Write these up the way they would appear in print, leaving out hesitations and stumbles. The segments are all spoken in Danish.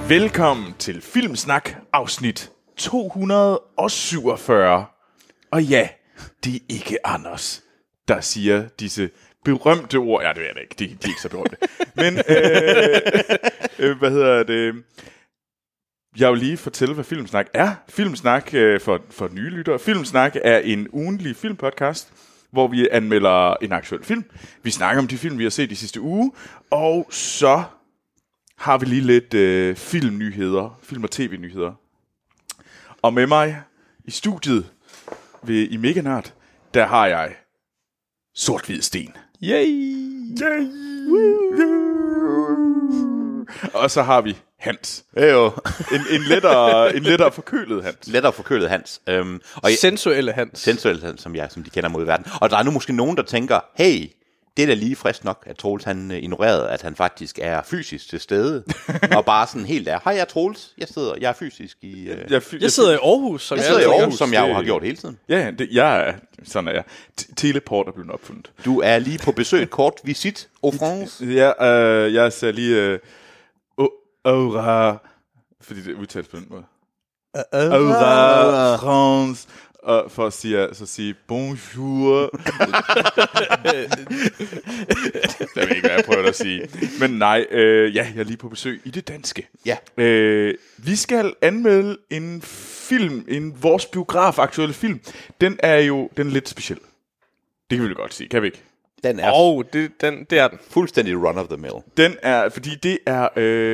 Velkommen til Filmsnak afsnit 247. Og ja, det er ikke Anders, der siger disse berømte ord. Ja, det ved jeg ikke. De er ikke så berømte. Men, hvad hedder det? Jeg vil lige fortælle, hvad Filmsnak er. Filmsnak for nye lyttere. Filmsnak er en ugentlig filmpodcast, hvor vi anmelder en aktuel film. Vi snakker om de film, vi har set de sidste uge. Og så har vi lige lidt filmnyheder, film- og tv-nyheder. Og med mig i studiet i Mega Nørd, der har jeg Sort-Hvid Sten. Yay! Yay! Og så har vi Hans. Heyo. En lettere forkølet Hans. Lettere forkølet Hans. Og sensuelle Hans. Sensuelle Hans, som de kender mod i verden. Og der er nu måske nogen, der tænker, hey, det er da lige frisk nok, at Troels han ignorerede, at han faktisk er fysisk til stede. Og bare sådan helt der, hej, jeg er Troels, jeg er fysisk i... Jeg sidder i Aarhus, som jeg jo har gjort hele tiden. Ja, sådan er jeg. Teleport er blevet opfundet. Du er lige på besøg, et kort visit au France. Ja, jeg sagde lige... fordi det udtales på den måde. France. Og for at sige bonjour. Jeg ved ikke, hvad jeg prøver at sige. Men nej, jeg er lige på besøg i det danske. Ja. Vi skal anmelde en film, vores biograf-aktuelle film. Den er lidt speciel. Det kan vi godt sige, kan vi ikke? Den er det er den. Fuldstændig run of the mill. Den er, fordi det er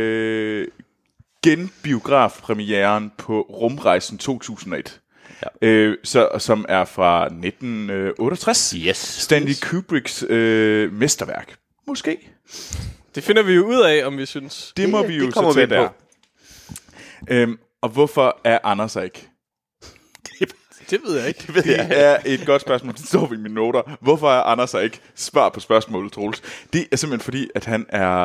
genbiografpremieren på Rumrejsen 2001. Ja. Som er fra 1968. Yes. Stanley Kubricks mesterværk. Måske. Det finder vi jo ud af, om vi synes. Det må vi jo så tage der. Og hvorfor er Anders ikke? Det ved jeg ikke. Det er et godt spørgsmål. Det står i mine noter. Hvorfor er Anders ikke? Svar på spørgsmålet, Troels. Det er simpelthen fordi, at han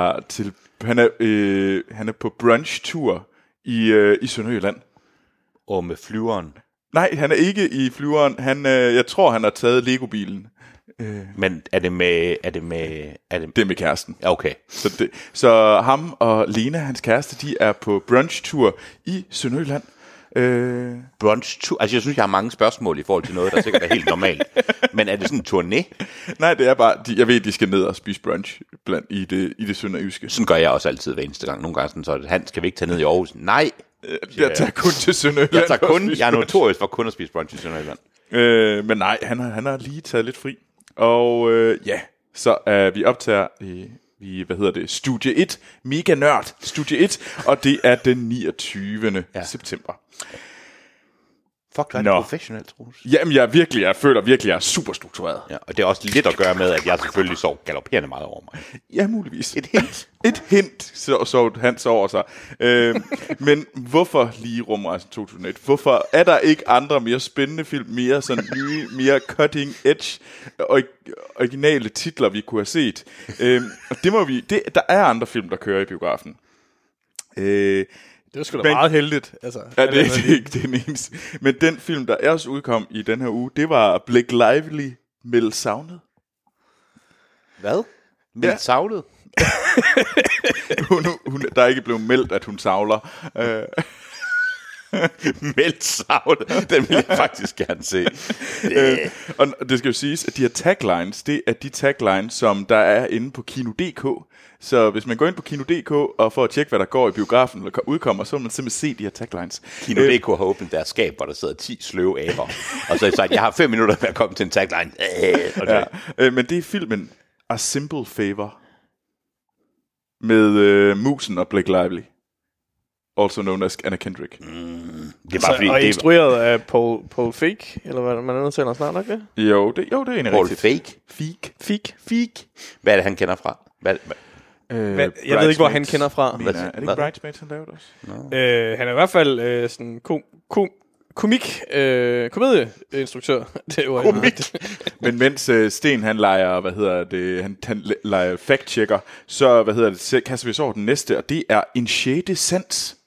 er på brunch-tur i Sønderjylland. Og med flyveren. Nej, han er ikke i flyveren. Jeg tror, han har taget Lego-bilen. Men er det med... Det er med kæresten. Okay. Så ham og Lena, hans kæreste, de er på brunch-tur i Sønderjylland. Brunch-tur? Altså, jeg synes, jeg har mange spørgsmål i forhold til noget, der sikkert er helt normalt. Men er det sådan en turné? Nej, det er bare... Jeg ved, de skal ned og spise brunch i det sønderjyske. Sådan gør jeg også altid hver eneste gang. Nogle gange sådan, så han skal vi ikke tage ned i Aarhus. Nej! Jeg tager kun til Sønderjylland. Jeg er notorisk for kun at spise brunch i Sønderjylland. Men nej, han har lige taget lidt fri. Og så er vi optager i Studie 1, Mega Nørd, Studie 1, og det er den 29. september. Fuck, du er professionel, Troels. Jamen, jeg føler virkelig, jeg er super struktureret. Ja, og det er også lidt at gøre med, at jeg selvfølgelig sov galopperende meget over mig. Ja, muligvis. Et hint. Et hint, så Hans over sig. Men hvorfor lige Rumrejsen 2001? Hvorfor er der ikke andre mere spændende film, mere sådan nye, mere cutting edge, originale titler, vi kunne have set? Og der er andre film, der kører i biografen. Det er sgu da meget heldigt. Altså, ja, det er ikke den eneste. Men den film, der også udkom i den her uge, det var Blake Lively, Meldt savnet. Hvad? Meldt savnet? Der er ikke blevet meldt, at hun savler. Meldt savnet. Den vil jeg faktisk gerne se. Og det skal jo siges, at de her taglines, det er de taglines, som der er inde på Kino.dk. Så hvis man går ind på Kino.dk og får at tjekke, hvad der går i biografen, eller udkommer, så vil man simpelthen se de her taglines. Kino.dk har åbnet deres skab, hvor der sidder 10 sløve aber. Og så har jeg sagt, jeg har 5 minutter med at komme til en tagline. Men det er filmen A Simple Favor med Musen og Blake Lively. Also known as Anna Kendrick. Det var fordi, og instrueret af Paul Feig, eller hvad man udtaler snart nok det? Jo, det er en Paul Feig. Hvad er det, han kender fra? Jeg ved ikke, hvor han kender fra. Er det ikke Bridesmaids, han lavede også? No. Han er i hvert fald sådan komedieinstruktør. Komik. Men mens Sten han leger, han leger fact-checker, så kaster vi så over den næste, og det er En sjette sans.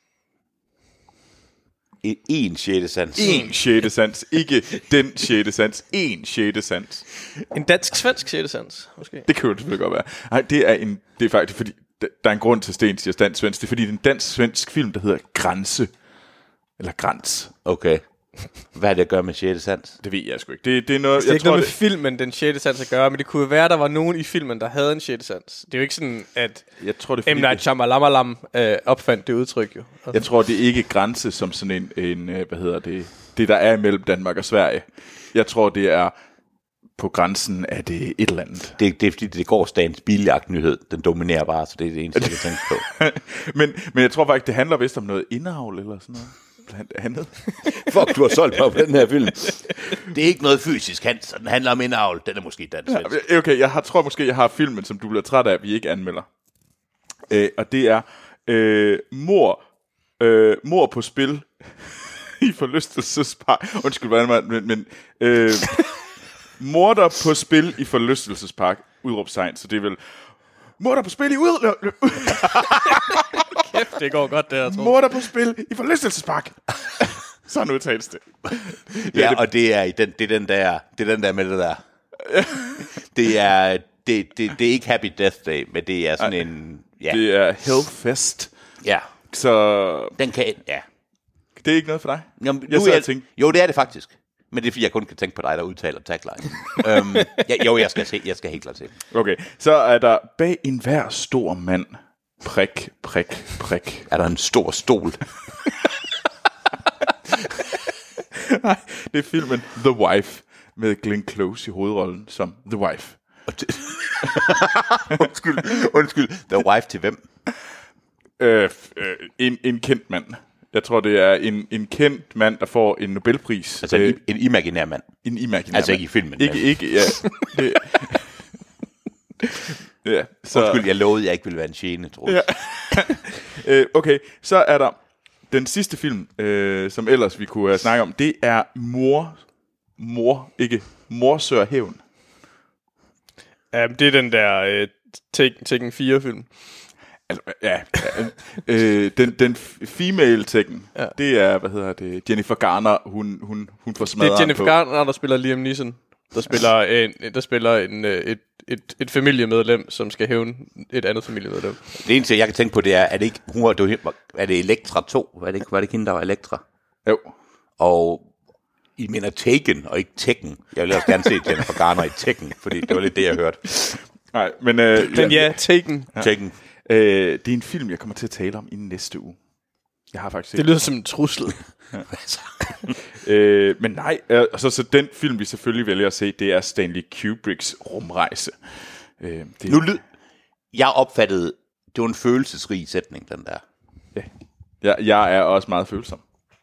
En sjette sans. En sjette sans. Ikke den sjette sans. En sjette sans. En dansk-svensk sjette sans, måske. Det kan jo selvfølgelig godt være. Nej, det er faktisk, fordi der er en grund til, at Sten siger dansk-svensk. Det er fordi, det er en dansk-svensk film, der hedder Grænse. Eller Græns. Okay. Hvad er det at gøre med 6. sans? Det ved jeg sgu ikke. Det er noget, det er ikke noget med filmen, den 6. sans at gøre, men det kunne jo være, at der var nogen i filmen, der havde en 6. sans. Det er jo ikke sådan, at jeg tror, det er M. Night Shyamalan opfandt det udtryk jo. Altså. Jeg tror, det er ikke grænse som sådan en det der er imellem Danmark og Sverige. Jeg tror, det er på grænsen af det et eller andet. Det er fordi, det går Stans biljagt-nyhed. Den dominerer bare, så det er det eneste, jeg kan tænke på. men jeg tror faktisk, det handler vist om noget indavl eller sådan noget. Blandt andet. Fuck, du har solgt mig på den her film. Det er ikke noget fysisk, Hans, den handler om indavl. Den er måske dansk. Ja, okay, tror måske, jeg har filmen, som du bliver træt af, at vi ikke anmelder. Og det er mor på spil i forlystelsespark. Undskyld, men morder på spil i forlystelsespark, udråbstegn, så det er vel morder på spil i Kæft, det går godt der, tror jeg. Morder på spil i forlystelsespark. Sådan udtales det. Ja, og det er den der med det der. Det er ikke Happy Death Day, men det er sådan en... Ja. Det er Hellfest. Ja. Så... Den kan... Ja. Det er ikke noget for dig? Jamen, jo, det er det faktisk. Men det er fordi, jeg kun kan tænke på dig, der udtaler tagline. Jeg skal helt klart se. Okay, så er der bag enhver stor mand... Prik. Er der en stor stol? Nej, det er filmen The Wife, med Glenn Close i hovedrollen som The Wife. Undskyld. The Wife til hvem? En kendt mand. Jeg tror, det er en kendt mand, der får en Nobelpris. Altså en imaginær mand? En imaginær altså mand. Ikke i filmen? Ikke, ja. Ja, så... Undskyld, jeg lovede, jeg ikke ville være en gene, tror jeg. Ja. Okay, så er der den sidste film, som ellers vi kunne snakke om. Det er Mor Sør Hævn. Det er den der Taken 4-film. Altså, ja. Den female Taken, ja. Det er, Jennifer Garner, hun får smadret. Det er Jennifer Garner, der spiller Liam Neeson. Der spiller et familiemedlem, som skal hævne et andet familiemedlem. Det eneste, jeg kan tænke på, det er det ikke er det Elektra 2? Var det ikke hende, der var Elektra? Jo. Og I mener Taken, og ikke Tekken. Jeg vil også gerne se Jennifer Garner i Tekken, fordi det var lidt det, jeg hørte. Nej, men... Taken. Ja. Taken. Det er en film, jeg kommer til at tale om i næste uge. Jeg har faktisk det lyder som en trussel. Ja. Men nej, så den film, vi selvfølgelig vælger at se, det er Stanley Kubricks Rumrejse. Jeg opfattede, det var en følelsesrig sætning, den der. Ja, jeg er også meget følsom.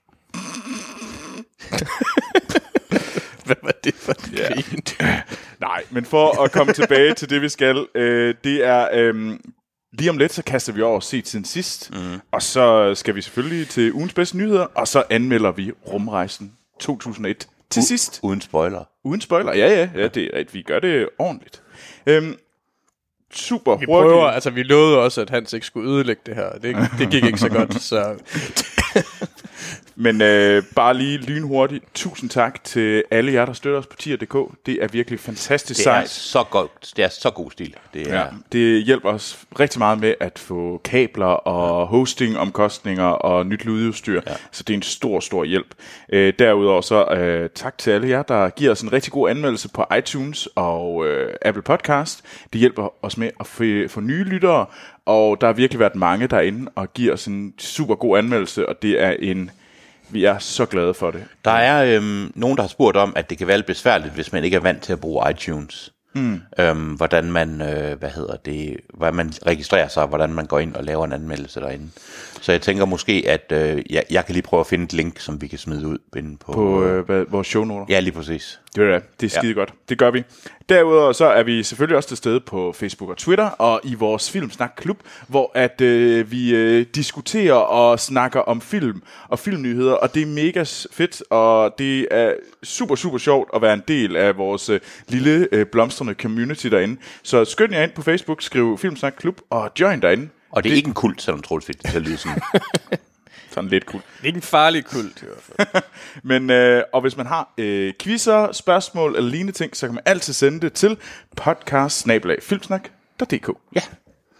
Hvad var det for en grin? Nej, men for at komme tilbage til det, vi skal, det er... lige om lidt, så kaster vi over set siden sidst, og så skal vi selvfølgelig til ugens bedste nyheder, og så anmelder vi Rumrejsen 2001 til sidst. Uden spoiler. Uden spoiler, ja, det er rigtigt. Vi gør det ordentligt. Super vi hurtigt. Prøver, altså vi lovede også, at Hans ikke skulle ødelægge det her. Det gik ikke så godt, så... Men bare lige lynhurtigt, tusind tak til alle jer, der støtter os på tier.dk. Det er virkelig fantastisk sejt. Det er så god stil. Det hjælper os rigtig meget med at få kabler og hostingomkostninger og nyt lydudstyr. Ja. Så det er en stor hjælp. Derudover så tak til alle jer, der giver os en rigtig god anmeldelse på iTunes og Apple Podcast. Det hjælper os med at få nye lyttere, og der har virkelig været mange derinde og giver os en super god anmeldelse, og det er vi er så glade for det. Der er nogen, der har spurgt om, at det kan være lidt besværligt, hvis man ikke er vant til at bruge iTunes. Hvordan man, hvordan man registrerer sig, hvordan man går ind og laver en anmeldelse derinde. Så jeg tænker måske, at jeg kan lige prøve at finde et link, som vi kan smide ud inde på vores shownoter. Ja, lige præcis. Det er skide godt. Det gør vi. Derudover så er vi selvfølgelig også til stede på Facebook og Twitter og i vores Filmsnak-klub, hvor at vi diskuterer og snakker om film og filmnyheder, og det er mega fedt, og det er super sjovt at være en del af vores lille blomstrende community derinde. Så skynd jer ind på Facebook, skriv Filmsnak-klub og join derinde. Og det er ikke en kult, selvom Troels fik det til at lyde sådan. Sådan lidt kult. Det er ikke en farlig kult i hvert fald. Men, og hvis man har quizzer, spørgsmål eller lignende ting, så kan man altid sende det til podcast@filmsnak.dk. Ja.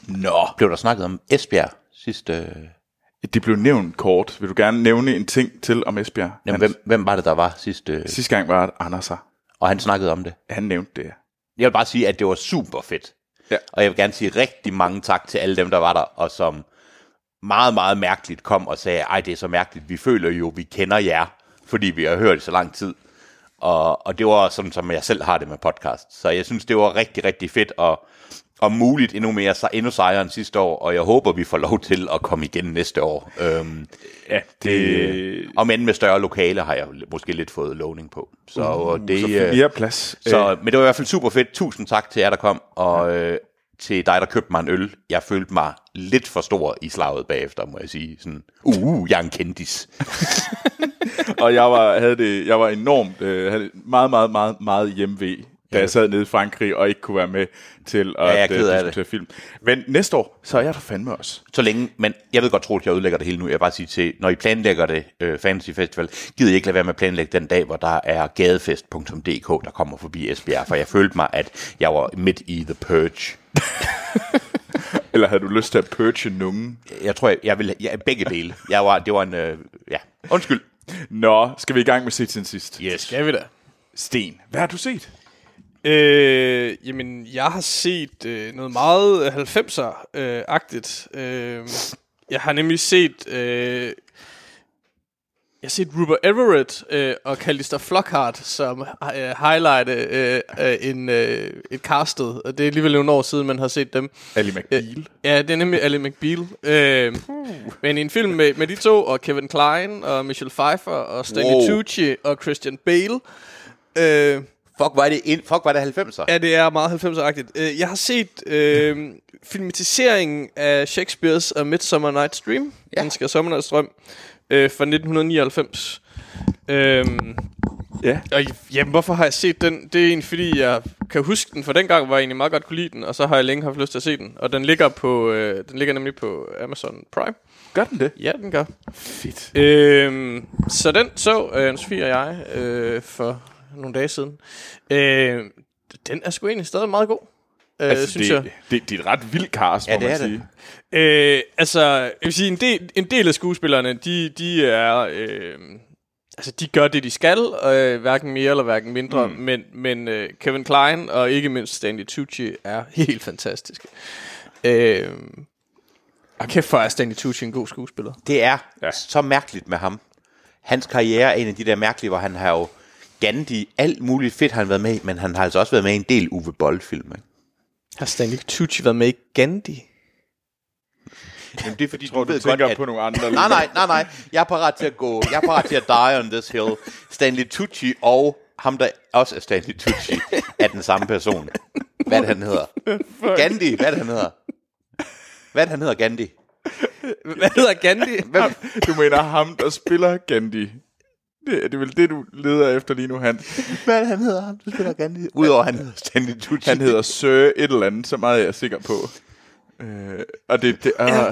Nå. Blev der snakket om Esbjerg sidste... Det blev nævnt kort. Vil du gerne nævne en ting til om Esbjerg? Jamen, hvem var det, der var sidste... Sidste gang var det Anders. Og han snakkede om det. Han nævnte det, ja. Jeg vil bare sige, at det var super fedt. Ja. Og jeg vil gerne sige rigtig mange tak til alle dem, der var der, og som meget, meget mærkeligt kom og sagde, ej, det er så mærkeligt, vi føler jo, vi kender jer, fordi vi har hørt det så lang tid. Og det var sådan, som jeg selv har det med podcast. Så jeg synes, det var rigtig, rigtig fedt, og muligt endnu sejere end sidste år, og jeg håber, vi får lov til at komme igen næste år. Ja, det... Og men med større lokale har jeg måske lidt fået lovning på. Så det så mere plads. men det var i hvert fald super fedt. Tusind tak til jer, der kom, og til dig, der købte mig en øl. Jeg følte mig lidt for stor i slaget bagefter, må jeg sige. Sådan, jeg er en kendis. Og jeg var enormt, havde meget hjemve, da jeg sad nede i Frankrig og ikke kunne være med til at diskutere film. Men næste år, så er jeg der fandme også. Så længe, men jeg ved godt, tror, at jeg udlægger det hele nu. Jeg vil bare sige til, når I planlægger det, Fantasy Festival, gider I ikke lade være med at planlægge den dag, hvor der er gadefest.dk, der kommer forbi Esbjerg, for jeg følte mig, at jeg var midt i The Purge. Eller havde du lyst til at purge nogen? Jeg tror, jeg ville begge dele. Det var en, undskyld. Nå, skal vi i gang med set siden sidst? Yes, skal vi da. Sten, hvad har du set? Jamen, jeg har set noget meget 90'er-agtigt. Jeg har nemlig set... Jeg har set Rupert Everett og Callister Flockhart som highlighte et castet. Og det er alligevel nogle år siden, man har set dem. Ally McBeal. Ja, det er nemlig Ally McBeal. Men i en film med de to, og Kevin Kline, og Michelle Pfeiffer, og Stanley Tucci, og Christian Bale. Fuck, var det 90'er? Ja, det er meget 90'er-agtigt. Jeg har set filmatiseringen af Shakespeares A Midsummer Night's Dream. Ja. Den skal Sommernattens drøm. Fra 1999. Ja. Og jamen, hvorfor har jeg set den? Det er egentlig fordi jeg kan huske den, for dengang var jeg egentlig meget godt kunne lide den, og så har jeg længe haft lyst til at se den. Og den ligger nemlig på Amazon Prime. Gør den det? Ja, den gør. Fedt. Så den så Sofie og jeg for nogle dage siden. Den er sgu egentlig stadig meget god. Synes jeg. Det er et ret vildt cast, må man sige. Jeg vil sige, en del af skuespillerne, de er... de gør det, de skal, hverken mere eller hverken mindre, men Kevin Kline og ikke mindst Stanley Tucci er helt fantastiske. Kæft for er Stanley Tucci en god skuespiller. Det er så mærkeligt med ham. Hans karriere er en af de der mærkelige, hvor han har jo Gandhi, alt muligt fedt har han været med i, men han har altså også været med i en del Uwe Boll-film. Har Stanley Tucci været med i Gandhi? Jamen, det er fordi, du ved godt, på nogle andre. Nej. Jeg er parat til at gå. Jeg er parat til at die on this hill. Stanley Tucci og ham, der også er Stanley Tucci, er den samme person. Hvad det, han hedder? Gandhi, hvad det, han hedder? Hvad det, han hedder, Gandhi? Hvad hedder Gandhi? Du mener ham, der spiller Gandhi. Det er vel det, du leder efter lige nu, Hans. Hvad han hedder ham, der spiller Gandhi? Udover han hedder Stanley Tucci. Han hedder Sir et eller andet, så meget er jeg sikker på. Og det er... Jeg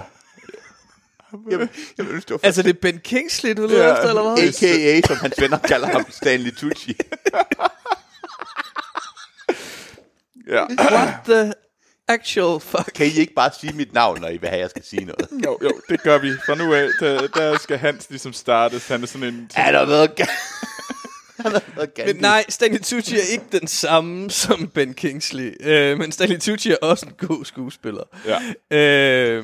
altså det er Ben Kingsley, du leder efter, eller hvad? A.k.a. som hans venner kalder ham, Stanley Tucci. Ja. What the actual fuck? Kan I ikke bare sige mit navn, når I vil have, jeg skal sige noget? Jo, det gør vi. Fra nu af, der skal Hans ligesom startes. Han er sådan en... Er der noget Men nej, Stanley Tucci er ikke den samme som Ben Kingsley. Men Stanley Tucci er også en god skuespiller. Ja.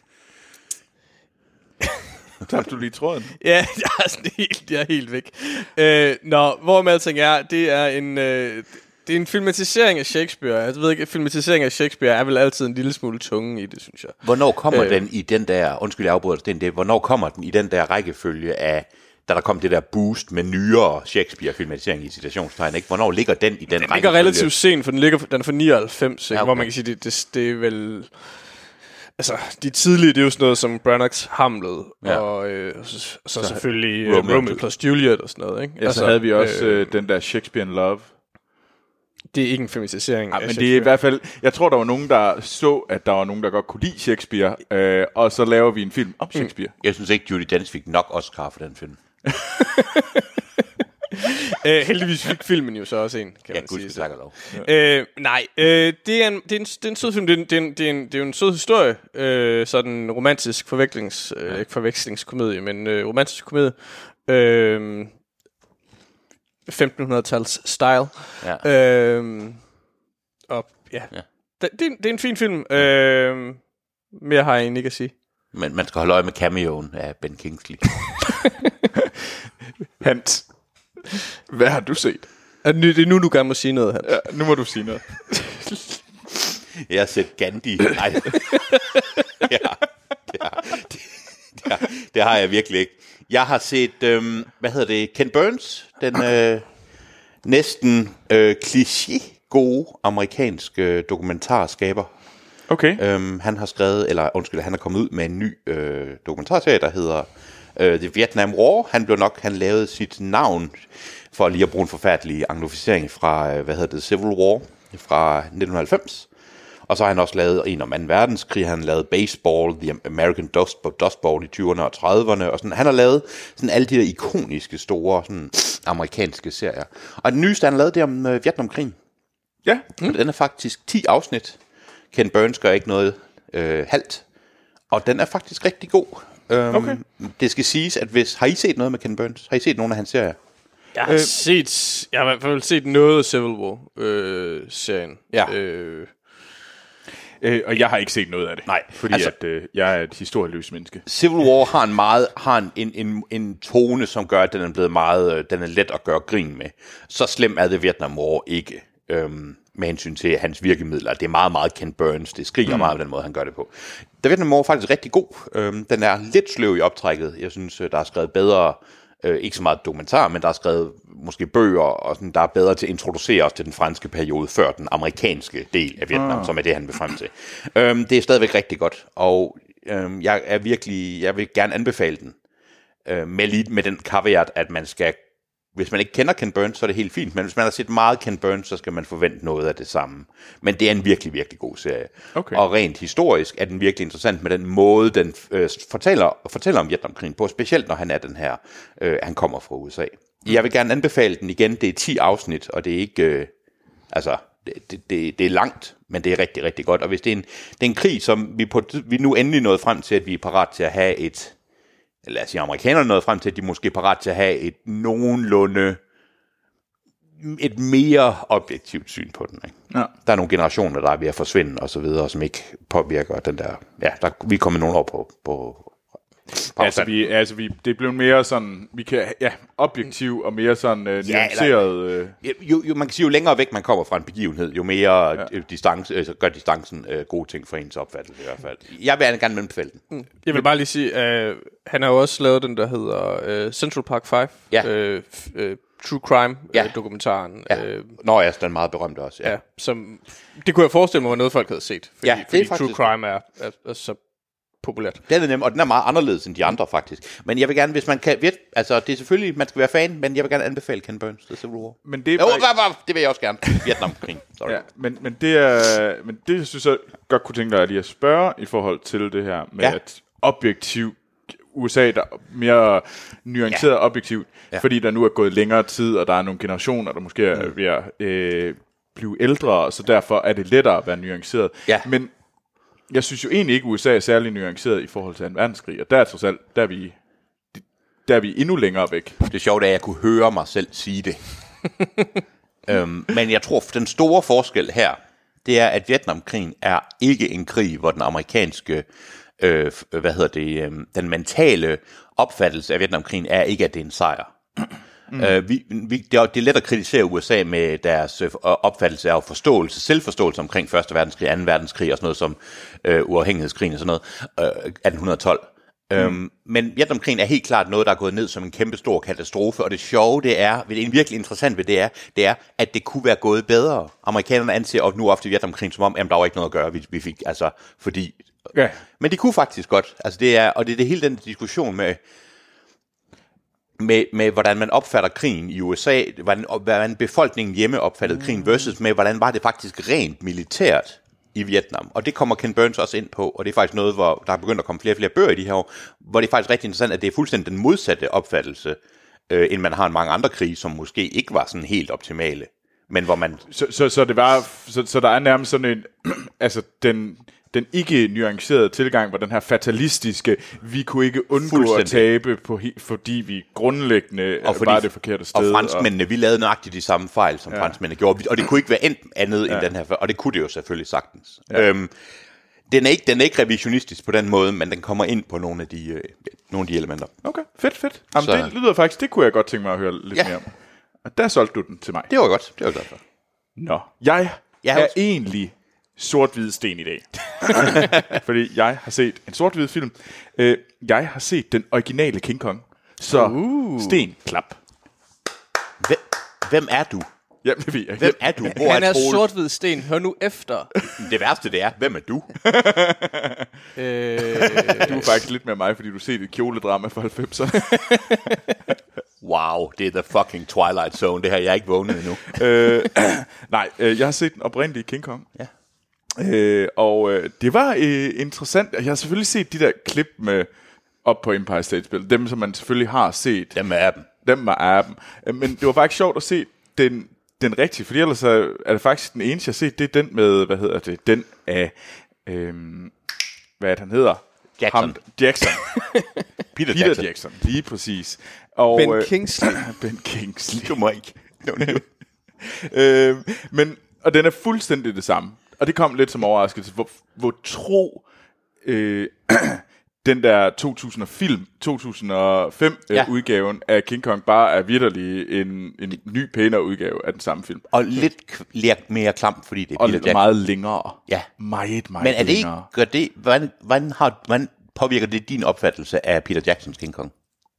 Tabte du lige tråden? Ja, jeg er helt væk. Hvor med alting er, det er en filmatisering af Shakespeare. Jeg ved ikke, filmatisering af Shakespeare er vel altid en lille smule tunge i det, synes jeg. Hvornår kommer den i den der, undskyld jeg afbryder det, hvornår kommer den i den der rækkefølge af, da der kom det der boost med nyere Shakespeare-filmatisering i citationstegn, ikke? Hvornår ligger den i den rækkefølge? Den ligger relativt sent, for den er fra 99, ikke? Ja, okay. Hvor man kan sige, det er vel... Altså, de tidlige, det er jo sådan noget som Brannocks Hamlet, og så selvfølgelig Romeo plus Juliet og sådan noget, ikke? Ja, så havde vi også den der Shakespeare in Love. Det er ikke en filmatisering af men det er i hvert fald... Jeg tror, der var nogen, der så, at der var nogen, der godt kunne lide Shakespeare, og så laver vi en film om Shakespeare. Jeg synes ikke, Judi Dench fik nok Oscar for den film. Heldigvis fik filmen jo så også en, kan man sige. Tak og lov. Nej, det er en sød film. Det er jo en sød historie. Sådan romantisk forvekslingskomedie, men romantisk komedie. 1500-tals style. Ja. Og ja. Det er en fin film. Mere har jeg egentlig ikke at sige. Men man skal holde øje med cameoen af Ben Kingsley. Hans, hvad har du set? Det er nu, du gerne må sige noget, Hans. Ja, nu må du sige noget. Jeg har set Gandhi. Nej. Det har jeg virkelig ikke. Jeg har set, Ken Burns, den næsten kliché-gode amerikanske dokumentarskaber. Okay. Han har skrevet, han er kommet ud med en ny dokumentarserie, der hedder The Vietnam War. Han lavede sit navn for lige at bruge en forfærdelig anglificering fra, Civil War fra 1990. Og så har han også lavet en om 2. verdenskrig. Han har lavet Baseball, The American Dust Bowl i 20'erne og 30'erne. Og sådan. Han har lavet sådan alle de der ikoniske, store sådan, amerikanske serier. Og den nyeste, han lavede det om Vietnamkrigen. Ja. Og den er faktisk 10 afsnit. Ken Burns gør ikke noget halvt. Og den er faktisk rigtig god. Okay. Det skal siges, at har I set noget med Ken Burns? Har I set nogle af hans serier? Jeg har i hvert fald set noget af Civil War-serien. Ja. Og jeg har ikke set noget af det. Nej, fordi jeg er et historieløst menneske. Civil War har en tone, som gør, at den er blevet meget, den er let at gøre grin med. Så slem er det Vietnam War ikke. Med hensyn til hans virkemidler. Det er meget, meget Ken Burns. Det skriger meget på den måde, han gør det på. Der Vietnam War er faktisk rigtig god. Den er lidt sløv i optrækket. Jeg synes, der er skrevet bedre, ikke så meget dokumentar, men der er skrevet måske bøger, og sådan, der er bedre til at introducere os til den franske periode, før den amerikanske del af Vietnam, som er det, han vil frem til. Det er stadigvæk rigtig godt, og jeg vil gerne anbefale den, med den caveat, at man skal, hvis man ikke kender Ken Burns, så er det helt fint, men hvis man har set meget Ken Burns, så skal man forvente noget af det samme. Men det er en virkelig, virkelig god serie. Okay. Og rent historisk er den virkelig interessant med den måde, den fortæller om Vietnamkrigen på, specielt når han er den her, han kommer fra USA. Jeg vil gerne anbefale den igen. Det er 10 afsnit, og det er ikke, det er langt, men det er rigtig, rigtig godt. Og hvis det er en krig, som vi nu endelig nået frem til, at vi er parat til at have lad os sige, amerikanerne nåede frem til, at de måske er parat til at have et mere objektivt syn på den. Ikke? Ja. Der er nogle generationer, der er ved at forsvinde og så videre, som ikke påvirker den der. Ja, vi er kommet nogle år på det blev mere sådan, objektiv og mere sådan nuanceret. Jo, man kan sige, jo længere væk man kommer fra en begivenhed, jo mere gør distancen gode ting for ens opfattelse i hvert fald. Jeg vil gerne anbefale den. Jeg vil bare lige sige, han har jo også lavet den, der hedder Central Park 5. Ja. True Crime dokumentaren. Ja. Den er meget berømt også. Ja. Som, det kunne jeg forestille mig var noget folk havde set, fordi True Crime er så populært. Den er nem, og den er meget anderledes end de andre faktisk. Men jeg vil gerne, hvis man kan, det er selvfølgelig, man skal være fan, men jeg vil gerne anbefale Ken Burns, The Civil War. Men det vil jeg også gerne. Vietnamkrig. Ja, men det synes jeg godt kunne tænke dig lige at spørge i forhold til det her med at objektiv USA, der er mere nuanceret objektivt, fordi der nu er gået længere tid, og der er nogle generationer, der måske er ved at blive ældre, og så derfor er det lettere at være nuanceret. Ja. Men jeg synes jo egentlig ikke, at USA er særlig nuanceret i forhold til 2. verdenskrig, og der er trods alt, der er vi endnu længere væk. Det er sjovt, at jeg kunne høre mig selv sige det. Men jeg tror, den store forskel her, det er, at Vietnamkrigen er ikke en krig, hvor den amerikanske, den mentale opfattelse af Vietnamkrigen er ikke, at det er en sejr. Det er let at kritisere USA med deres opfattelse af selvforståelse omkring 1. verdenskrig, 2. verdenskrig og sådan noget som uafhængighedskrigen og sådan noget, 1812. Men Vietnamkrigen er helt klart noget, der er gået ned som en kæmpe stor katastrofe, og det sjove, det er virkelig interessant ved det er, at det kunne være gået bedre. Amerikanerne anser nu ofte Vietnamkrigen som om, at der var ikke noget at gøre, vi fik, fordi. Ja. Men de kunne faktisk godt. Det er hele den diskussion med hvordan man opfatter krigen i USA, hvordan befolkningen hjemme opfattede krigen, versus med, hvordan var det faktisk rent militært i Vietnam. Og det kommer Ken Burns også ind på, og det er faktisk noget, hvor der er begyndt at komme flere og flere bøger i de her år, hvor det er faktisk rigtig interessant, at det er fuldstændig den modsatte opfattelse end man har mange andre krige, som måske ikke var sådan helt optimale. Men hvor man... Så der er nærmest sådan en... altså, den ikke nuancerede tilgang var den her fatalistiske, vi kunne ikke undgå at tabe, fordi vi grundlæggende var det forkerte sted. Og franskmændene, vi lavede nøjagtigt de samme fejl, som franskmændene gjorde. Og det kunne ikke være andet end den her... Og det kunne det jo selvfølgelig sagtens. Ja. Den er ikke revisionistisk på den måde, men den kommer ind på nogle af de elementer. Okay, fedt. Jamen, det lyder faktisk, det kunne jeg godt tænke mig at høre lidt mere om. Og der solgte du den til mig. Det var godt, det var godt for. Nå, jeg er egentlig sort-hvid sten i dag. Fordi jeg har set en sort-hvid film. Jeg har set den originale King Kong. Så sten, klap. Hvem er du? Jamen, det ved jeg. Hvem er du? Hvor Han er sort-hvid sten. Hør nu efter. Det værste det er, hvem er du? Du er faktisk lidt mere mig, fordi du har set et kjoledrama fra 90'erne. Wow, det er the fucking Twilight Zone. Det her jeg er ikke vågnet endnu. Nej, jeg har set den oprindelige King Kong. Ja. Og det var interessant. Jeg har selvfølgelig set de der klip med op på Empire State Building. Dem, som man selvfølgelig har set. Dem er dem. Men det var faktisk sjovt at se den rigtige, fordi ellers er det faktisk den eneste, jeg har set. Det er den med, den af, hvad han hedder? Jackson. Peter Jackson, lige præcis. Og, Ben Kingsley. Ben Kingsley. Du må ikke. Og den er fuldstændig det samme. Og det kom lidt som overraskelse, hvor tro den der 2005 udgaven af King Kong bare er vitterlig en ny, pænere udgave af den samme film. Og lidt mere klam, fordi det er Peter Jackson. Og meget længere. Ja. Meget Men er det længere. ikke, hvordan påvirker det din opfattelse af Peter Jacksons King Kong?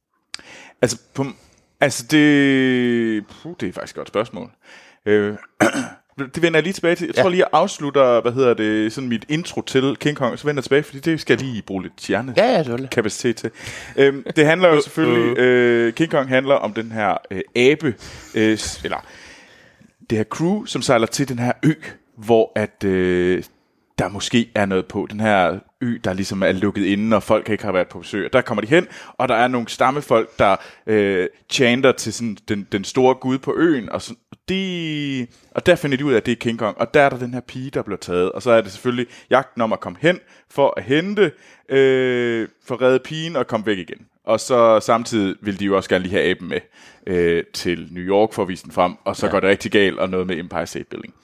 Det er faktisk et godt spørgsmål. Det vender jeg lige tilbage til. Jeg tror lige, jeg afslutter, sådan mit intro til King Kong, så vender jeg tilbage, fordi det skal jeg lige bruge lidt hjernekapacitet til. Det handler jo selvfølgelig, King Kong handler om den her abe, eller det her crew, som sejler til den her ø, hvor at der måske er noget på. Den her ø, der ligesom er lukket inde, og folk ikke har været på besøg. Og der kommer de hen, og der er nogle stammefolk, der chanter til sådan den store gud på øen, og der finder de ud af, at det er King Kong. Og der er der den her pige, der bliver taget. Og så er det selvfølgelig jagten om at komme hen, for at hente, for at redde pigen og komme væk igen. Og så samtidig vil de jo også gerne lige have aben med til New York for at vise den frem. Og så går det rigtig galt, og noget med Empire State Building.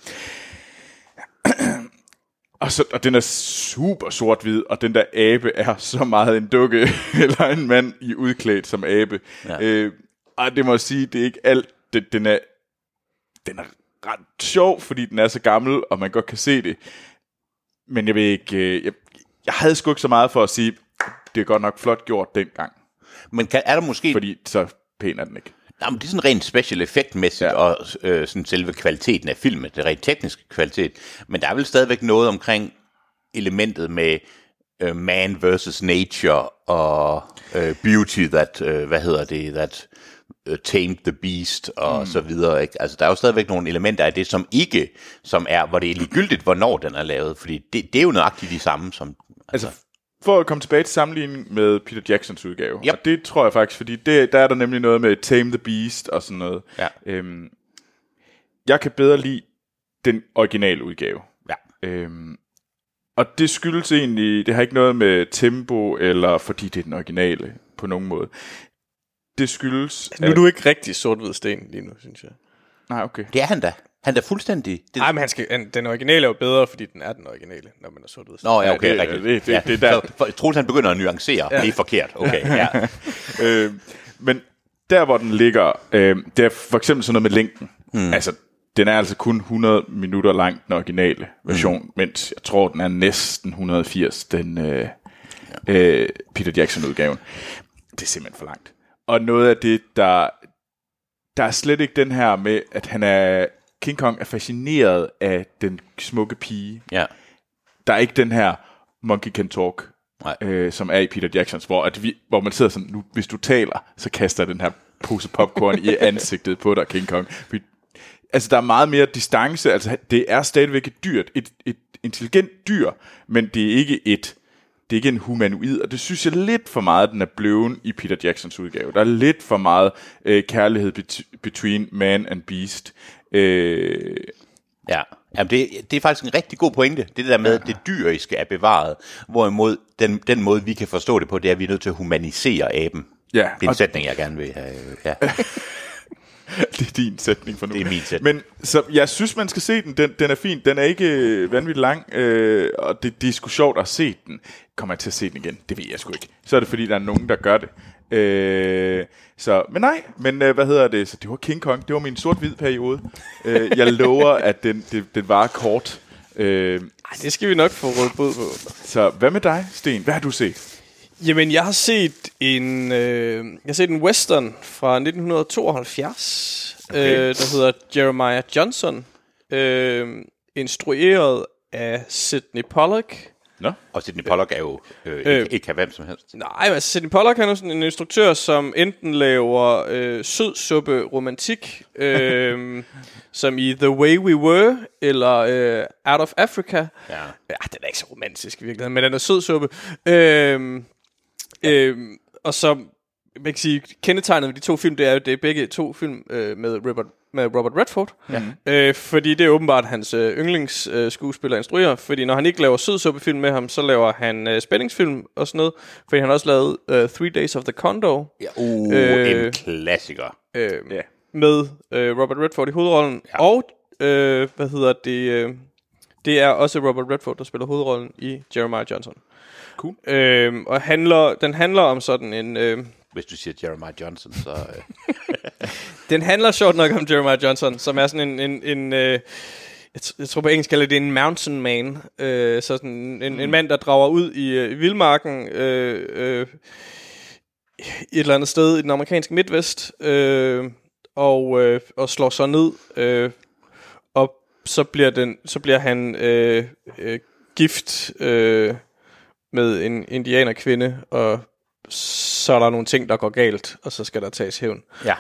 Og den er super sort-hvid, og den der abe er så meget en dukke, eller en mand i udklædt som abe. Ja. Og det må jeg sige, det er ikke alt. Den er ret sjov, fordi den er så gammel, og man godt kan se det. Men jeg ved ikke, jeg havde sgu ikke så meget for at sige, det er godt nok flot gjort dengang. Men er der måske... Fordi så pæn er den ikke. Nej, men det er sådan rent special effect-mæssigt, og sådan selve kvaliteten af filmen, det rent tekniske kvalitet. Men der er vel stadigvæk noget omkring elementet med man versus nature, og beauty that, that tamed the beast, og så videre. Ikke? Altså, der er jo stadigvæk nogle elementer af det, som er, hvor det er ligegyldigt, hvornår den er lavet. Fordi det er jo nøjagtigt de samme, som... Altså for at komme tilbage til sammenligning med Peter Jacksons udgave. Yep. Og det tror jeg faktisk, fordi der er der nemlig noget med Tame the Beast og sådan noget. Ja. Jeg kan bedre lide den originale udgave. Ja. Og det skyldes egentlig, det har ikke noget med tempo, eller fordi det er den originale på nogen måde. Det skyldes... Nu er du ikke rigtig sort-hvid sten lige nu, synes jeg. Nej, okay. Det er han da. Han er fuldstændig... Nej, men den originale er jo bedre, fordi den er den originale, når man er sort-hvid sten. Nå, ja, okay, rigtigt. Det er der. Troels han begynder at nuancere. Ja. Det er forkert. Okay, ja. Men der, hvor den ligger, det er for eksempel sådan noget med længden. Altså, den er altså kun 100 minutter lang, den originale version, mens jeg tror, den er næsten 180, den Peter Jackson-udgaven. Det er simpelthen for langt. Og noget af det, der er slet ikke den her med, at King Kong er fascineret af den smukke pige. Ja. Der er ikke den her Monkey Can Talk, som er i Peter Jacksons, hvor man sidder sådan, nu, hvis du taler, så kaster den her pose popcorn i ansigtet på dig, King Kong. Altså, der er meget mere distance. Altså, det er stadigvæk et dyrt, et intelligent dyr, men det er ikke et det er ikke en humanoid, og det synes jeg lidt for meget, den er blevet i Peter Jacksons udgave. Der er lidt for meget kærlighed between man and beast. Ja, jamen det er faktisk en rigtig god pointe. Det der med, at det dyriske er bevaret, hvorimod den måde, vi kan forstå det på, det er, at vi er nødt til at humanisere aben. Ja, det er en sætning, jeg gerne vil have. Ja. Det er din sætning for nu. Det er min sætning. Men så jeg synes, man skal se den. Den er fin. Den er ikke vanvittigt lang, og det er sgu sjovt at se den. Kommer jeg til at se den igen? Det ved jeg sgu ikke. Så er det, fordi der er nogen, der gør det. Hvad hedder det? Så det var King Kong. Det var min sort-hvid periode. Jeg lover, at den var kort. Det skal vi nok få råd på. Så hvad med dig, Sten? Hvad har du set? Jamen, jeg har set en western fra 1972, der hedder Jeremiah Johnson, instrueret af Sidney Pollack. Nå? Og Sidney Pollack er jo ikke kan hvem som helst. Nej, men Sidney Pollack er sådan en instruktør, som enten laver sødsuppe romantik, som i The Way We Were, eller Out of Africa. Ja. Den er ikke så romantisk i virkeligheden, men den er sødsuppe. Og så, man kan sige, kendetegnet ved de to film, det er begge to film med Robert Redford. Ja. Fordi det er åbenbart hans yndlingsskuespiller instruerer. Fordi når han ikke laver sødsuppefilm med ham, så laver han spændingsfilm og sådan noget. Fordi han har også lavet 3 Days of the Condor. Ja, en klassiker. Med Robert Redford i hovedrollen. Ja. Og, det er også Robert Redford, der spiller hovedrollen i Jeremiah Johnson. Cool. Og den handler om sådan en... Hvis du siger Jeremiah Johnson, så... Den handler sjovt nok om Jeremiah Johnson, som er sådan en jeg tror på engelsk kalder det en mountain man. Så sådan en mand, der drager ud i vildmarken i et eller andet sted i den amerikanske midtvest, og slår sig ned, og så bliver han gift med en indianerkvinde, og så er der nogle ting, der går galt, og så skal der tages hævn. Ja.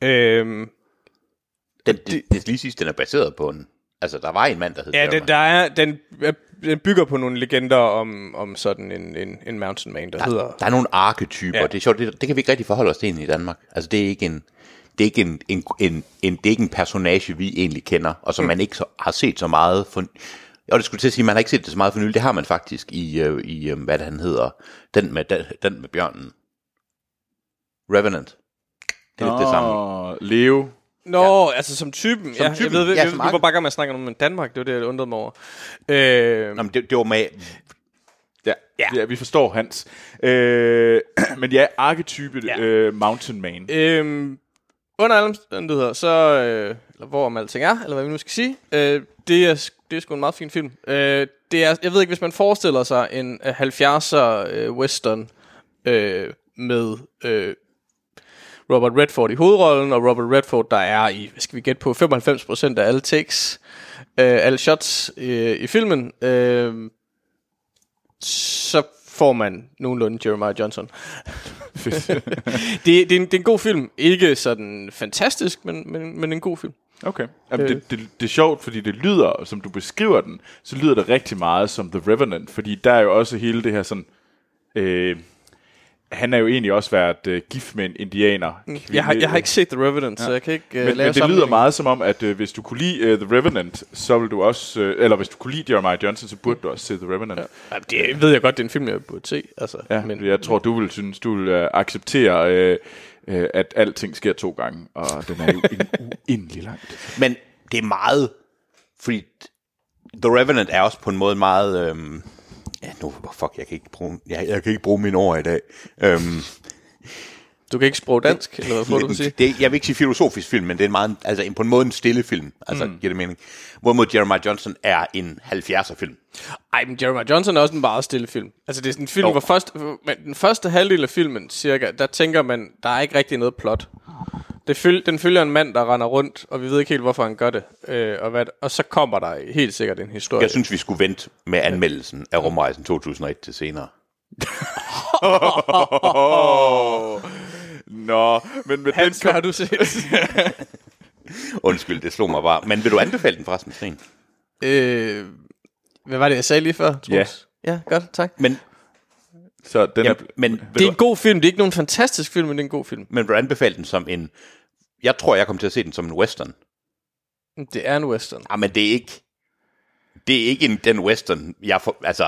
Det lige sidst, den er baseret på en... Altså, der var en mand, der hed... Ja, den bygger på nogle legender om sådan en mountain man, der hedder... Der er nogle arketyper. Ja. Det er sjovt, det kan vi ikke rigtig forholde os til i Danmark. Altså, det er ikke en personage, vi egentlig kender, og som man ikke har set så meget... Og det skulle til at sige, at man har ikke set det så meget for nylig. Det har man faktisk i hvad det han hedder, den med bjørnen. Revenant. Det er lidt det samme. Leo. Nå, altså som typen. Som typen. Jeg ved, vi var bare gang med at snakke om Danmark. Det var det, jeg undrede mig over. Jamen, det var med... Ja, vi forstår Hans. Men ja, arketype mountain man. Under alle omstændigheder, så... eller hvorom alting er, eller hvad vi nu skal sige. Det er sgu en meget fin film. Jeg ved ikke, hvis man forestiller sig en 70'er western med Robert Redford i hovedrollen, og Robert Redford, der er i, hvad skal vi gætte på, 95% af alle takes, alle shots i filmen, så får man nogenlunde Jeremiah Johnson. det er en god film. Ikke sådan fantastisk, men en god film. Okay. Jamen, det er sjovt, fordi det lyder, som du beskriver den, så lyder det rigtig meget som The Revenant, fordi der er jo også hele det her sådan... han er jo egentlig også været gift med en indianer. Jeg har ikke set The Revenant, så jeg kan ikke lave men det lyder meget som om, at hvis du kunne lide The Revenant, så vil du også... eller hvis du kunne lide Jeremiah Johnson, så burde du også se The Revenant. Ja. Det ved jeg godt, det er en film, jeg burde se. Altså, ja, men jeg tror, du vil acceptere... at alting sker 2 gange, og den er jo uendelig langt. Men det er meget, fordi The Revenant er også på en måde meget, jeg kan ikke bruge mine ord i dag. Du kan ikke sproge dansk, eller hvad får du sige? Jeg vil ikke sige filosofisk film, men det er en meget, altså på en måde en stille film, altså giver det mening. Hvorimod Jeremiah Johnson er en 70'er film. Ej, men Jeremiah Johnson er også en meget stille film. Altså det er sådan en film, hvor den første halvdel af filmen, cirka, der tænker man, der er ikke rigtig noget plot. Den følger en mand, der render rundt, og vi ved ikke helt, hvorfor han gør det. Og så kommer der helt sikkert en historie. Jeg synes, vi skulle vente med anmeldelsen af Rumrejsen 2001 til senere. Nå, men med Hans, hvad har du set? Undskyld, det slog mig bare. Men vil du anbefale den forresten, Sten? Hvad var det, jeg sagde lige før, Troels? Ja. Ja, godt, tak. Men Så den Jamen, men Det er en god film. Det er ikke nogen fantastisk film, men det er en god film. Men vil du anbefale den som en... Jeg tror, jeg kommer til at se den som en western. Det er en western. Men det er ikke... Det er ikke den western, altså...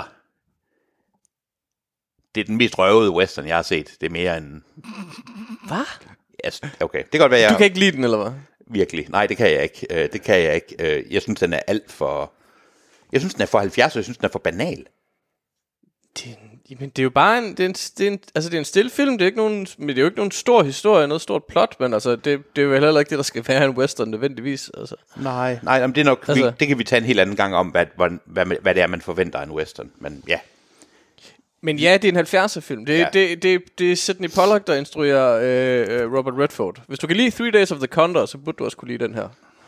Det er den mest røvede western, jeg har set. Det er mere en... Hvad? Yes, okay, det kan godt være, jeg... Du kan ikke lide den, eller hvad? Virkelig. Nej, det kan jeg ikke. Jeg synes, den er alt for... Jeg synes, den er for 70, og jeg synes, den er for banal. Men det er jo bare det er en stille film. Det er ikke nogen, men det er jo ikke nogen stor historie, noget stort plot, men altså det er jo heller ikke det, der skal være en western nødvendigvis. Altså. Nej, men det er nok, altså, det kan vi tage en helt anden gang om, hvad det er, man forventer af en western. Men ja. Men ja, det er en 70'er film. Det er Sidney Pollack, der instruerer Robert Redford. Hvis du kan lide 3 Days of the Condor, så burde du også kunne lide den her.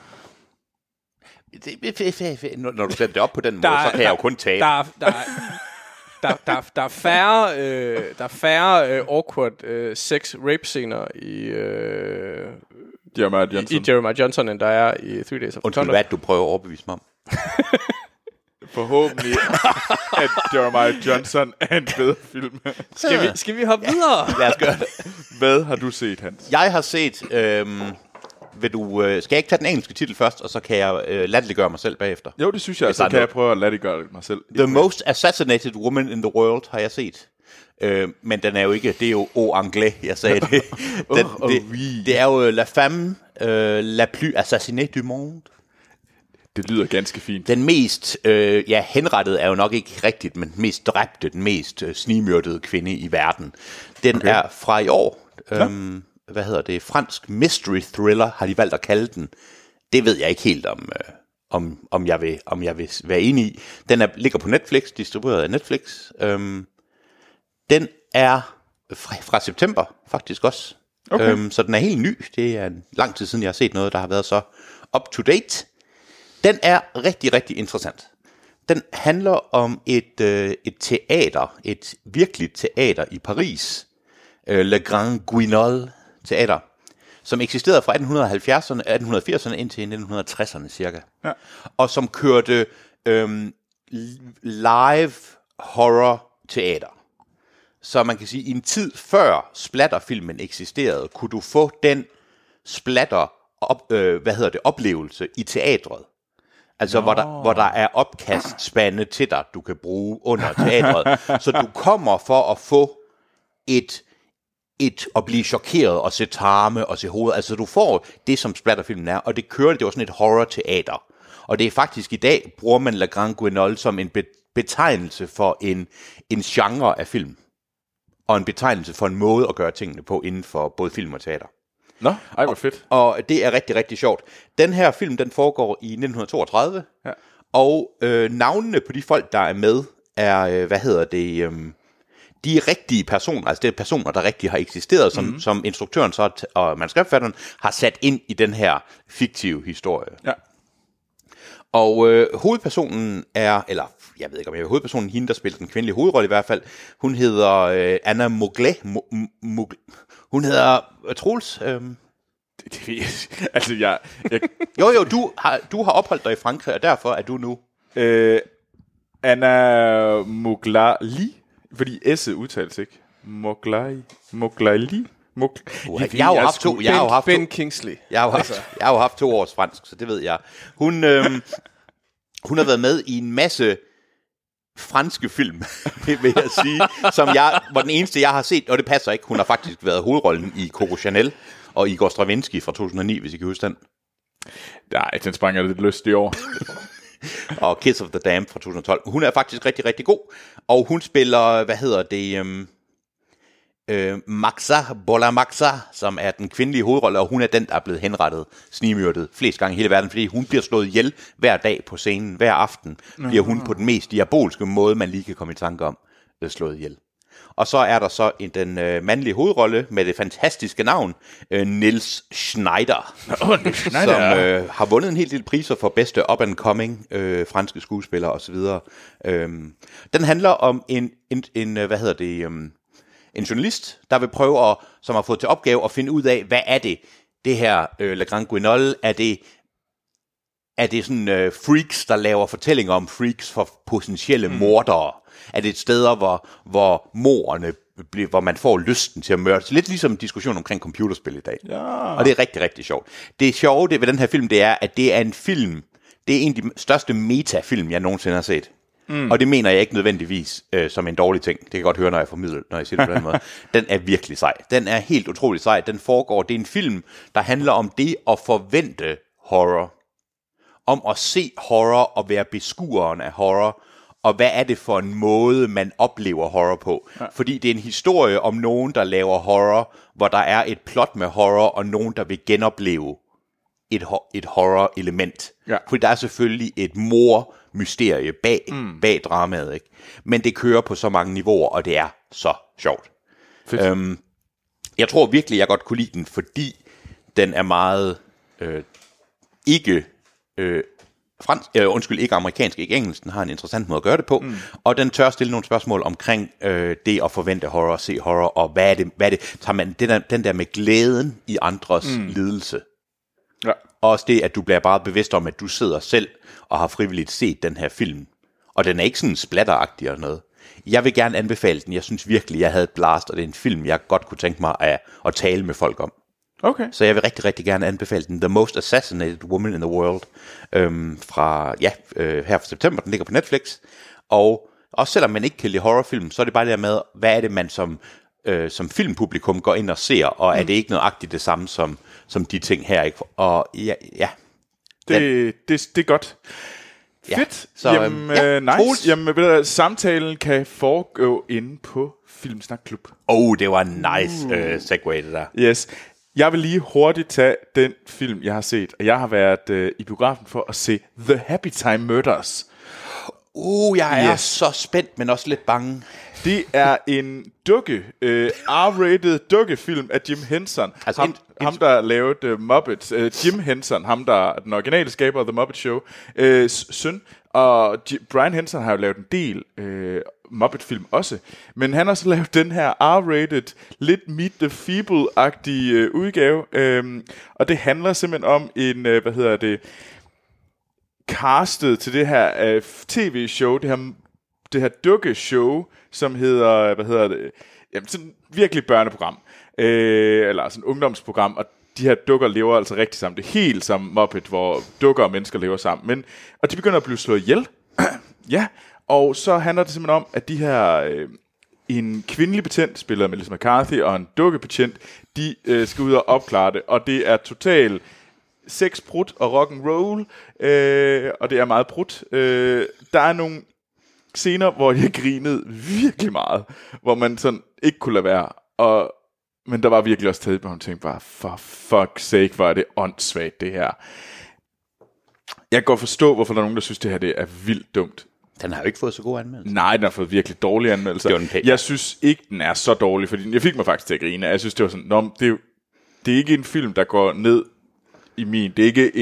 Når du sætter det op på den måde, så kan jeg jo kun tabe. Der er færre awkward sex rape scener i Jeremiah Johnson, end der er i 3 Days of the Condor. Hvad du prøver at overbevise mig om? Forhåbentlig, at Jeremiah Johnson er en bedre film. Skal vi hoppe videre? Lad os gøre det. Hvad har du set, Hans? Jeg har set... skal jeg ikke tage den engelske titel først, og så kan jeg latterliggøre mig selv bagefter? Jo, det synes jeg. Så kan jeg prøve at latterliggøre mig selv. The Most Assassinated Woman in the World har jeg set. Men den er jo ikke... Det er jo au anglais, jeg sagde det. Det er jo La Femme la plus assassinée du monde. Det lyder ganske fint. Den mest henrettede er jo nok ikke rigtigt, men den mest dræbte, den mest snigmyrdede kvinde i verden. Den er fra i år. Fransk mystery thriller har de valgt at kalde den. Det ved jeg ikke helt om jeg vil være enig i. Den ligger på Netflix, distribueret af Netflix. Den er fra september faktisk også. Okay. Så den er helt ny. Det er en lang tid siden jeg har set noget der har været så up to date. Den er rigtig, rigtig interessant. Den handler om et teater, et virkeligt teater i Paris, Le Grand Guignol Teater, som eksisterede fra 1880'erne indtil 1960'erne cirka. Ja. Og som kørte live horror teater. Så man kan sige, at i en tid før splatterfilmen eksisterede, kunne du få den oplevelse i teatret. Altså, hvor der er opkastspande til dig, du kan bruge under teatret. Så du kommer for at få at blive chokeret og se tarme og se hoved. Altså, du får det, som splatterfilmen er, og det var sådan et horror-teater. Og det er faktisk i dag, bruger man Le Grand Guignol som en betegnelse for en genre af film. Og en betegnelse for en måde at gøre tingene på inden for både film og teater. Nå, hvor fedt. Og det er rigtig, rigtig sjovt. Den her film, den foregår i 1932, ja. Og navnene på de folk, der er med, er, de rigtige personer, altså det er personer, der rigtig har eksisteret, som instruktøren og manuskriptforfatteren har sat ind i den her fiktive historie. Ja. Og hovedpersonen er, eller jeg ved ikke om jeg er hovedpersonen, hende der spiller den kvindelige hovedrolle i hvert fald, hun hedder Anna Muglet. Hun hedder Troels. Altså jeg... Jo, du har opholdt dig i Frankrig, og derfor er du nu... Anna Muglali, fordi S'et udtales ikke. Muglali. Jeg har haft Ben Kingsley. Jeg har jo haft 2 års fransk, så det ved jeg. Hun har været med i en masse franske film, vil jeg sige, som var den eneste, jeg har set, og det passer ikke. Hun har faktisk været hovedrollen i Coco Chanel og Igor Stravinsky fra 2009, hvis I kan huske den. Nej, den springer lidt lyst i år. Og Kiss of the Damned fra 2012. Hun er faktisk rigtig, rigtig god, og hun spiller, Maxa Bola, som er den kvindelige hovedrolle, og hun er den, der er blevet henrettet, snigmyrdet flest gange i hele verden, fordi hun bliver slået ihjel hver dag på scenen, hver aften bliver hun på den mest diabolske måde, man lige kan komme i tanke om, slået ihjel. Og så er der så den mandlige hovedrolle med det fantastiske navn, Nils Schneider, som har vundet en hel del priser for bedste up-and-coming franske skuespillere osv. Den handler om en journalist, der vil prøve som har fået til opgave at finde ud af, hvad er det her Le Grand Guignol, er det Er det sådan freaks, der laver fortællinger om freaks for potentielle mordere? Er det et sted, hvor morderne, hvor man får lysten til at mørde? Lidt ligesom en diskussion omkring computerspil i dag. Ja. Og det er rigtig, rigtig sjovt. Det sjove ved den her film, det er, at det er en film, det er en af de største metafilm, jeg nogensinde har set. Og det mener jeg ikke nødvendigvis som en dårlig ting. Det kan jeg godt høre, når jeg formidler, når jeg siger det på den måde. Den er virkelig sej. Den er helt utrolig sej. Den foregår. Det er en film, der handler om det at forvente horror. Om at se horror og være beskueren af horror. Og hvad er det for en måde, man oplever horror på? Ja. Fordi det er en historie om nogen, der laver horror, hvor der er et plot med horror, og nogen, der vil genopleve et horror-element. Ja. Fordi der er selvfølgelig et mor-mysterie bag dramaet, ikke? Men det kører på så mange niveauer, og det er så sjovt. Jeg tror virkelig, jeg godt kunne lide den, fordi den er meget ikke amerikansk, ikke engelsk. Den har en interessant måde at gøre det på, og den tør stille nogle spørgsmål omkring det at forvente horror, se horror, og hvad er det? Tager man den der med glæden i andres lidelse? Ja. Også det, at du bliver bare bevidst om, at du sidder selv og har frivilligt set den her film. Og den er ikke sådan splatteragtig eller noget. Jeg vil gerne anbefale den. Jeg synes virkelig, jeg havde et blast, og det er en film, jeg godt kunne tænke mig at tale med folk om. Okay. Så jeg vil rigtig, rigtig gerne anbefale den. The Most Assassinated Woman in the World. Fra her for september. Den ligger på Netflix. Og også selvom man ikke kan lide horrorfilm, så er det bare det der med, hvad er det, man som filmpublikum går ind og ser, og er det ikke nøjagtigt det samme som de ting her, ikke? Og ja. Det er godt. Ja. Fedt. Så, nice. Jamen, samtalen kan foregå inde på Filmsnak Klub. Det var en nice segue, det der. Yes. Jeg vil lige hurtigt tage den film, jeg har set. Jeg har været i biografen for at se The Happy Time Murders. Jeg er så spændt, men også lidt bange. Det er en R-rated dukkefilm af Jim Henson. Altså ham der lavede Muppets. Jim Henson, ham der er den originale skaber af The Muppet Show, søn. Og Brian Henson har jo lavet en del Muppet-film også. Men han har så lavet den her R-rated, lidt Meet the Feeble-agtige udgave. Og det handler simpelthen om en, castet til det her tv-show, det her dukkeshow, som hedder, jamen sådan virkelig børneprogram, eller sådan ungdomsprogram, og de her dukker lever altså rigtig sammen. Det er helt som Muppet, hvor dukker og mennesker lever sammen. Og de begynder at blive slået ihjel. Ja, og så handler det simpelthen om, at de her, en kvindelig betjent, spillet af Melissa McCarthy, og en dukkebetjent, de skal ud og opklare det, og det er totalt sex, prut og rock and roll, og det er meget prut. Der er nogle scener, hvor jeg grinede virkelig meget, hvor man sådan ikke kunne lade være, men der var virkelig også taget på, hun tænkte bare, for fuck's sake, hvor er det åndssvagt det her. Jeg kan godt forstå, hvorfor der er nogen, der synes, det her det er vildt dumt. Den har jo ikke fået så gode anmeldelser. Nej, den har fået virkelig dårlige anmeldelser. Jeg synes ikke, den er så dårlig, fordi jeg fik mig faktisk til at grine. Jeg synes, det var sådan, det er ikke en film, der går ned i min. Det er ikke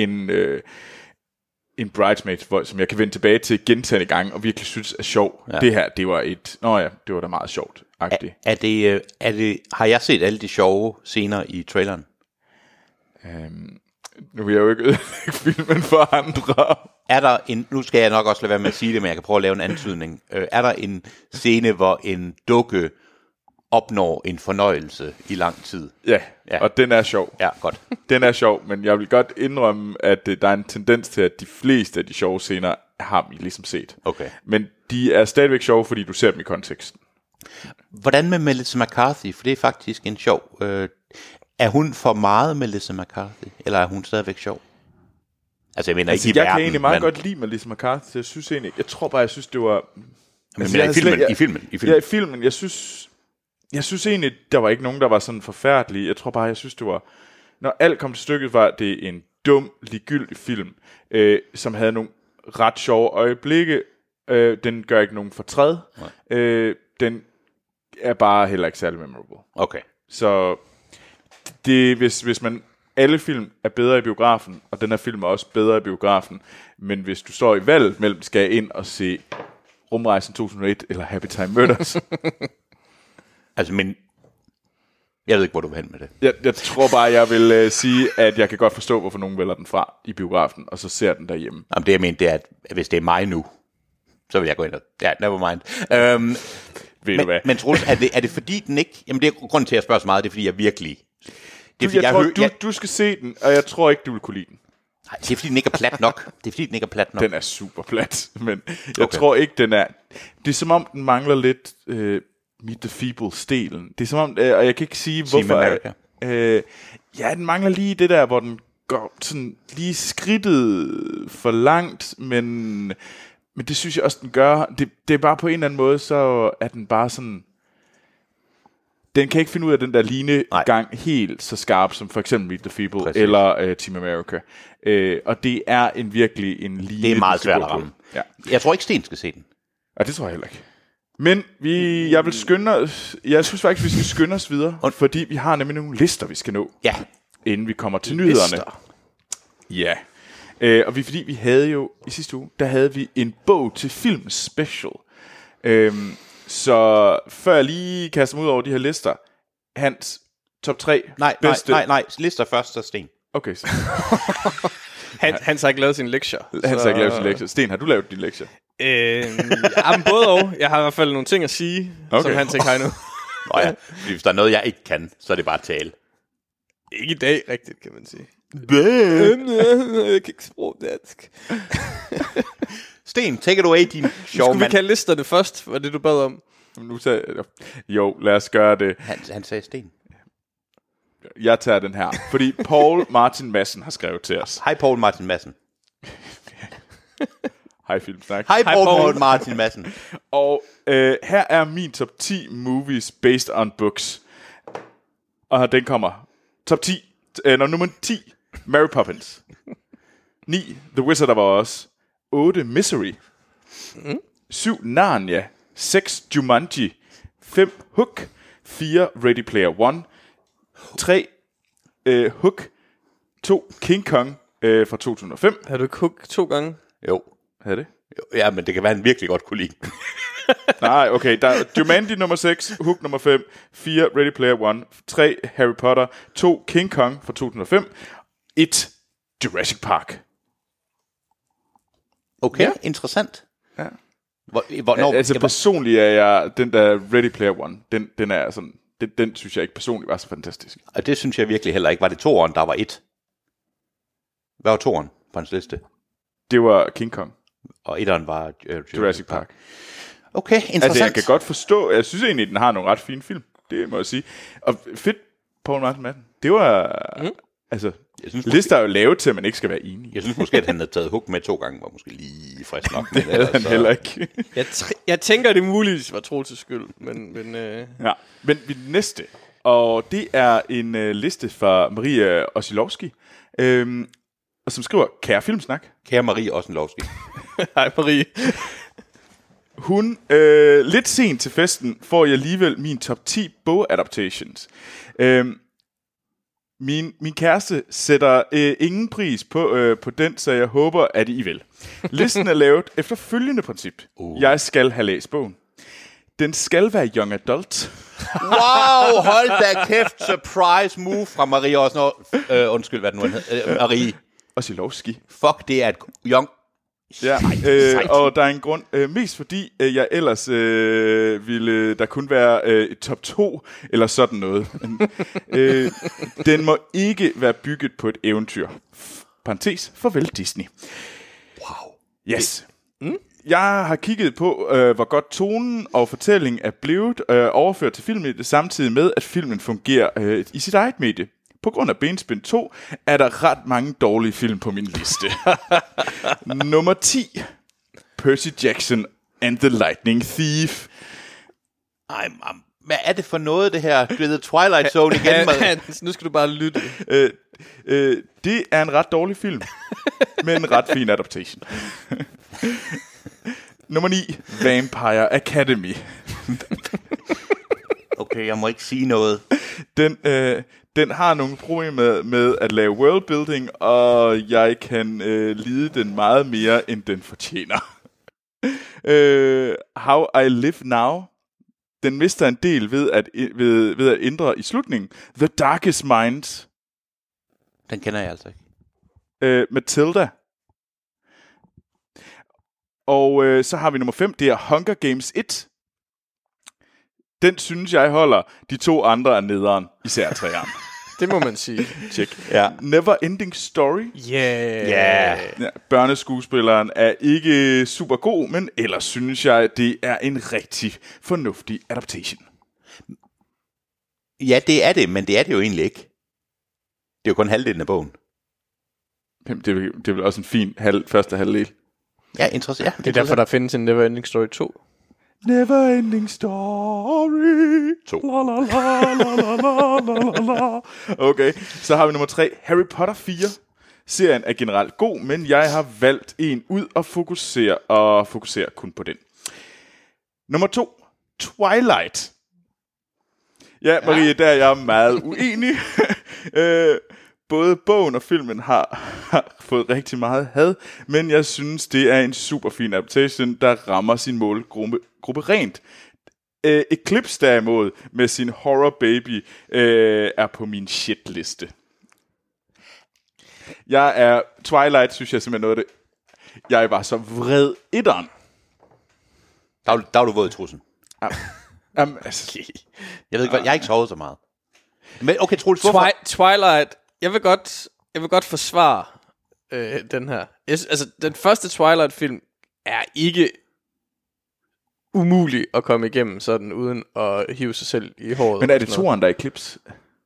en Bridesmaids, som jeg kan vende tilbage til gentagne gange, og virkelig synes er sjov. Ja. Det her, det var det var da meget sjovt. Har jeg set alle de sjove scener i traileren? Nu vil jeg jo ikke ødelægge filmen for andre. Er der nu skal jeg nok også lade være med at sige det, men jeg kan prøve at lave en antydning. Er der en scene, hvor en dukke opnår en fornøjelse i lang tid? Ja, og den er sjov. Ja, godt. Den er sjov, men jeg vil godt indrømme, at der er en tendens til, at de fleste af de sjove scener har vi ligesom set. Okay. Men de er stadigvæk sjove, fordi du ser dem i konteksten. Hvordan med Melissa McCarthy? For det er faktisk en sjov. Er hun for meget Melissa McCarthy, eller er hun stadigvæk sjov? Altså jeg mener ikke i verden. Jeg kan egentlig meget godt lide Melissa McCarthy, så jeg synes egentlig ikke. Jeg tror bare, jeg synes det var. I filmen. Ja, i filmen. Jeg synes egentlig, der var ikke nogen, der var sådan forfærdelige. Jeg tror bare, jeg synes det var. Når alt kom til stykket, var det en dum, ligegyldig film, som havde nogle ret sjove øjeblikke. Den gør ikke nogen fortræd. Den er bare heller ikke særlig memorable. Okay. Så det, hvis man alle film er bedre i biografen, og den her film er også bedre i biografen, men hvis du står i valget mellem skal jeg ind og se Rumrejsen 2001 eller Happy Time Murders. Altså, men Jeg ved ikke, hvor du vil hen med det. Jeg tror bare, jeg vil sige, at jeg kan godt forstå, hvorfor nogen vælger den fra i biografen, og så ser den derhjemme. Jamen, det jeg mener, det er, at hvis det er mig nu, så vil jeg gå ind og... Ja, never mind. Ved du hvad? Men Troels, er det fordi den ikke... Jamen, det er grunden til, at jeg spørger så meget, det er fordi, jeg virkelig... Det er, Jeg tror, du skal se den, og jeg tror ikke, du vil kunne lide den. Nej, det er fordi, den ikke er plat nok. Den er super plat, men jeg tror ikke, den er... Det er som om, den mangler lidt Meet the Feeble-stilen. Det er som om, og jeg kan ikke sige, Team hvorfor... America. Ja, den mangler lige det der, hvor den går sådan lige skridtet for langt, men det synes jeg også, den gør. Det er bare på en eller anden måde, så er den bare sådan... Den kan ikke finde ud af den der linegang helt så skarp, som for eksempel Meet the Feeble. Præcis. Eller Team America. Og det er virkelig en line... Det er meget svært at ramme. Ja. Jeg tror ikke, Sten skal se den. Ja, det tror jeg heller ikke. Men jeg vil skynde os... Jeg synes faktisk, vi skal skynde os videre, fordi vi har nemlig nogle lister, vi skal nå. Ja. Inden vi kommer til nyhederne. Ja. Og fordi vi havde jo i sidste uge, der havde vi en bog til film special. Så før jeg lige kaster mig ud over de her lister, Hans top 3 bedste... Nej. Lister først, så Sten. Okay, så. Hans har ikke lavet sin lektier. Hans har ikke lavet sin lektier. Sten, har du lavet din lektier? Jamen både og. Jeg har i hvert fald nogle ting at sige, som Hans ikke har endnu. Nå ja, hvis der er noget, jeg ikke kan, så er det bare at tale. Ikke i dag rigtigt, kan man sige. Jeg kan ikke sprog dansk. Sten, take it away, din sjov mand. Skulle vi kalde listerne først, var det du bad om? Nu jo, lad os gøre det. Han sagde Sten. Jeg tager den her, fordi Paul Martin Madsen har skrevet til os. Hej Paul Martin Madsen. Hej Filmsnak. Hej Paul Martin Madsen. Og her er min top 10 movies based on books. Og den kommer. Top 10. Nummer 10. Mary Poppins. 9. The Wizard of Oz. 8. Misery. 7. Narnia. 6. Jumanji. 5. Hook. 4. Ready Player One. 3. Hook. 2. King Kong fra 2005. Har du ikke Hook 2 gange? Jo. Havde det? Jo, ja, men det kan være, han virkelig godt kunne lide. Nej, okay. Der er Jumanji nummer 6, Hook nummer 5, 4 Ready Player One, 3 Harry Potter, 2 King Kong fra 2005, 1 Jurassic Park. Okay, interessant. Ja. Hvornår, personligt er jeg, den der Ready Player One, den er sådan, den synes jeg ikke personligt var så fantastisk. Og det synes jeg virkelig heller ikke. Var det 2'eren, der var 1? Hvad var 2'eren på hans liste? Det var King Kong. Og 1'eren var Jurassic Park. Okay, interessant. Altså, jeg kan godt forstå, jeg synes egentlig, den har nogle ret fine film. Det må jeg sige. Og fedt, Paul Martin Madsen. Det var... Altså, lister er jo lavet til, at man ikke skal være enig. Jeg synes måske, at han havde taget Hook med 2 gange, var måske lige frisk nok. Det havde han heller ikke. Jeg tænker, det muligvis var Troels' skyld, men Ja, men vi næste, og det er en liste fra Maria Osilowski, og som skriver, kære Filmsnak. Kære Marie Osilowski. Hej Marie. Hun, lidt sent til festen, får jeg alligevel min top 10 bogadaptations. Min kæreste sætter ingen pris på den, så jeg håber, at I vil. Listen er lavet efter følgende princip. Jeg skal have læst bogen. Den skal være young adult. Wow, hold da kæft. Surprise move fra Marie Osilowski. Undskyld, hvad den nu hed. Marie Osilowski. Fuck, det er et young... Ja, og der er en grund, mest fordi jeg ellers ville der kun være et top 2 eller sådan noget. Den må ikke være bygget på et eventyr. Parentes, farvel Disney. Wow. Yes. Jeg har kigget på, hvor godt tonen og fortællingen er blevet overført til filmen, samtidig med, at filmen fungerer i sit eget medie. På grund af Benspænd 2 er der ret mange dårlige film på min liste. Nummer 10. Percy Jackson and the Lightning Thief. Hvad er det for noget, det her? Du ved, Twilight Zone igen. Nu skal du bare lytte. Det er en ret dårlig film, men en ret fin adaptation. Nummer 9. Vampire Academy. Okay, jeg må ikke sige noget. Den har nogle problemer med at lave worldbuilding, og jeg kan lide den meget mere, end den fortjener. How I Live Now. Den mister en del ved at ændre i slutningen. The Darkest Minds. Den kender jeg altså ikke. Matilda. Og så har vi nummer 5, det er Hunger Games 1. Den synes jeg holder. De 2 andre er nederen, især 3'eren. Det må man sige. Check. Ja. Never Ending Story. Yeah. Ja, børneskuespilleren er ikke super god, men ellers synes jeg, at det er en rigtig fornuftig adaptation. Ja, det er det, men det er det jo egentlig ikke. Det er jo kun halvdelen af bogen. Det er vel også en fin første halvdel. Ja, interessant. Det er derfor, der findes en Never Ending Story 2. Never Ending Story. 2. La, la, la, la, la, la, la. Okay, så har vi nummer 3, Harry Potter 4. Serien er generelt god, men jeg har valgt en ud og fokusere kun på den. Nummer 2, Twilight. Ja, Marie, der er jeg meget uenig. Både bogen og filmen har fået rigtig meget had, men jeg synes, det er en super fin adaptation, der rammer sin målgruppe rent. Eclipse derimod, med sin horror baby, er på min shitliste. Twilight, synes jeg simpelthen noget af det. Jeg var så vred etteren. Der er du våd i trussen. Altså, Jeg ved ikke, jeg har ikke sovet så meget. Men okay, Troels, Twilight. Jeg vil godt forsvare den her. Altså, den første Twilight-film er ikke umulig at komme igennem sådan, uden at hive sig selv i håret. men er det 2'eren, der er Eclipse?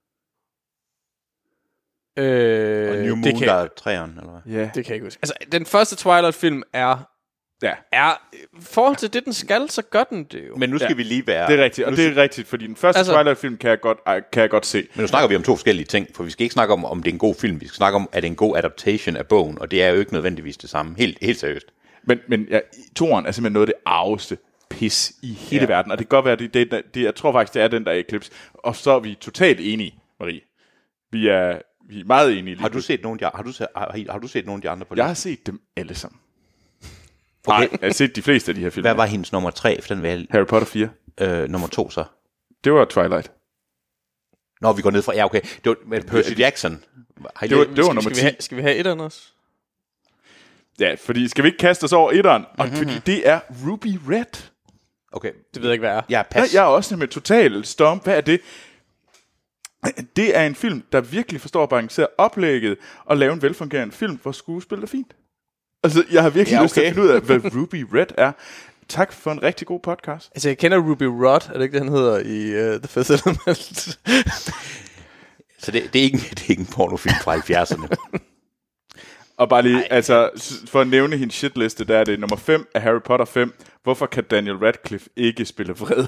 og New Moon, der er 3'eren, eller hvad? Ja. Det kan jeg ikke huske. Altså, den første Twilight-film er i forhold til det, den skal, så gør den det jo. Men nu skal vi lige være... Det er rigtigt, og det er rigtigt, fordi den første Twilight-film kan jeg godt se. Men nu snakker vi om 2 forskellige ting, for vi skal ikke snakke om det er en god film. Vi skal snakke om, at det er en god adaptation af bogen, og det er jo ikke nødvendigvis det samme. Helt seriøst. Men ja, 2'eren er simpelthen noget af det arveste pis i hele verden, og det kan godt være, det jeg tror faktisk, det er den, der er Eclipse. Og så er vi totalt enige, Marie. Vi er meget enige. Har du set nogle af de andre på det? Jeg har set dem alle sammen. Okay. Nej, jeg har set de fleste af de her film. Hvad var hendes nummer 3? For den var Harry Potter 4. Nummer 2 så? Det var Twilight. Nå, vi går ned fra... Ja, okay. Det var med Percy Jackson. Det var nummer 10. Skal vi have etteren også? Ja, fordi skal vi ikke kaste os over etteren? Og fordi det er Ruby Red. Okay. Det ved jeg ikke, hvad er. Ja, pas. Jeg er også med total storm. Hvad er det? Det er en film, der virkelig forstår at balancere oplægget og lave en velfungerende film, hvor skuespillet er fint. Altså, jeg har virkelig lyst til at finde ud af, hvad Ruby Red er. Tak for en rigtig god podcast. Altså, jeg kender Ruby Rod, er det ikke det, han hedder i The Fifth Element? Så det er ikke en pornofilm fra 70'erne. Og bare lige, for at nævne hendes shitliste, der er det nummer 5 af Harry Potter 5. Hvorfor kan Daniel Radcliffe ikke spille vred?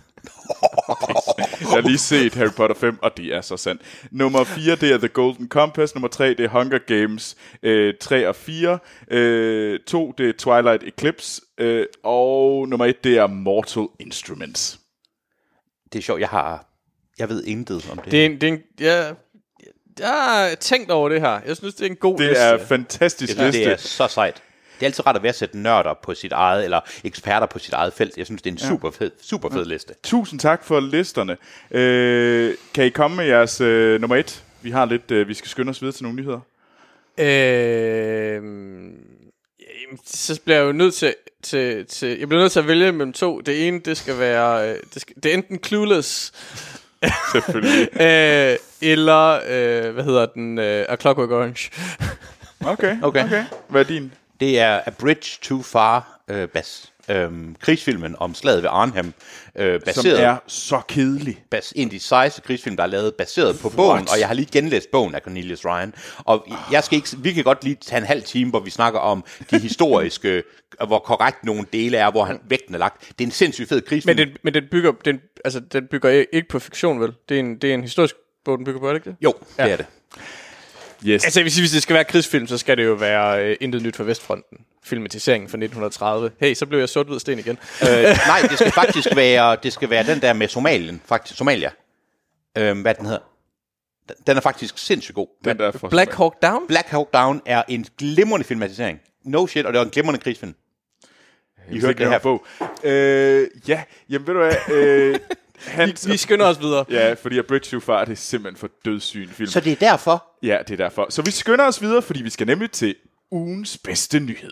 Jeg har lige set Harry Potter 5, og det er så sandt. Nummer 4, det er The Golden Compass. Nummer 3, det er Hunger Games 3 og 4. 2, det er Twilight Eclipse. Og nummer 1, det er Mortal Instruments. Det er sjovt, jeg ved intet om det. Jeg har tænkt over det her. Jeg synes, det er en god liste. Det er fantastisk liste. Det er så sejt. Det er altid ret at være at sætte nørder på sit eget, eller eksperter på sit eget felt. Jeg synes, det er en super fed liste. Tusind tak for listerne. Kan I komme med jeres nummer 1? Vi har lidt, vi skal skynde os videre til nogle nyheder. Så bliver jeg jo nødt til jeg bliver nødt til at vælge mellem 2. Det ene, det skal være det er enten Clueless selvfølgelig eller hvad hedder den, A Clockwork Orange. Okay. Hvad er din? Det er A Bridge Too Far, krigsfilmen om slaget ved Arnhem, baseret, som er så kedelig. En af de sejeste krigsfilm, der er lavet baseret på bogen, og jeg har lige genlæst bogen af Cornelius Ryan. Og vi kan godt lige tage en halv time, hvor vi snakker om de historiske, hvor korrekt nogle dele er, hvor vægten er lagt. Det er en sindssygt fed krigsfilm. Men den bygger ikke på fiktion, vel? Det er en historisk bog, den bygger på, er det ikke det? Jo, det er det. Yes. Altså, hvis det skal være krigsfilm, så skal det jo være Intet nyt fra Vestfronten. Filmatiseringen fra 1930. Hey, så blev jeg sort-hvid sten igen. Nej, det skal faktisk være den der med Somalia. Hvad den hedder? Den er faktisk sindssygt god. Black Hawk Down? Black Hawk Down er en glimrende filmatisering. No shit, og det var en glimrende krigsfilm. I hørte det her på. Ja, jamen ved du hvad... Vi skynder os videre. Ja, fordi A Bridge Too Far, det er simpelthen for dødssyg film. Så det er derfor? Ja, det er derfor. Så vi skynder os videre, fordi vi skal nemlig til ugens bedste nyhed.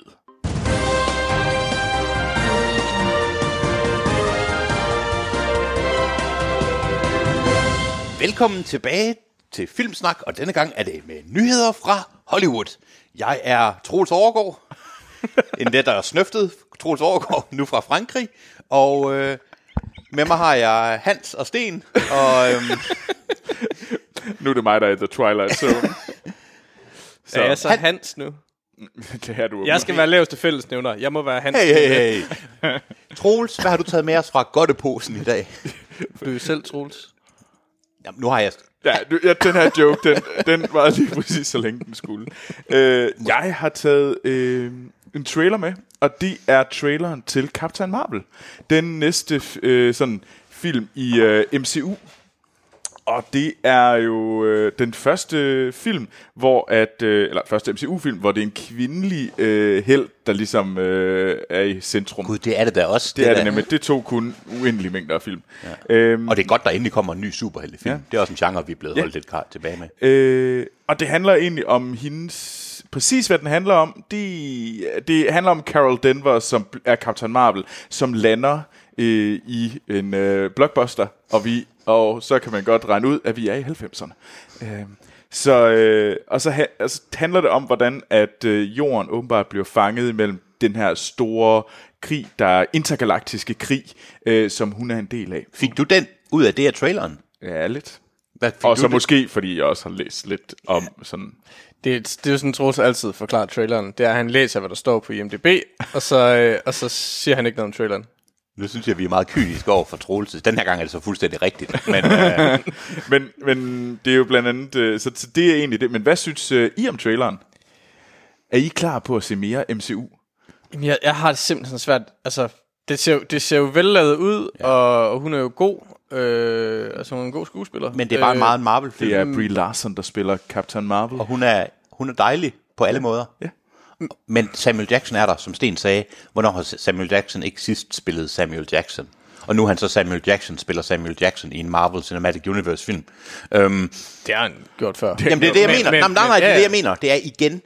Velkommen tilbage til Filmsnak, og denne gang er det med nyheder fra Hollywood. Jeg er Troels Overgaard, en lettere snøftet Troels Overgaard, nu fra Frankrig, og med mig har jeg Hans og Sten, og... Nu er det mig, der er The Twilight Zone. Så. Er jeg så Hans nu? Det her, du jeg skal være laveste fællesnævner. Jeg må være Hans. Hey. Troels, hvad har du taget med os fra godteposen i dag? Du er selv Troels. Jamen, nu har jeg... Ja, den her joke, den var lige præcis så længe den skulle. Jeg har taget en trailer med, og det er traileren til Captain Marvel. Den næste sådan film i MCU. Og det er jo den første film, eller første MCU-film, hvor det er en kvindelig helt, der ligesom er i centrum. Gud, det er det da også. Det er det nemlig. Det tog kun uendelige mængder af film. Ja. Og det er godt, der endelig kommer en ny superheltefilm. Ja. Det er også en genre, vi er blevet holdt lidt tilbage med. Og det handler egentlig om hendes... Præcis hvad den handler om, det handler om Carol Danvers, som er Captain Marvel, som lander i en blockbuster, og så kan man godt regne ud, at vi er i 90'erne. Og så handler det om, hvordan at jorden åbenbart bliver fanget mellem den her store krig, der er intergalaktiske krig, som hun er en del af. Fik du den ud af det af traileren? Ja, lidt. Og så måske, fordi jeg også har læst lidt om sådan... Det er jo sådan, Troels altid forklarer traileren. Det er, at han læser, hvad der står på IMDb, og så siger han ikke noget om traileren. Nu synes jeg, vi er meget kyniske over for Troels. Den her gang er det så fuldstændig rigtigt. Men det er jo blandt andet... Så det er egentlig det. Men hvad synes I om traileren? Er I klar på at se mere MCU? Jamen, jeg har det simpelthen svært. Altså, det ser jo vellavet ud, ja. Og hun er jo god. Altså, hun er en god skuespiller. Men det er bare en meget en Marvel-film. Det er Brie Larson, der spiller Captain Marvel. Og hun er dejlig på alle måder. Ja. Men Samuel Jackson er der, som Sten sagde. Hvornår har Samuel Jackson ikke sidst spillet Samuel Jackson? Og nu er han så Samuel Jackson, spiller Samuel Jackson i en Marvel Cinematic Universe film. Det har han gjort før. Jamen det er det, jeg mener. Nej, det er det, jeg mener. Det er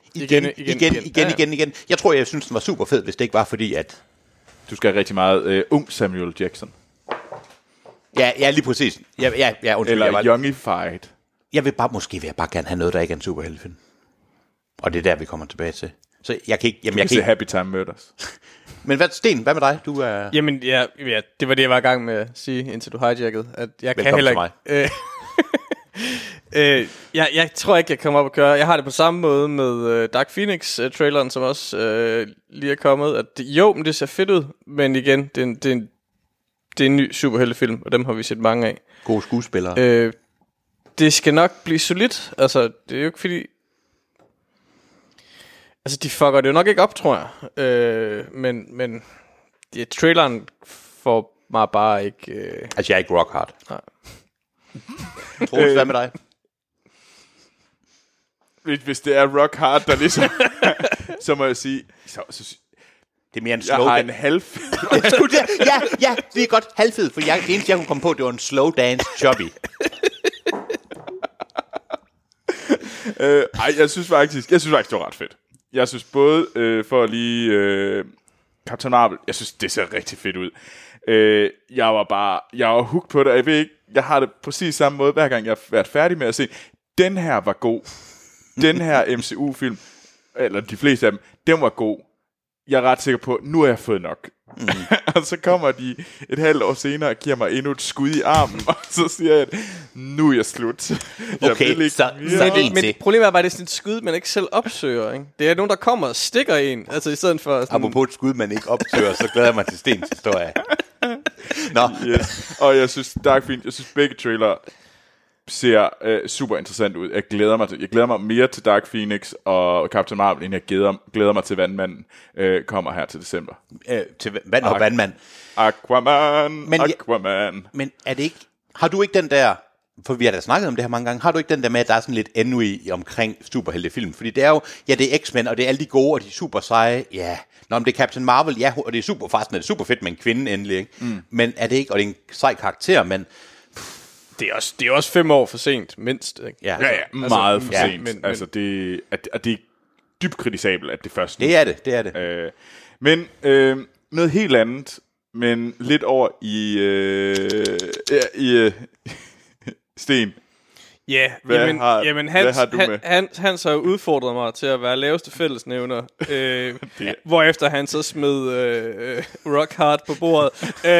igen. Jeg tror, jeg synes, den var super fed, hvis det ikke var fordi, at... Du skal have rigtig meget ung Samuel Jackson. Ja, lige præcis. Ja, undskyld, eller youngified. Måske vil jeg bare gerne have noget, der ikke er en superheltefilm. Og det er der, vi kommer tilbage til. Så jeg kan ikke... Jeg kan se Happy Time Murders. Men Sten, hvad med dig? Du er... Jamen, ja, det var det, jeg var i gang med at sige, indtil du hijackede. At jeg velkommen kan heller ikke... jeg tror ikke, jeg kommer op og køre. Jeg har det på samme måde med Dark Phoenix-traileren, som også lige er kommet. At men det ser fedt ud, men igen, det er en ny superheltefilm, og dem har vi set mange af. Gode skuespillere. Det skal nok blive solidt. Altså, det er jo ikke fordi... Altså, de fucker det jo nok ikke op, tror jeg. Men traileren får mig bare ikke... Altså, jeg er ikke rock hard. Nej. Troels, hvad med dig? Hvis det er rock hard, der ligesom... så må jeg sige... Så det er mere en slow... Jeg har en halvfed... ja, det er godt halvfed, for det eneste, jeg kunne komme på, det var en slow dance chubby. Jeg synes faktisk, det var ret fedt. Jeg synes både, for lige Captain Marvel, jeg synes, det ser rigtig fedt ud. Jeg var hooked på det, og jeg ved ikke, jeg har det præcis samme måde, hver gang jeg har været færdig med at se, den her var god. Den her MCU-film, eller de fleste af dem, den var god. Jeg er ret sikker på, at nu har jeg fået nok. Og så kommer de et halvt år senere og giver mig endnu et skud i armen, og så siger jeg, at nu er jeg slut. Okay, så men problemet er bare, at det er sådan et skud, man ikke selv opsøger. Ikke? Det er nogen, der kommer og stikker en, altså i stedet for sådan... Apropos et skud, man ikke opsøger, så glæder jeg mig til Stens historie. Nå. Yes. Og jeg synes, Dark Phoenix, jeg synes begge trailere ser super interessant ud. Jeg glæder mig mere til Dark Phoenix og Captain Marvel, end jeg glæder mig til Vandmanden kommer her til december. Til Vand og Vandmand. Aquaman. Men er det ikke... Har du ikke den der for vi har da snakket om det her mange gange, har du ikke den der med, at der er sådan lidt ennui omkring superheltefilm? Fordi det er jo, ja, det er X-Men, og det er alle de gode, og de er super seje, ja. Nå, men det er Captain Marvel, ja, og det er super, faktisk er det super fedt med en kvinde endelig, ikke? Men er det ikke, og det er en sej karakter, men... Det er også 5 år for sent, mindst, ikke? Ja, meget for sent. men- Altså, det er dybt kritisabelt, at det først nu. det er det. Men noget helt andet, men lidt over i Sten. Ja, Hvad har du med? Hans har udfordret mig til at være laveste fællesnævner, hvorefter han så smed Rock Hard på bordet.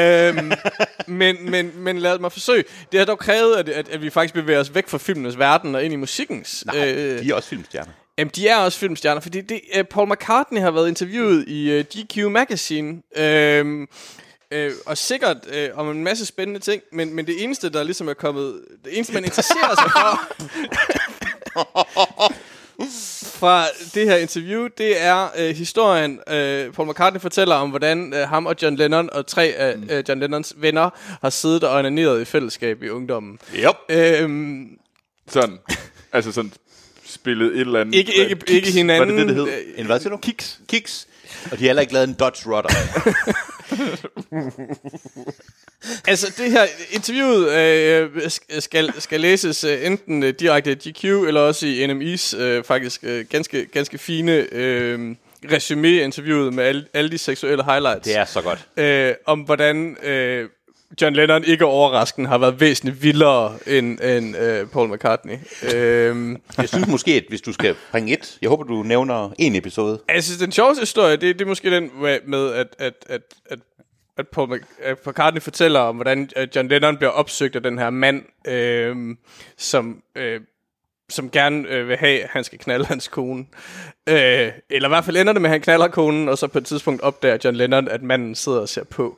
Men lad mig forsøge. Det har dog krævet, at vi faktisk bevæger os væk fra filmenes verden og ind i musikkens. Nej, de er også filmstjerner. Jamen, de er også filmstjerner, fordi Paul McCartney har været interviewet i GQ Magazine, og sikkert om en masse spændende ting, men det eneste, der ligesom er kommet, det eneste, man interesserer sig for fra det her interview, det er historien. Paul McCartney fortæller om, hvordan ham og John Lennon og 3 af John Lennons venner har siddet og onaneret i fællesskab i ungdommen. Yep. Sådan. Altså sådan spillet et eller andet. Ikke hinanden. Var det hed? En hvad siger du? Kiks. Og de har heller ikke lavet en Dodge Rudder. Altså, det her interviewet skal læses enten direkte i GQ, eller også i NME's faktisk ganske fine resume-interviewet med alle de seksuelle highlights. Det er så godt. Om hvordan John Lennon ikke overraskende har været væsentligt vildere end Paul McCartney. Jeg synes måske, at hvis du skal bringe jeg håber, du nævner en episode. Altså, den sjoveste historie, det er måske den med, at Paul McCartney fortæller om, hvordan John Lennon bliver opsøgt af den her mand, som gerne vil have, at han skal knalde hans kone. Eller i hvert fald ender det med, at han knaller konen, og så på et tidspunkt opdager John Lennon, at manden sidder og ser på.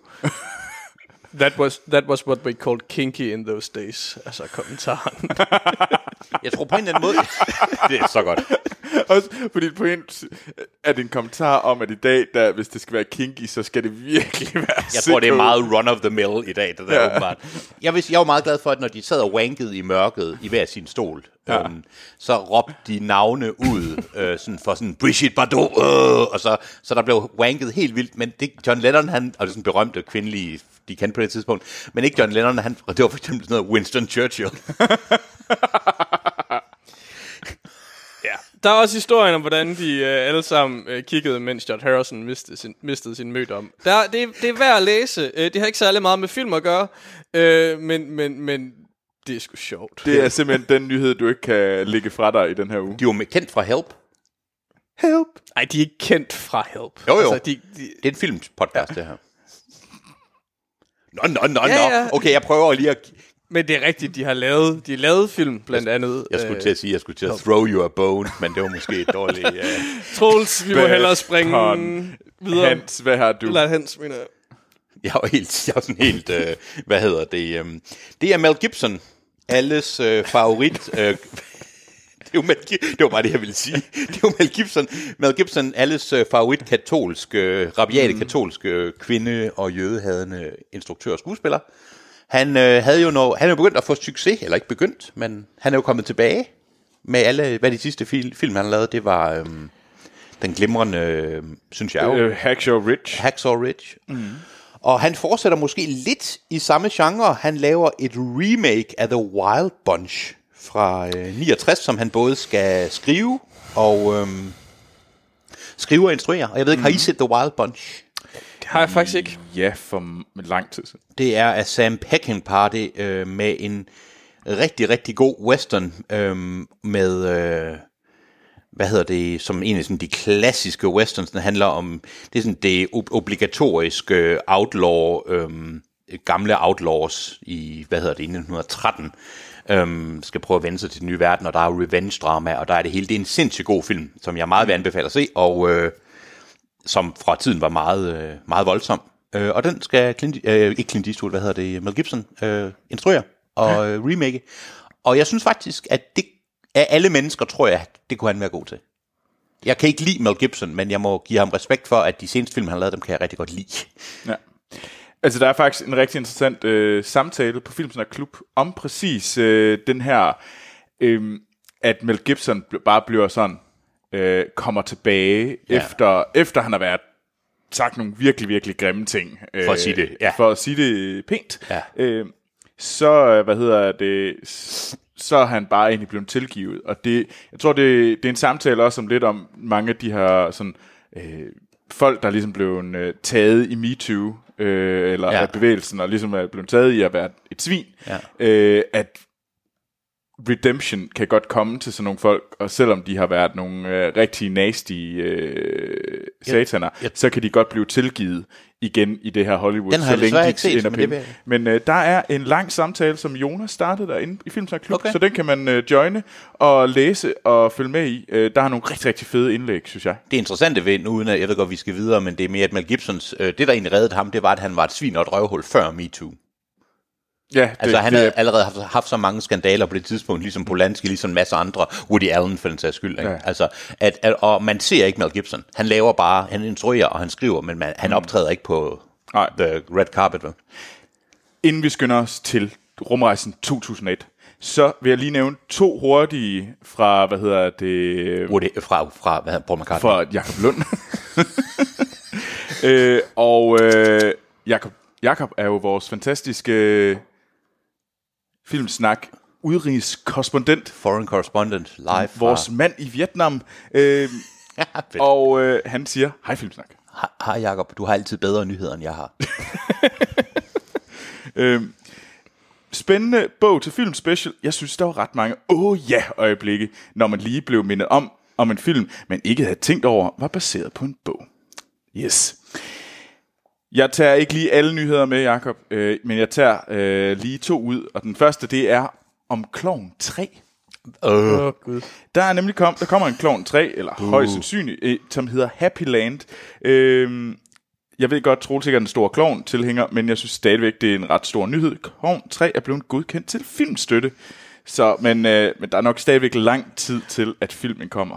That was what we called kinky in those days, altså kommentaren. Jeg tror på en eller anden måde, det er så godt. Også fordi point er det en kommentar om, at i dag, hvis det skal være kinky, så skal det virkelig være Jeg tror, det er meget run of the mill i dag, det der åbenbart. Jeg var meget glad for, at når de sad og wankede i mørket i hver sin stol, så råbte de navne ud sådan for sådan Brigitte Bardot, og så der blev wanket helt vildt. Men det, John Lennon, og det er sådan berømte kvindelige, de kendte på det tidspunkt, men ikke John Lennon, og det var for eksempel sådan noget Winston Churchill. Der er også historien om, hvordan de alle sammen kiggede, mens George Harrison mistede sin mødom. Det er værd at læse. Det har ikke særlig meget med film at gøre, men det er sgu sjovt. Det er simpelthen den nyhed, du ikke kan lægge fra dig i den her uge. De var kendt fra Help. Nej, de er ikke kendt fra Help. Jo. Altså, Det er en filmpodcast, det her. Nå. Ja. Okay, jeg prøver lige at... Men det er rigtigt, de har lavet film, blandt andet. Jeg skulle til at throw you a bone, men det var måske et dårligt... Troels, vi må hellere springe videre. Hans, hvad har du? Eller Hans, mener jeg. Jeg var sådan helt... hvad hedder det? Det er Mel Gibson. Alles favorit... Det var bare det, jeg ville sige. Det var Mel Gibson, alles favorit rabiate katolske kvinde- og jødehadende instruktør og skuespiller. Han er jo begyndt at få succes, eller ikke begyndt, men han er jo kommet tilbage med alle, hvad de sidste film, han lavede. Det var den glimrende, synes jeg jo. Hacksaw Ridge. Og han fortsætter måske lidt i samme genre. Han laver et remake af The Wild Bunch fra 69, som han både skal skrive og instruere. Og jeg ved ikke, har I set The Wild Bunch? Det har jeg faktisk ikke. Ja, for lang tid siden. Det er af Sam Peckinpah med en rigtig, rigtig god western med... hvad hedder det, som en af sådan de klassiske westerns, den handler om, det er sådan det obligatoriske outlaw, gamle outlaws i, i 1913, skal prøve at vende sig til den nye verden, og der er revenge-drama, og der er det hele. Det er en sindssygt god film, som jeg meget vil anbefale at se, og som fra tiden var meget, meget voldsom. Og den skal Mel Gibson instruere og remake. Og jeg synes faktisk, at det af alle mennesker, tror jeg, det kunne han være god til. Jeg kan ikke lide Mel Gibson, men jeg må give ham respekt for, at de seneste film, han har lavet, dem kan jeg rigtig godt lide. Ja. Altså, der er faktisk en rigtig interessant samtale på Filmsnak Klub om præcis den her, at Mel Gibson bare bliver sådan, kommer tilbage, efter han har været sagt nogle virkelig, virkelig grimme ting. For at sige det, ja. For at sige det pænt. Ja. Så er han bare egentlig blevet tilgivet. Og det, jeg tror, det er en samtale også om lidt om mange af de her sådan, folk, der ligesom blev taget i MeToo, eller bevægelsen, og ligesom er blevet taget i at være et svin. Ja. At redemption kan godt komme til sådan nogle folk, og selvom de har været nogle rigtig nasty sataner, så kan de godt blive tilgivet igen i det her Hollywood. Den har jeg desværre ikke set, men der er en lang samtale, som Jonas startede derinde i Filmsnak Klub, så den kan man joine og læse og følge med i. Der er nogle rigtig, rigtig fede indlæg, synes jeg. Det interessante ved, uden at jeg ved godt, vi skal videre, men det er mere, at Mel Gibsons, det der egentlig reddede ham, det var, at han var et svin og et røvhul før MeToo. Ja, han havde allerede haft så mange skandaler på det tidspunkt, ligesom Polanski, ligesom en masse andre, Woody Allen for den sags skyld. Ikke? Ja. Altså, og man ser ikke Mel Gibson. Han laver bare, han instruerer og han skriver, men han optræder ikke på the red carpet. Inden vi skynder os til rumrejsen 2001, så vil jeg lige nævne 2 hurtige fra, fra Paul McCartney. Fra Jakob Lund. Jakob er jo vores fantastiske Filmsnak udenrigskorrespondent. Foreign correspondent live. Vores mand i Vietnam. Og han siger, hej Filmsnak. Hej Jakob, du har altid bedre nyheder, end jeg har. Spændende bog til film special. Jeg synes, der var ret mange øjeblikke, når man lige blev mindet om en film, man ikke havde tænkt over, var baseret på en bog. Yes. Jeg tager ikke lige alle nyheder med, Jakob, men jeg tager lige 2 ud, og den første, det er om Klovn 3. Gud. Der kommer en Klovn 3, eller højst sandsynligt, som hedder Happy Land. Jeg ved godt, Troels ikke er den store Klovn-tilhænger, men jeg synes stadigvæk, det er en ret stor nyhed. Klovn 3 er blevet godkendt til filmstøtte, men der er nok stadigvæk lang tid til, at filmen kommer.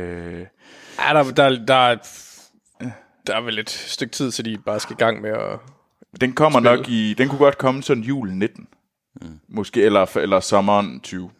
Der er vel et stykke tid, så de bare skal i gang med at den kommer spille. Den kunne godt komme sådan julen 19. Måske, eller sommeren 20.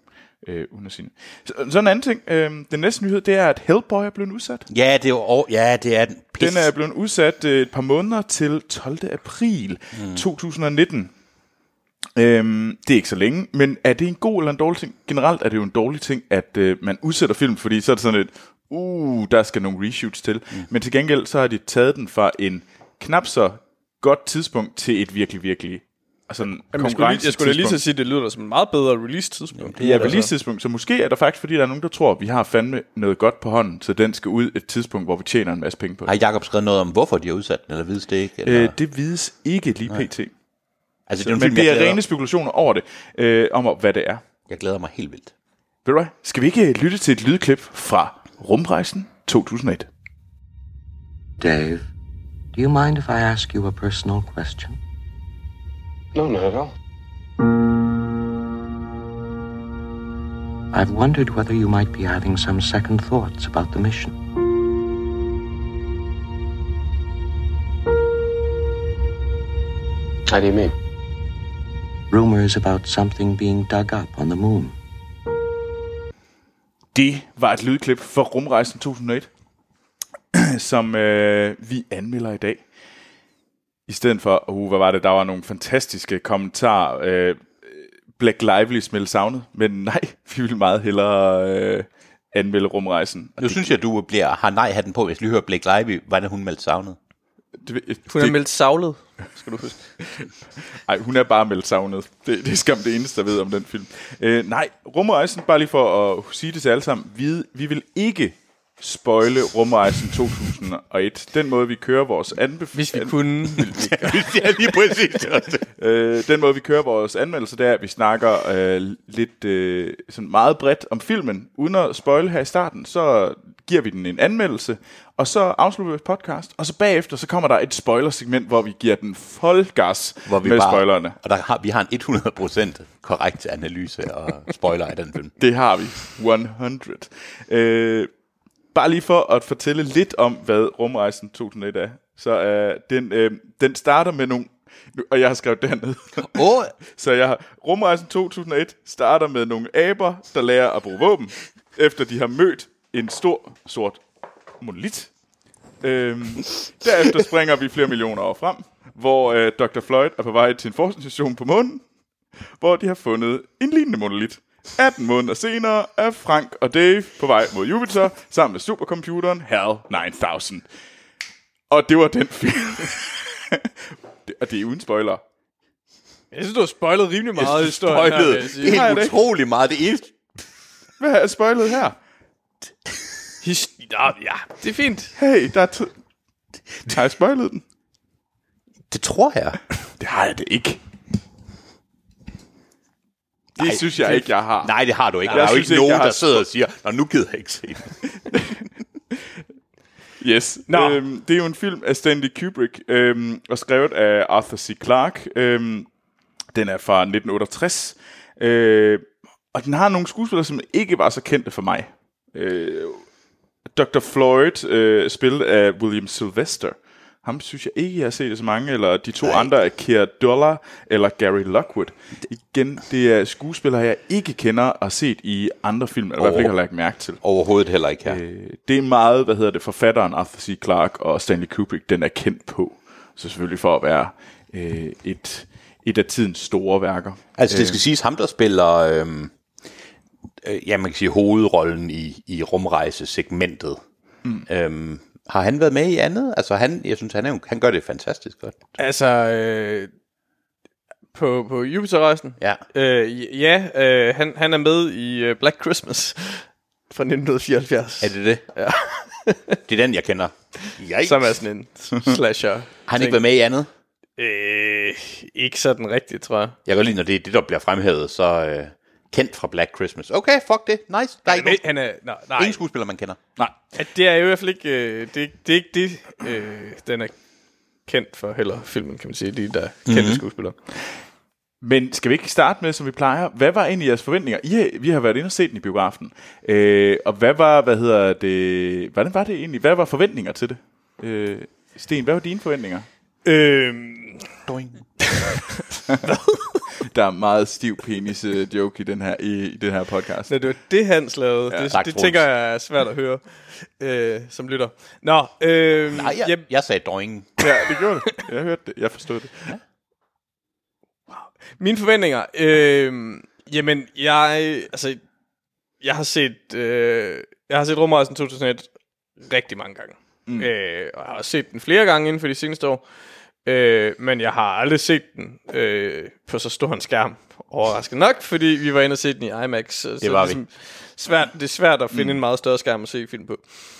Så en anden ting. Den næste nyhed, det er, at Hellboy er blevet udsat. Ja, det er den. Den er blevet udsat et par måneder til 12. april 2019. Det er ikke så længe, men er det en god eller en dårlig ting? Generelt er det jo en dårlig ting, at man udsætter film, fordi så er det sådan et, der skal nogle reshoots til. Men til gengæld, så har de taget den fra en knap så godt tidspunkt til et virkelig, virkelig sådan jeg skulle lige til at sige, at det lyder som en meget bedre release-tidspunkt. Ja, release-tidspunkt. Så måske er der faktisk, fordi der er nogen, der tror, at vi har fandme noget godt på hånden, så den skal ud et tidspunkt, hvor vi tjener en masse penge på. Har Jacob skrevet noget om, hvorfor de har udsat den, eller vides det ikke? Eller? Det vides ikke lige pt. Altså, men det er rene spekulationer over det, om hvad det er. Jeg glæder mig helt vildt. Ved du hvad? Skal vi ikke lytte til et lydklip fra Rumrejsen 2001? Dave, do you mind if I ask you a personal question? No, not at all. I've wondered whether you might be having some second thoughts about the mission. How do you mean? Rumors about something being dug up on the moon. Det var et lydklip for Rumrejsen 2001, som vi anmelder i dag. I stedet for, hvad var det, der var nogle fantastiske kommentarer. Black Lively Mel savnet, men nej, vi vil meget hellere anmelde Rumrejsen. Nu synes jeg, du har nej-hatten på, hvis vi hører Black Lively, hvordan hun meldt savnet. Hun er meldt savlet, skal du huske. Nej, hun er bare meldt savnet. Det er skam det eneste, der ved om den film. Nej, Rumrejsen, bare lige for at sige det til alle sammen. Vi vil ikke spoile Rumrejsen 2001. Den måde, vi kører vores Hvis vi kunne, ville vi ja, lige præcis. Den måde, vi kører vores anmeldelse, det er, at vi snakker lidt sådan meget bredt om filmen. Uden at spoile her i starten, så giver vi den en anmeldelse, og så afslutter vi podcast, og så bagefter, så kommer der et spoilersegment, hvor vi giver den fuld gas med spoilerne. Og vi har en 100% korrekt analyse og spoiler af den film. Det har vi. 100. Bare lige for at fortælle lidt om, hvad Rumrejsen 2001 er. Så den starter med nogle Og jeg har skrevet dernede. Så jeg har Rumrejsen 2001 starter med nogle aber, der lærer at bruge våben, efter de har mødt en stor, sort monolit. Derefter springer vi flere millioner år frem, hvor Dr. Floyd er på vej til en forskningsstation på månen, hvor de har fundet en lignende monolit. 18 måneder senere er Frank og Dave på vej mod Jupiter, sammen med supercomputeren HAL 9000. Og det var den film. Og det er uden spoiler. Jeg synes, du har spoilet rimelig meget i historien her, vil jeg sige. Helt utrolig meget. Det eneste... Hvad er spoilet her? Ja, det er fint. Hey, har jeg spoilet den? Det tror jeg. Det har jeg det ikke. Det synes jeg ikke, jeg har. Nej, det har du ikke. Der er jo ikke nogen, der sidder og siger, nå, nu gider jeg ikke se den. Yes. Det er jo en film af Stanley Kubrick, og skrevet af Arthur C. Clarke. Den er fra 1968. Og den har nogle skuespillere, som ikke var så kendte for mig. Dr. Floyd, spillet af William Sylvester. Ham synes jeg ikke, jeg har set det så mange. Eller de to andre er Keir Dullard eller Gary Lockwood. Igen, det er skuespillere, jeg ikke kender og har set i andre film, eller i hvert fald ikke har lagt mærke til. Overhovedet heller ikke her. Det er meget, forfatteren Arthur C. Clarke og Stanley Kubrick, den er kendt på. Så selvfølgelig for at være et af tidens store værker. Altså det skal siges, ham der spiller... man kan sige hovedrollen i rumrejsesegmentet. Har han været med i andet? Altså jeg synes han gør det fantastisk godt. Altså på Jupiter-rejsen. Ja. Han er med i Black Christmas fra 1974. Er det? Ja. Det er den jeg kender. Yikes. Som er sådan en slasher. Har han ikke været med i andet? Ikke sådan rigtigt, tror jeg. Jeg kan godt lide, når det er det, der bliver fremhævet, så kendt fra Black Christmas. Okay, fuck det. Nice. Der er ingen skuespiller, man kender. Nej. Det er jo i hvert fald ikke... det er ikke det, den er kendt for heller, filmen, kan man sige. De der kendte skuespillere. Men skal vi ikke starte med, som vi plejer? Hvad var egentlig jeres forventninger? Vi har været inde og set den i biografen. Og hvordan var det egentlig? Hvad var forventninger til det? Sten, hvad var dine forventninger? Der er meget stiv penis joke i den her podcast. Nå, det var det, Hans lavede. Ja, det tænker jeg er svært at høre som lytter. Nå, nej, jeg sagde doing. Ja, det gjorde det. Jeg hørte det. Jeg forstod det. Ja. Wow. Mine forventninger. Jamen, jeg har set Rumrejsen 2001 rigtig mange gange. Og jeg har set den flere gange inden for de seneste år. Men jeg har aldrig set den på så stor en skærm. Overraskende nok, fordi vi var inde og se den i IMAX. Så det var ligesom det er svært at finde en meget større skærm at se film på.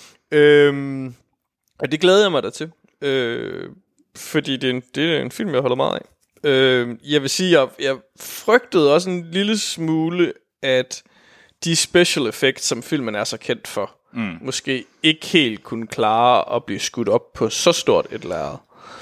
Og det glæder jeg mig da til. Fordi det er en film, jeg holder meget af. Jeg vil sige, jeg frygtede også en lille smule, at de special effects, som filmen er så kendt for, måske ikke helt kunne klare at blive skudt op på så stort et lærred.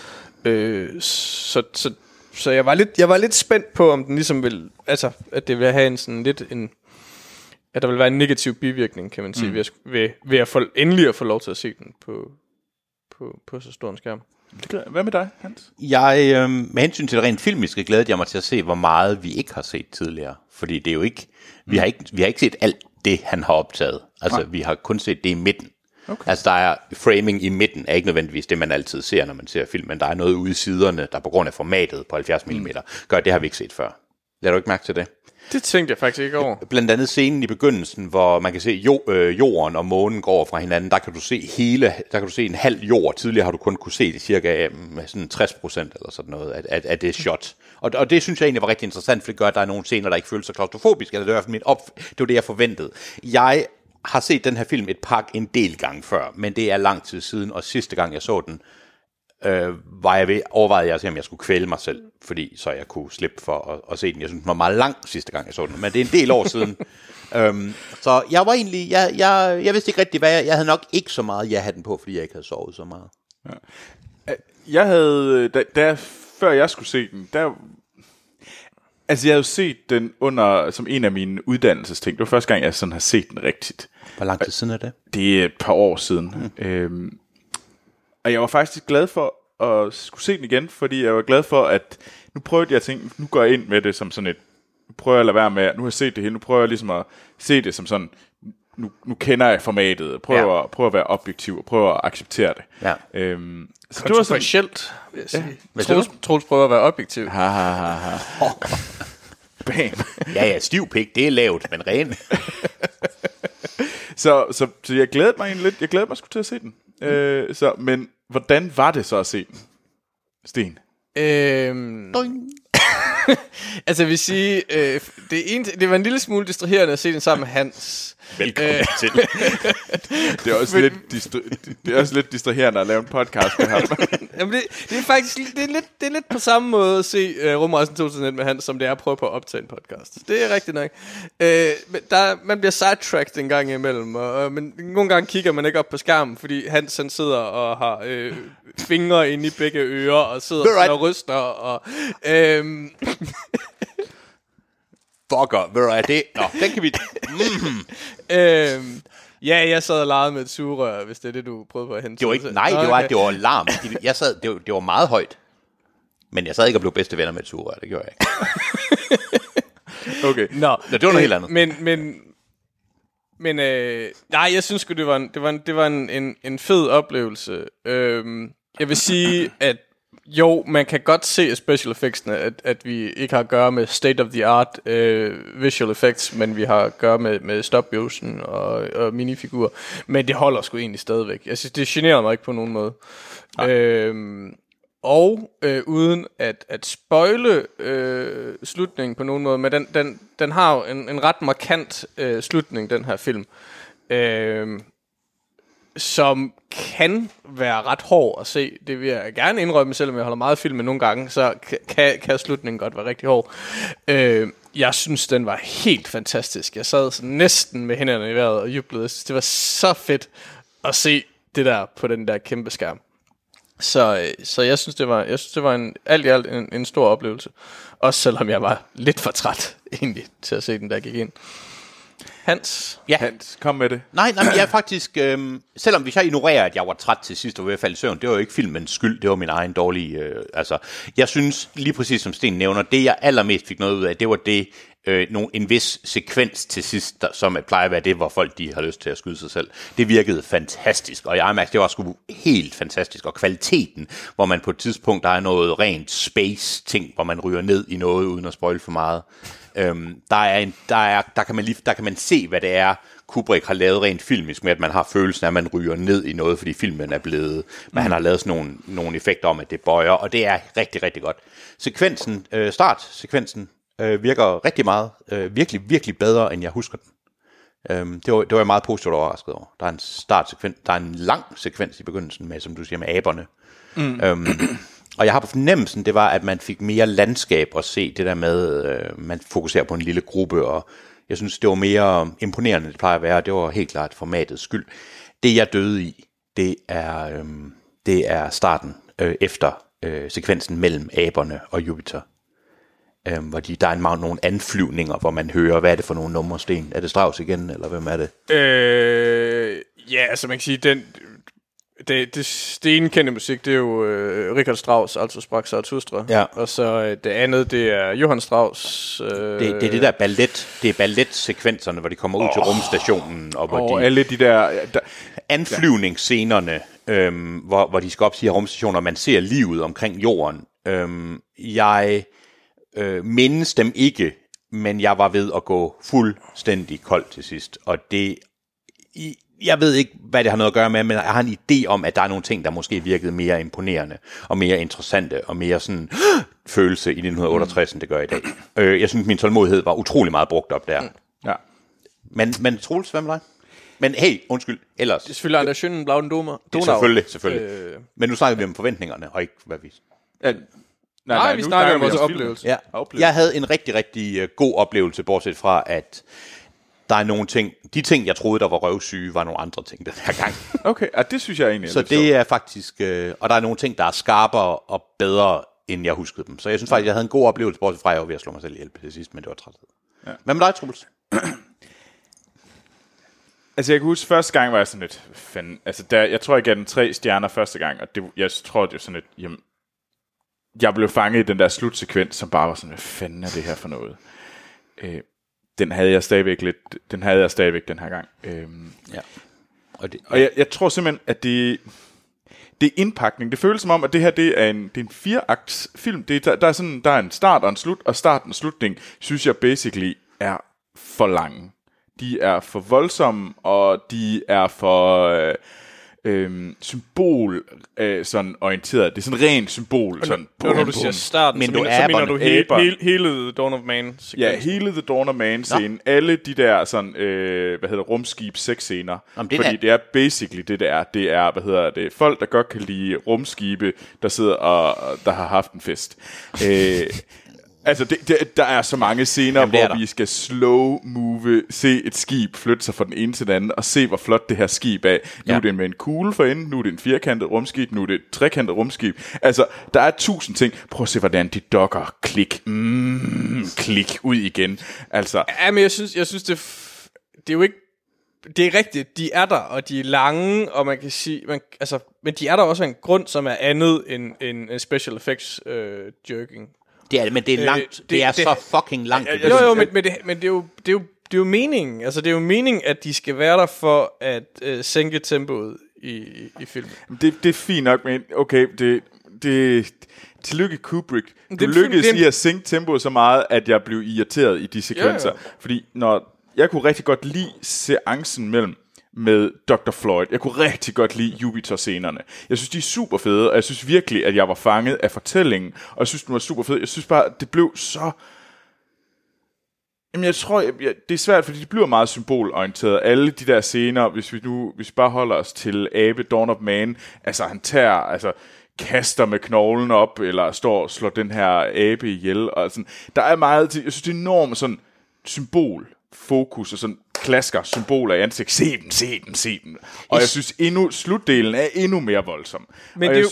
Så jeg var lidt spændt på, om den ligesom vil, altså at det vil have at der vil være en negativ bivirkning, kan man sige, ved at endelig at få lov til at se den på så stor en skærm. Hvad med dig, Hans? Jeg, med hensyn til det rent filmiske, glæder jeg mig til at se, hvor meget vi ikke har set tidligere. Fordi det er jo ikke, vi har ikke set alt det, han har optaget. Altså, vi har kun set det i midten. Okay. Altså, der er framing i midten, er ikke nødvendigvis det, man altid ser, når man ser film, men der er noget ude i siderne, der på grund af formatet på 70 mm, gør, det har vi ikke set før. Lader du ikke mærke til det? Det tænkte jeg faktisk ikke over. Blandt andet scenen i begyndelsen, hvor man kan se jorden og månen går fra hinanden, der kan du se en halv jord. Tidligere har du kun kunne se det cirka med sådan 60% eller sådan noget af det shot. Og det synes jeg egentlig var rigtig interessant, for det gør, at der er nogle scener, der ikke føles så klaustrofobiske, eller det var det var det, jeg forventede. Jeg har set den her film en del gange før, men det er lang tid siden, og sidste gang jeg så den, overvejede jeg at se, om jeg skulle kvæle mig selv, fordi så jeg kunne slippe for at se den. Jeg synes, den var meget lang sidste gang, jeg så den, men det er en del år siden. Så jeg var egentlig, jeg vidste ikke rigtig, hvad jeg havde nok ikke så meget ja-hatten på, fordi jeg ikke havde sovet så meget. Ja. Jeg havde, før jeg skulle se den, altså jeg havde set den som en af mine uddannelsesting. Det var første gang, jeg sådan har set den rigtigt. Hvor lang tid siden er det? Det er et par år siden. Og jeg var faktisk glad for at skulle se den igen, fordi jeg var glad for, at nu prøvede jeg at tænke, nu går jeg ind med det som sådan et, nu prøver jeg at lade være med, nu har jeg set det hele, nu prøver jeg ligesom at se det som sådan, nu kender jeg formatet, prøver at være objektiv, og prøver at acceptere det. Ja. Så det var sådan, specielt, vil jeg sige. Troels prøver at være objektiv. bam. Ja, stiv pik, det er lavt, men ren. Så jeg glædede mig egentlig lidt, jeg glædede mig sgu til at se den. Men hvordan var det så at se den, Sten? Altså jeg vil sige, det var en lille smule distraherende at se den sammen med Hans. Velkommen til. Det er også lidt distraherende at lave en podcast med ham. Jamen det er faktisk det er lidt på samme måde at se Rumrejsen 2001 med Hans, som det er at prøve på at optage en podcast. Det er rigtigt nok. Man bliver sidetracked en gang imellem, men nogle gange kigger man ikke op på skærmen, fordi Hans han sidder og har fingre inde i begge ører og sidder og ryster og Fucker, hvor er det? Nå, den kan vi... ja, jeg sad og legede med et sugerør, hvis det er det, du prøvede på at hente. Det var ikke, nej, det var, det var larm. Jeg sad, det var meget højt. Men jeg sad ikke og blev bedste venner med et sugerør, det gjorde jeg ikke. Okay. Nå, det var noget helt andet. Men nej, jeg synes sgu, det var en fed oplevelse. Jeg vil sige, at jo, man kan godt se af special effectsene, at vi ikke har at gøre med state-of-the-art visual effects, men vi har at gøre med stop-motion og minifigurer. Men det holder sgu egentlig stadigvæk. Jeg synes, det generer mig ikke på nogen måde. Uden at spoile slutningen på nogen måde, men den har jo en ret markant slutning, den her film. Som kan være ret hård at se. Det vil jeg gerne indrømme, selvom jeg holder meget film med nogle gange, så kan slutningen godt være rigtig hård. Jeg synes, den var helt fantastisk. Jeg sad næsten med hænderne i vejret og jublede. Det var så fedt at se det der på den der kæmpe skærm. Så jeg synes, det var alt i alt en stor oplevelse. Også selvom jeg var lidt for træt egentlig til at se den, der gik ind. Hans? Ja. Hans, kom med det. Nej, men jeg er faktisk... selvom hvis jeg ignorerer, at jeg var træt til sidst og ved at falde i søvn, det var jo ikke filmens skyld, det var min egen dårlige... jeg synes, lige præcis som Sten nævner, det jeg allermest fik noget ud af, det var det... en vis sekvens til sidst, som plejer at være det, hvor folk de har lyst til at skyde sig selv. Det virkede fantastisk, og jeg mærkte, det var sgu helt fantastisk. Og kvaliteten, hvor man på et tidspunkt, der er noget rent space-ting, hvor man ryger ned i noget, uden at spoil for meget. Der kan man se, hvad det er, Kubrick har lavet rent filmisk, med at man har følelsen af, at man ryger ned i noget, fordi filmen er blevet... Men han har lavet sådan nogle effekter om, at det bøjer, og det er rigtig, rigtig godt. Startsekvensen virker rigtig meget, virkelig, virkelig bedre, end jeg husker den. Det var jeg meget positivt overrasket over. Der er en startsekvens, der er en lang sekvens i begyndelsen med, som du siger, med aberne. Og jeg har på fornemmelsen, det var, at man fik mere landskab at se, det der med, man fokuserer på en lille gruppe, og jeg synes, det var mere imponerende, det plejer at være, det var helt klart formatets skyld. Det, jeg døde i, det er starten efter sekvensen mellem aberne og Jupiter. Hvor der er nogle anflyvninger, hvor man hører, hvad er det for nogle numre, Sten? Er det Strauss igen, eller hvem er det? Ja, altså man kan sige, det ene kendte musik, det er jo Richard Strauss, altså Sprach Zarathustra. Ja. Og så det andet, det er Johann Strauss. Det er det der ballet, det er balletsekvenserne, hvor de kommer ud til rumstationen, og hvor alle de der anflyvningsscenerne, hvor de skal op til rumstationer, og man ser livet omkring jorden. Jeg mindes dem ikke, men jeg var ved at gå fuldstændig kold til sidst, og jeg ved ikke, hvad det har noget at gøre med, men jeg har en idé om, at der er nogle ting, der måske virkede mere imponerende, og mere interessante, og mere sådan følelse i 1968, end det gør i dag. Jeg synes, min tålmodighed var utrolig meget brugt op der. Ja. Men Troels, hvad med dig? Men hey, undskyld, ellers... Det er selvfølgelig Anders Schønnen, Blauen Donau. Selvfølgelig. Men nu snakker vi om forventningerne, og ikke hvad vi... Nej, vi snakker om vores oplevelse. Ja. Jeg havde en rigtig, rigtig god oplevelse, bortset fra, at der er nogle ting... De ting, jeg troede, der var røvsyge, var nogle andre ting den her gang. Okay, det synes jeg egentlig er så det er faktisk... og der er nogle ting, der er skarpere og bedre, end jeg huskede dem. Så jeg synes faktisk, jeg havde en god oplevelse, bortset fra, at jeg var ved at slå mig selv ihjel til sidst, men det var træthed. Ja. Hvad med dig, Troels? Altså, jeg kan huske, første gang var jeg sådan lidt, fanden, altså, jeg tror, jeg gav den 3 stjerner første gang, og jeg tror, det var sådan lidt, jamen, jeg blev fanget i den der slutsekvens, som bare var sådan, hvad fanden er det her for noget? Den havde jeg stadigvæk den her gang. Ja. Og jeg tror simpelthen, at det er indpakning. Det føles som om, at det her det er en 4-akts film. Der er en start og en slut, og starten og slutningen, synes jeg basically er for lange. De er for voldsomme, og de er for symbol sådan orienteret. Det er sådan rent symbol. Sådan, når du siger starten, men så mener du hele Dawn of Man. Ja, hele The Dawn of Man scene. Alle de der sådan, rumskib sexscener. Fordi det er basically det der. Det er, folk, der godt kan lide rumskibe, der sidder og der har haft en fest. Altså, der er så mange scener, hvor vi skal slow-move, se et skib flytte sig fra den ene til den anden, og se, hvor flot det her skib er. Nu er det med en kugle for enden, nu er det en firkantet rumskib, nu er det et trekantet rumskib. Altså, der er 1000 ting. Prøv at se, hvordan de dokker. Klik. Klik ud igen. Altså. Ja, men jeg synes det er jo ikke... Det er rigtigt, de er der, og de er lange, og man kan sige... men de er der også af en grund, som er andet end special effects jerking. Det er det, men det er langt. Det er så fucking langt. Jo, men det er jo meningen. Altså, det er jo meningen, at de skal være der for at sænke tempoet i filmen. Det er fint nok, men okay, tillykke Kubrick. Du lykkedes i at sænke tempoet så meget, at jeg blev irriteret i de sekvenser. Ja. Fordi jeg kunne rigtig godt lide seancen med Dr. Floyd. Jeg kunne rigtig godt lide Jupiter-scenerne. Jeg synes, de er super fede, og jeg synes virkelig, at jeg var fanget af fortællingen, og jeg synes, den var super fed. Jeg synes bare, det blev så... Jamen, jeg tror, det er svært, fordi det bliver meget symbolorienteret. Alle de der scener, hvis vi bare holder os til Abe, Dawn of Man, altså han kaster med knoglen op, eller står og slår den her abe ihjel, og sådan. Der er meget, jeg synes, det er enormt sådan symbolfokus, og sådan klasker symboler i ansigt. Se den. Og jeg synes slutdelen er endnu mere voldsom. Men det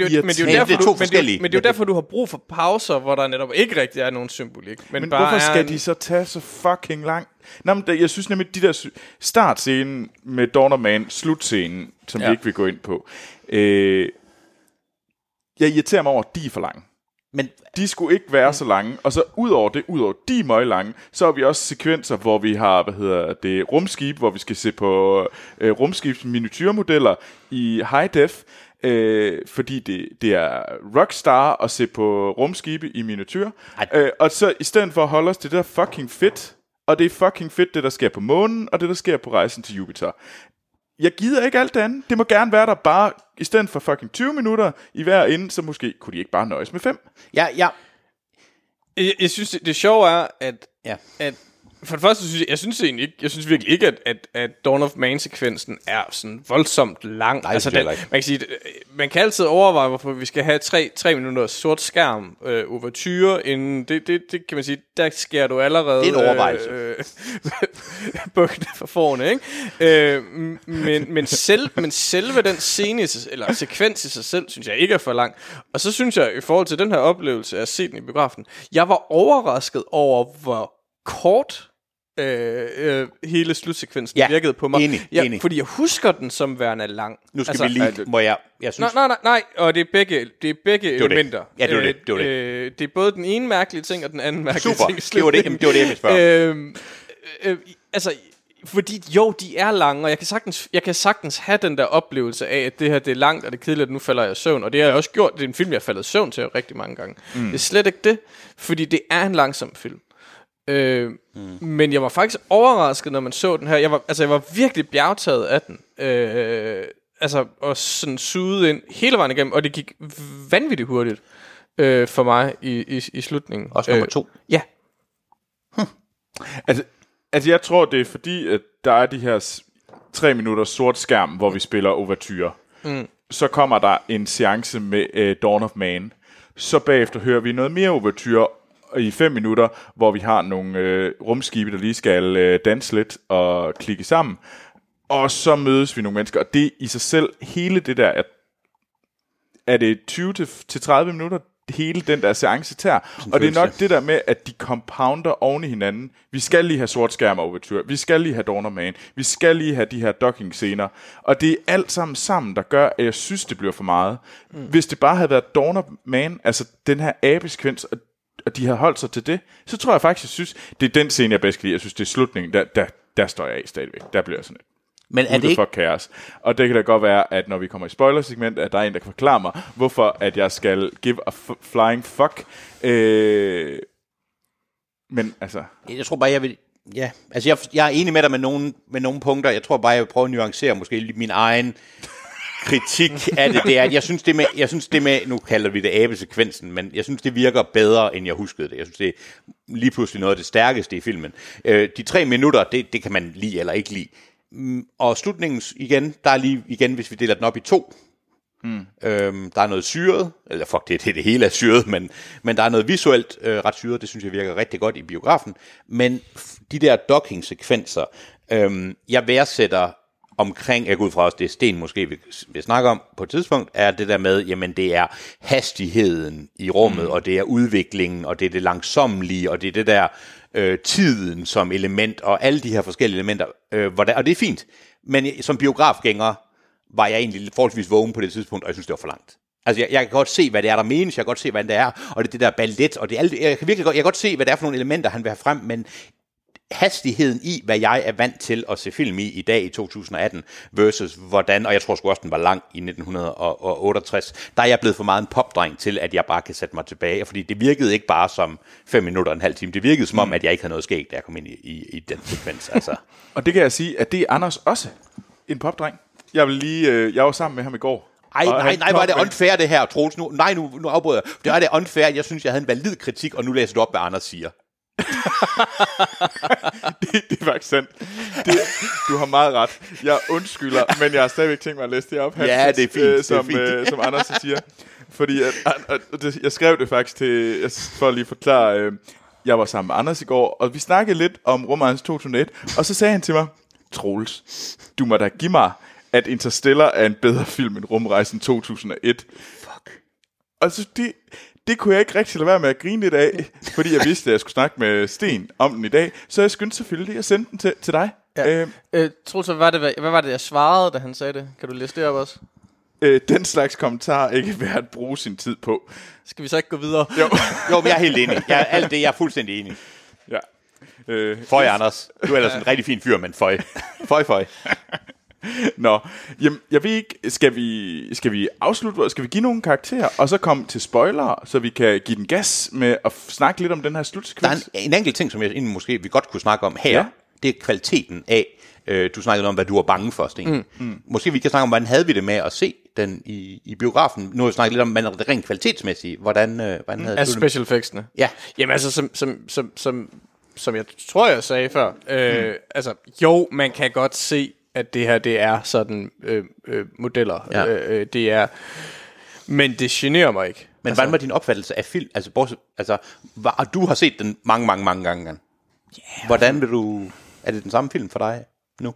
er jo derfor, du har brug for pauser, hvor der netop ikke rigtig er nogen symbolik. Men bare hvorfor skal de så tage så fucking langt? Nå, men jeg synes nemlig, de der startscenen med Dawn of Man, slutscenen, som vi ikke vil gå ind på, jeg irriterer mig over, at de er for lange. Men de skulle ikke være så lange. Og så udover de er meget lange, så har vi også sekvenser, hvor vi har, rumskib, hvor vi skal se på rumskibs miniatyrmodeller i high def, fordi det er rockstar at se på rumskibe i miniatyr. Og så i stedet for at holde os til det der fucking fedt, og det er fucking fedt, det der sker på månen, og det der sker på rejsen til Jupiter. Jeg gider ikke alt det andet. Det må gerne være der bare, i stedet for fucking 20 minutter i hver ende, så måske kunne de ikke bare nøjes med 5. Ja. Jeg synes, det sjove er, at for det første synes jeg virkelig ikke, at Dawn of Man-sekvensen er sådan voldsomt lang. Nej, altså, man kan altid overveje, hvorfor vi skal have 3 minutter sort skærm ouverture, inden det kan man sige, der sker du allerede. Det er en overvejelse. Bukkene for forne, ikke? Men selve den scene, eller sekvens i sig selv, synes jeg ikke er for lang. Og så synes jeg, i forhold til den her oplevelse af at se den i biografen, jeg var overrasket over, hvor kort hele slutsekvensen virkede på mig. Enig. Fordi jeg husker den som værende lang. Nu skal vi lige... Jeg synes... Nej, og det er begge elementer. Ja, det var det. Det er både den ene mærkelige ting, og den anden mærkelige ting. Super, det var det, jeg ville spørge. Fordi de er lange, og jeg kan sagtens have den der oplevelse af, at det her det er langt, og det er kedeligt, at nu falder jeg i søvn. Og det har jeg også gjort. Det er en film, jeg har faldet i søvn til rigtig mange gange. Det er slet ikke det, fordi det er en langsom film. Men jeg var faktisk overrasket, når man så den her. Jeg var virkelig bjergtaget af den. Og sådan suget ind hele vejen igennem, og det gik vanvittigt hurtigt for mig i slutningen. Også nummer 2. Ja. Altså jeg tror, det er fordi, at der er de her 3 minutter sort skærm, hvor vi spiller ouverture. Så kommer der en seance med Dawn of Man. Så bagefter hører vi noget mere ouverture i 5 minutter, hvor vi har nogle rumskibe, der lige skal danse lidt og klikke sammen. Og så mødes vi nogle mennesker, og det i sig selv, hele det der, er det 20-30 minutter? hele den der seance tager. Og det er nok det der med, at de compounder oven i hinanden. Vi skal lige have sort skærm overture. Vi skal lige have Dawn of Man. Vi skal lige have de her docking-scener. Og det er alt sammen, der gør, at jeg synes, det bliver for meget. Hvis det bare havde været Dawn of Man, altså den her abesekvens, og de har holdt sig til det, så tror jeg faktisk, jeg synes, det er den scene, jeg bedst kan lide. Jeg synes, det er slutningen, der står jeg af stadigvæk. Der bliver jeg sådan et. Men er det ikke... kaos. Og det kan da godt være, at når vi kommer i spoilersegment, at der er en, der kan forklare mig, hvorfor at jeg skal give a flying fuck. Men altså... Jeg tror bare, jeg vil... Ja, altså jeg er enig med dig med nogle punkter. Jeg tror bare, jeg vil prøve at nuancere måske min egen kritik af det. Det er, at jeg synes det med, nu kalder vi det abesekvensen, men jeg synes, det virker bedre, end jeg huskede det. Jeg synes, det er lige pludselig noget af det stærkeste i filmen. De 3 minutter, det kan man lide eller ikke lide. Og slutningen igen, der er lige igen, hvis vi deler den op i 2. Der er noget syret, eller fuck, det hele er syret, men der er noget visuelt ret syret, det synes jeg virker rigtig godt i biografen. Men de der docking-sekvenser, jeg værdsætter omkring, jeg går ud fra os, det er Sten måske vil snakke om på et tidspunkt, er det der med, jamen det er hastigheden i rummet, og det er udviklingen, og det er det langsommelige, og det er det der tiden som element, og alle de her forskellige elementer, og det er fint. Men som biografgænger var jeg egentlig forholdsvis vågen på det tidspunkt, og jeg synes, det var for langt. Altså, jeg kan godt se, hvad det er, der menes, jeg kan godt se, hvad det er, og det der ballet, og det er alt, jeg kan godt se, hvad det er for nogle elementer, han vil have frem, men hastigheden i, hvad jeg er vant til at se film i dag i 2018, versus hvordan, og jeg tror sgu også, den var lang i 1968, der er jeg blevet for meget en popdreng til, at jeg bare kan sætte mig tilbage, fordi det virkede ikke bare som 5 minutter og en halv time, det virkede som om, at jeg ikke havde noget skæg, da jeg kom ind i den sekvens. Altså. Og det kan jeg sige, at det er Anders også en popdreng. Jeg var sammen med ham i går. Nej, var det unfair det her, Troels? Nu afbryder jeg. Det er det unfair, jeg synes, jeg havde en valid kritik, og nu læser du op, hvad Anders siger. det er faktisk sandt. Du har meget ret. Jeg undskylder, men jeg har stadigvæk tænkt mig at læse det op. Ja, det er fint. Som Anders siger. Fordi jeg skrev det faktisk til, for at lige forklare, jeg var sammen med Anders i går, og vi snakkede lidt om Rumrejsen 2001, og så sagde han til mig, Troels, du må da give mig, at Interstellar er en bedre film end Rumrejsen 2001. Fuck. Og så det kunne jeg ikke rigtig lade være med at grine lidt af, fordi jeg vidste, at jeg skulle snakke med Sten om den i dag, så jeg skyndte selvfølgelig at sende den til dig. Ja. Troels, hvad var det, jeg svarede, da han sagde det? Kan du læse det op også? Den slags kommentar ikke værd at bruge sin tid på. Skal vi så ikke gå videre? Jo, men jeg er helt enig. Alt det, jeg er fuldstændig enig. Ja. Føj, Anders. Du er ellers en rigtig fin fyr, men føj. Føj. Nå, jamen, jeg ved ikke, skal vi afslutte, skal vi give nogle karakterer, og så komme til spoilere, så vi kan give den gas med at snakke lidt om den her slutsekvens? Der er en enkelt ting, som jeg egentlig måske vi godt kunne snakke om her, det er kvaliteten af, du snakkede om, hvad du var bange for, Sten. Måske vi kan snakke om, hvordan havde vi det med at se den i biografen. Nu har vi snakket lidt om, det rent kvalitetsmæssigt, hvordan havde altså special effects'ene? Ja. Jamen altså, som jeg tror, jeg sagde før, altså, jo, man kan godt se, at det her, det er sådan modeller. Ja. Det er, men det generer mig ikke. Men hvordan var din opfattelse af film? Du har set den mange gange. Yeah. Hvordan vil du... Er det den samme film for dig nu?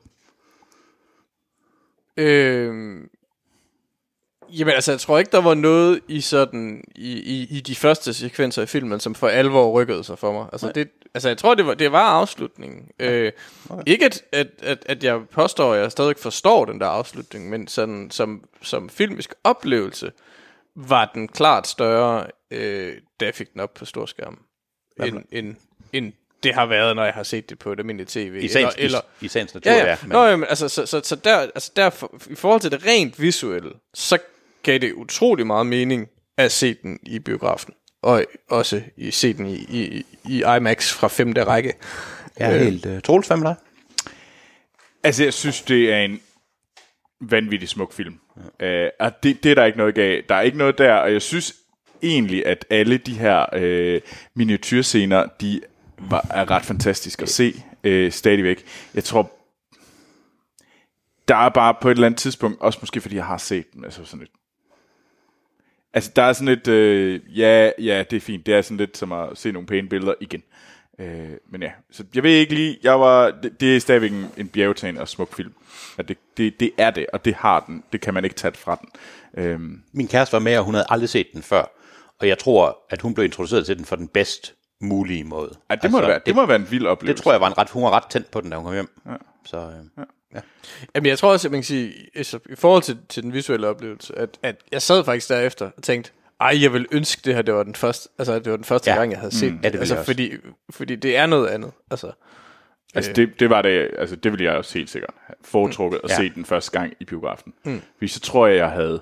Jamen altså, jeg tror ikke, der var noget i sådan i de første sekvenser i filmen, som for alvor rykkede sig for mig. Altså, jeg tror, det var afslutningen. Okay. Ikke at jeg påstår, at jeg stadig forstår den der afslutning, men sådan som filmisk oplevelse var den klart større, da jeg fik den op på storskærmen, end det har været, når jeg har set det på et almindeligt tv. I sagens natur, ja. Men... Nå, jamen, så der, i forhold til det rent visuelle, så gav det utrolig meget mening at se den i biografen. Og også se den i IMAX fra 5. række. Ja, helt Troels, hvad med dig? Altså, jeg synes, det er en vanvittig smuk film. Og det er der ikke noget galt. Der er ikke noget der, og jeg synes egentlig, at alle de her miniatyrscener, de er ret fantastiske at se stadigvæk. Jeg tror, der er bare på et eller andet tidspunkt, også måske fordi jeg har set dem, altså sådan et. Altså der er sådan et, ja, det er fint. Det er sådan lidt som at se nogle pæne billeder igen. Men ja, så jeg ved ikke lige, det er stadigvæk en bjergtagende og smuk film. At det er det, og det har den. Det kan man ikke tage fra den. Min kæreste var med, og hun havde aldrig set den før. og jeg tror, at hun blev introduceret til den for den bedst mulige måde. Ja, det må være en vild oplevelse. Det tror jeg hun var ret tændt på den, da hun kom hjem. Ja. Så, ja. Jamen, jeg tror også, at man kan sige, i forhold til den visuelle oplevelse, at jeg sad faktisk derefter og tænkte, jeg vil ønske det her, det var den første gang, jeg havde set det. Altså, fordi det er noget andet. Altså, det var det, altså det ville jeg også helt sikkert have foretrukket at se den første gang i biografen. Fordi så tror jeg havde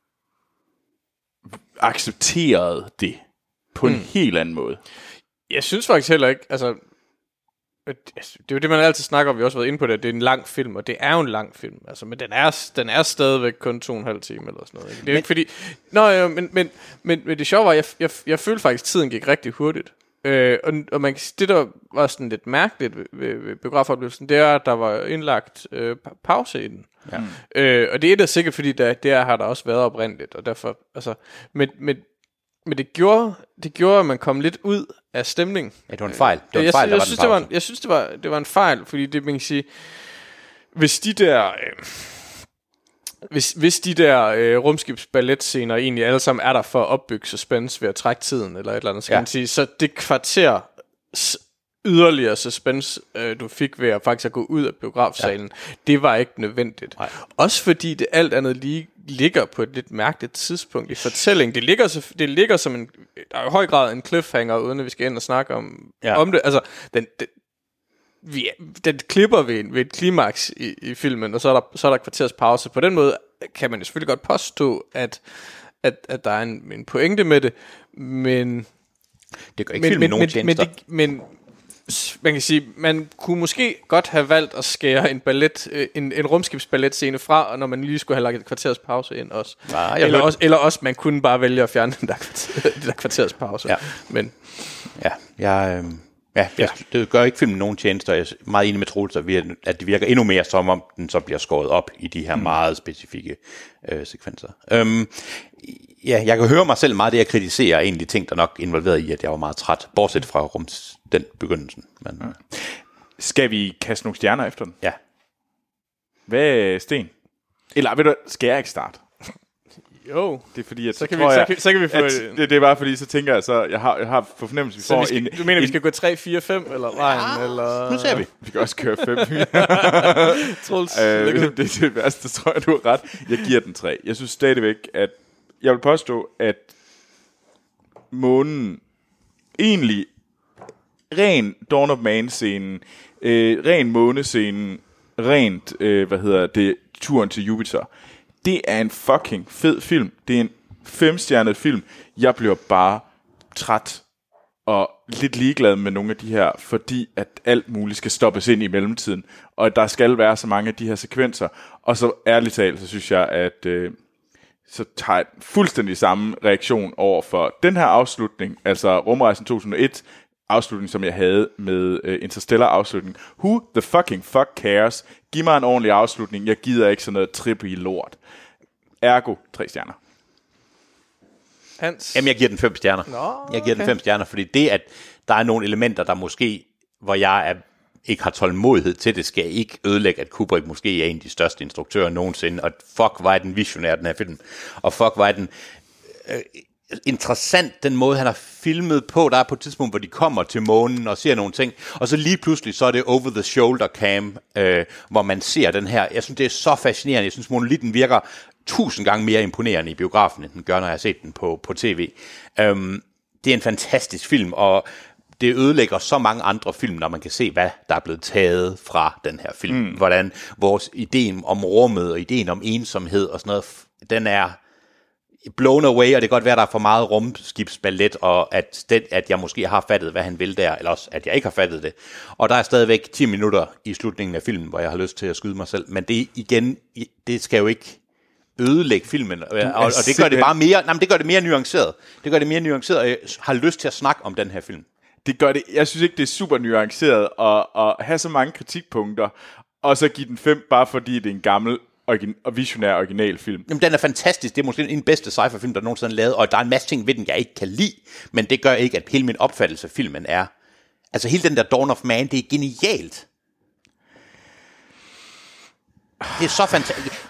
accepteret det på en helt anden måde. Jeg synes faktisk heller ikke, altså det er jo det, man altid snakker om, vi har også været inde på det, at det er en lang film, og det er jo en lang film, altså, men den er stadigvæk kun 2,5 timer eller sådan noget. Ikke? Det er jo ikke fordi, men det sjove var, jeg følte faktisk, at tiden gik rigtig hurtigt. Og man kan sige, det der var sådan lidt mærkeligt ved biografoplevelsen, det er, at der var indlagt pause i den. Ja. Og det er da sikkert, fordi der har der også været oprindeligt, og derfor, altså, men det gjorde, at man kom lidt ud af stemningen. Ja, det var en fejl. Jeg synes, det var en fejl, fordi det, man kan sige, hvis de der... Hvis de der rumskibsballetscener egentlig alle sammen er der for at opbygge suspense ved at trække tiden eller et eller andet, så kan man sige, så det kvarter yderligere suspense, du fik ved at faktisk at gå ud af biografsalen, det var ikke nødvendigt. Nej. Også fordi det alt andet lige ligger på et lidt mærkeligt tidspunkt i fortællingen. Det ligger som en, der er i høj grad en cliffhanger, uden at vi skal ind og snakke om det. Altså, den klipper ved et klimaks i filmen, og så er der kvarters pause. På den måde kan man jo selvfølgelig godt påstå, at der er en pointe med det, men det gør ikke filmen nogen tjenester. Men man kan sige, man kunne måske godt have valgt at skære en rumskibsballetscene fra, når man lige skulle have lagt et kvarters pause ind også. Eller også man kunne bare vælge at fjerne den der kvarters pause. Ja. Men det gør ikke filmen nogen tjenester. Jeg er meget enig med Troels, at det virker endnu mere som om den så bliver skåret op i de her meget specifikke sekvenser. Jeg kan høre mig selv meget, det jeg kritiserer egentlig ting, der nok involveret i, at jeg var meget træt, bortset fra den begyndelsen. Men, Skal vi kaste nogle stjerner efter den? Ja. Hvad er Sten? Eller ved du, skal jeg ikke starte? Jo. Det er fordi, at så kan vi få det er bare fordi, så tænker jeg så, jeg har for fornemmelse, vi får du mener, vi skal gå 3, 4, 5 eller vejen? Eller? Nu ser vi. Vi kan også køre 5. Troels. Det er det værste, tror jeg, du har ret. Jeg giver den 3. Jeg synes stadigvæk, at jeg vil påstå, at månen egentlig ren Dawn of Man-scenen, ren månescenen, rent, turen til Jupiter, det er en fucking fed film. Det er en 5-stjernet film. Jeg bliver bare træt og lidt ligeglad med nogle af de her, fordi at alt muligt skal stoppes ind i mellemtiden, og der skal være så mange af de her sekvenser. Og så ærligt talt, så synes jeg, at så tager jeg fuldstændig samme reaktion over for den her afslutning, altså Rumrejsen 2001, afslutning, som jeg havde med Interstellar afslutning. Who the fucking fuck cares? Giv mig en ordentlig afslutning. Jeg gider ikke sådan noget trip i lort. Ergo 3 stjerner. Hans? Jamen, jeg giver den 5 stjerner. Jeg giver den 5 stjerner, fordi det, at der er nogle elementer, der måske, hvor jeg ikke har tålmodighed til det, skal ikke ødelægge, at Kubrick måske er en af de største instruktører nogensinde, og fuck, var den visionær, den her film. Og fuck, var den interessant, den måde, han har filmet på. Der er på et tidspunkt, hvor de kommer til månen og ser nogle ting, og så lige pludselig, så er det over the shoulder cam, hvor man ser den her. Jeg synes, det er så fascinerende. Jeg synes, monolitten virker 1000 gange mere imponerende i biografen, end den gør, når jeg har set den på tv. Det er en fantastisk film, og det ødelægger så mange andre film, når man kan se, hvad der er blevet taget fra den her film. Hvordan vores idé om rummet og ideen om ensomhed og sådan noget, den er blown away, og det kan godt være, at der er for meget rumskibsballet, og at jeg måske har fattet, hvad han vil der, eller også, at jeg ikke har fattet det. Og der er stadigvæk 10 minutter i slutningen af filmen, hvor jeg har lyst til at skyde mig selv. Men det igen, det skal jo ikke ødelægge filmen, og det gør det bare mere, det gør det mere nuanceret. Det gør det mere nuanceret, og jeg har lyst til at snakke om den her film. Det gør det. Jeg synes ikke, det er super nuanceret at have så mange kritikpunkter, og så give den 5, bare fordi det er en gammel og visionær originalfilm. Jamen, den er fantastisk. Det er måske den bedste sci-fi-film, der nogensinde er lavet, og der er en masse ting ved den, jeg ikke kan lide, men det gør ikke, at hele min opfattelse af filmen er... Altså, hele den der Dawn of Man, det er genialt. Det er så fantastisk.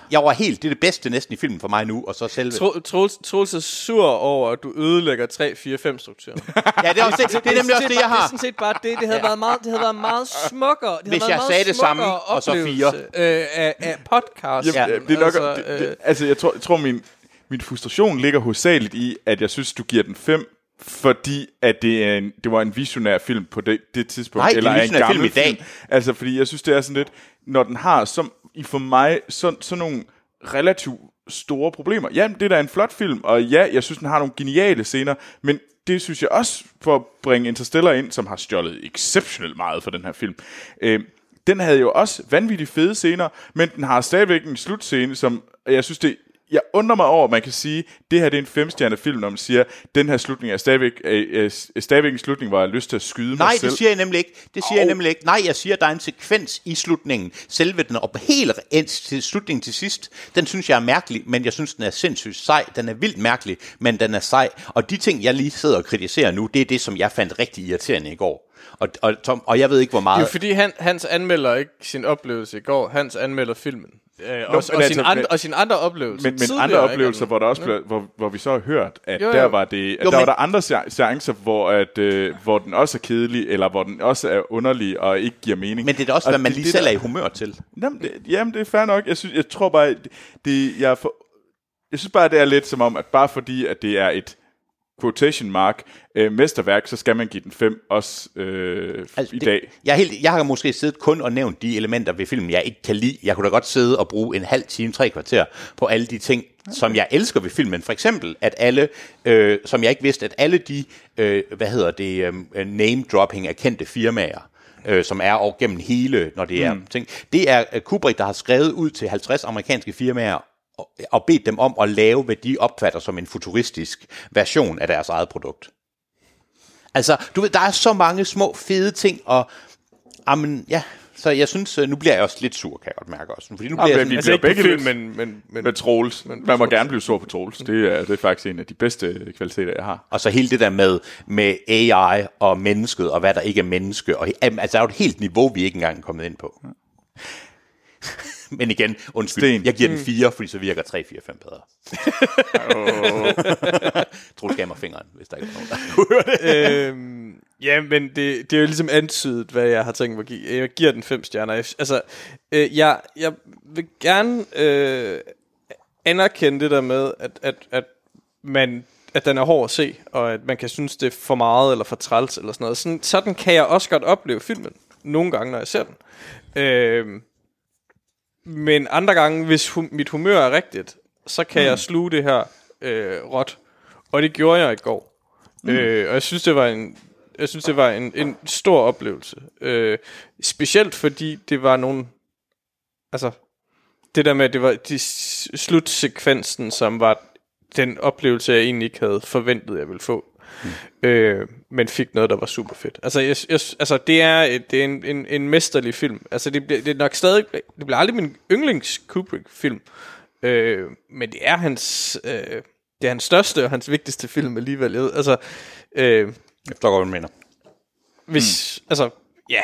jeg var helt, det er det bedste næsten i filmen for mig nu, og så selve... Troels er sur over, at du ødelægger 3-4-5-strukturen. Ja, det er, også, det er nemlig også det, jeg har. Det er sådan set bare det. Det havde været meget smukkere. Hvis jeg sagde det samme, og så 4. Af podcast. Ja, det er nok, altså, jeg tror min frustration ligger hovedsageligt i, at jeg synes, du giver den 5, fordi at det var en visionær film på det tidspunkt. Nej, eller det er en visionær film i dag. Altså, fordi jeg synes, det er sådan lidt, når den har, for mig, sådan nogle relativt store problemer. Ja, det er da en flot film, og ja, jeg synes, den har nogle geniale scener, men det synes jeg også, for at bringe Interstellar ind, som har stjålet exceptionelt meget for den her film. Den havde jo også vanvittigt fede scener, men den har stadigvæk en slutscene, som jeg synes, jeg undrer mig over, at man kan sige, det her det er en 5-stjernet film, når man siger, den her slutning er stadigvæk en slutning, hvor jeg har lyst til at skyde mig selv. Nej, det siger jeg nemlig ikke. Nej, jeg siger, at der er en sekvens i slutningen. Selve den og helt til slutningen til sidst, den synes jeg er mærkelig, men jeg synes, den er sindssygt sej. Den er vildt mærkelig, men den er sej. Og de ting, jeg lige sidder og kritiserer nu, det er det, som jeg fandt rigtig irriterende i går. Og jeg ved ikke, hvor meget... Det er jo fordi, Hans anmelder ikke sin oplevelse i går. Hans anmelder filmen. Og sine andre oplevelser. Men andre oplevelser, hvor der også hvor vi så har hørt, at der var det, at der var der andre seancer, hvor den også er kedelig, eller hvor den også er underlig og ikke giver mening. Men det er da også, hvad man lige selv er i humør til. Jamen, det er fair nok. Jeg tror bare, jeg synes bare, det er lidt som om, at bare fordi, at det er et quotation mark mesterværk, så skal man give den 5 også i dag. Jeg har måske siddet kun og nævnt de elementer ved filmen, jeg ikke kan lide. Jeg kunne da godt sidde og bruge en halv time, 3 kvarter på alle de ting, som jeg elsker ved filmen. For eksempel, at alle, som jeg ikke vidste, at alle de, name-dropping af kendte firmaer, som er over gennem hele, når det er ting. Det er Kubrick, der har skrevet ud til 50 amerikanske firmaer, og bedt dem om at lave, hvad de opfatter som en futuristisk version af deres eget produkt. Altså, du ved, der er så mange små fede ting, og ja, så jeg synes, nu bliver jeg også lidt sur, kan jeg godt mærke også. Fordi nu bliver jeg sådan, ikke begge film, men Troels. Man må gerne blive sur på Troels. Det er faktisk en af de bedste kvaliteter, jeg har. Og så hele det der med AI og mennesket, og hvad der ikke er menneske. Og, altså, der er jo et helt niveau, vi ikke engang er kommet ind på. Men igen, undskyld, jeg giver den 4, fordi så virker 3, 4, 5 bedre. Troels gav mig fingeren, hvis der ikke er nogen, der kunne høre det. Ja, men det er jo ligesom antydet, hvad jeg har tænkt mig at give. Jeg giver den 5 stjerner. Altså, jeg vil gerne anerkende det der med, at den er hård at se, og at man kan synes, det er for meget eller for træls eller sådan noget. Sådan kan jeg også godt opleve filmen nogle gange, når jeg ser den. Men andre gange, hvis mit humør er rigtigt, så kan jeg sluge det her råt. Og det gjorde jeg i går. Og jeg synes, det var en stor oplevelse. Specielt fordi det var nogle... Altså, det der med, at det var slutsekvensen, som var den oplevelse, jeg egentlig ikke havde forventet, jeg ville få. Men fik noget, der var super fedt. Altså, det er en mesterlig film. Altså, det er nok stadig... Det bliver aldrig min yndlings Kubrick-film. Men det er hans største og hans vigtigste film alligevel. Jeg forstår godt, hvad du mener. Altså, ja,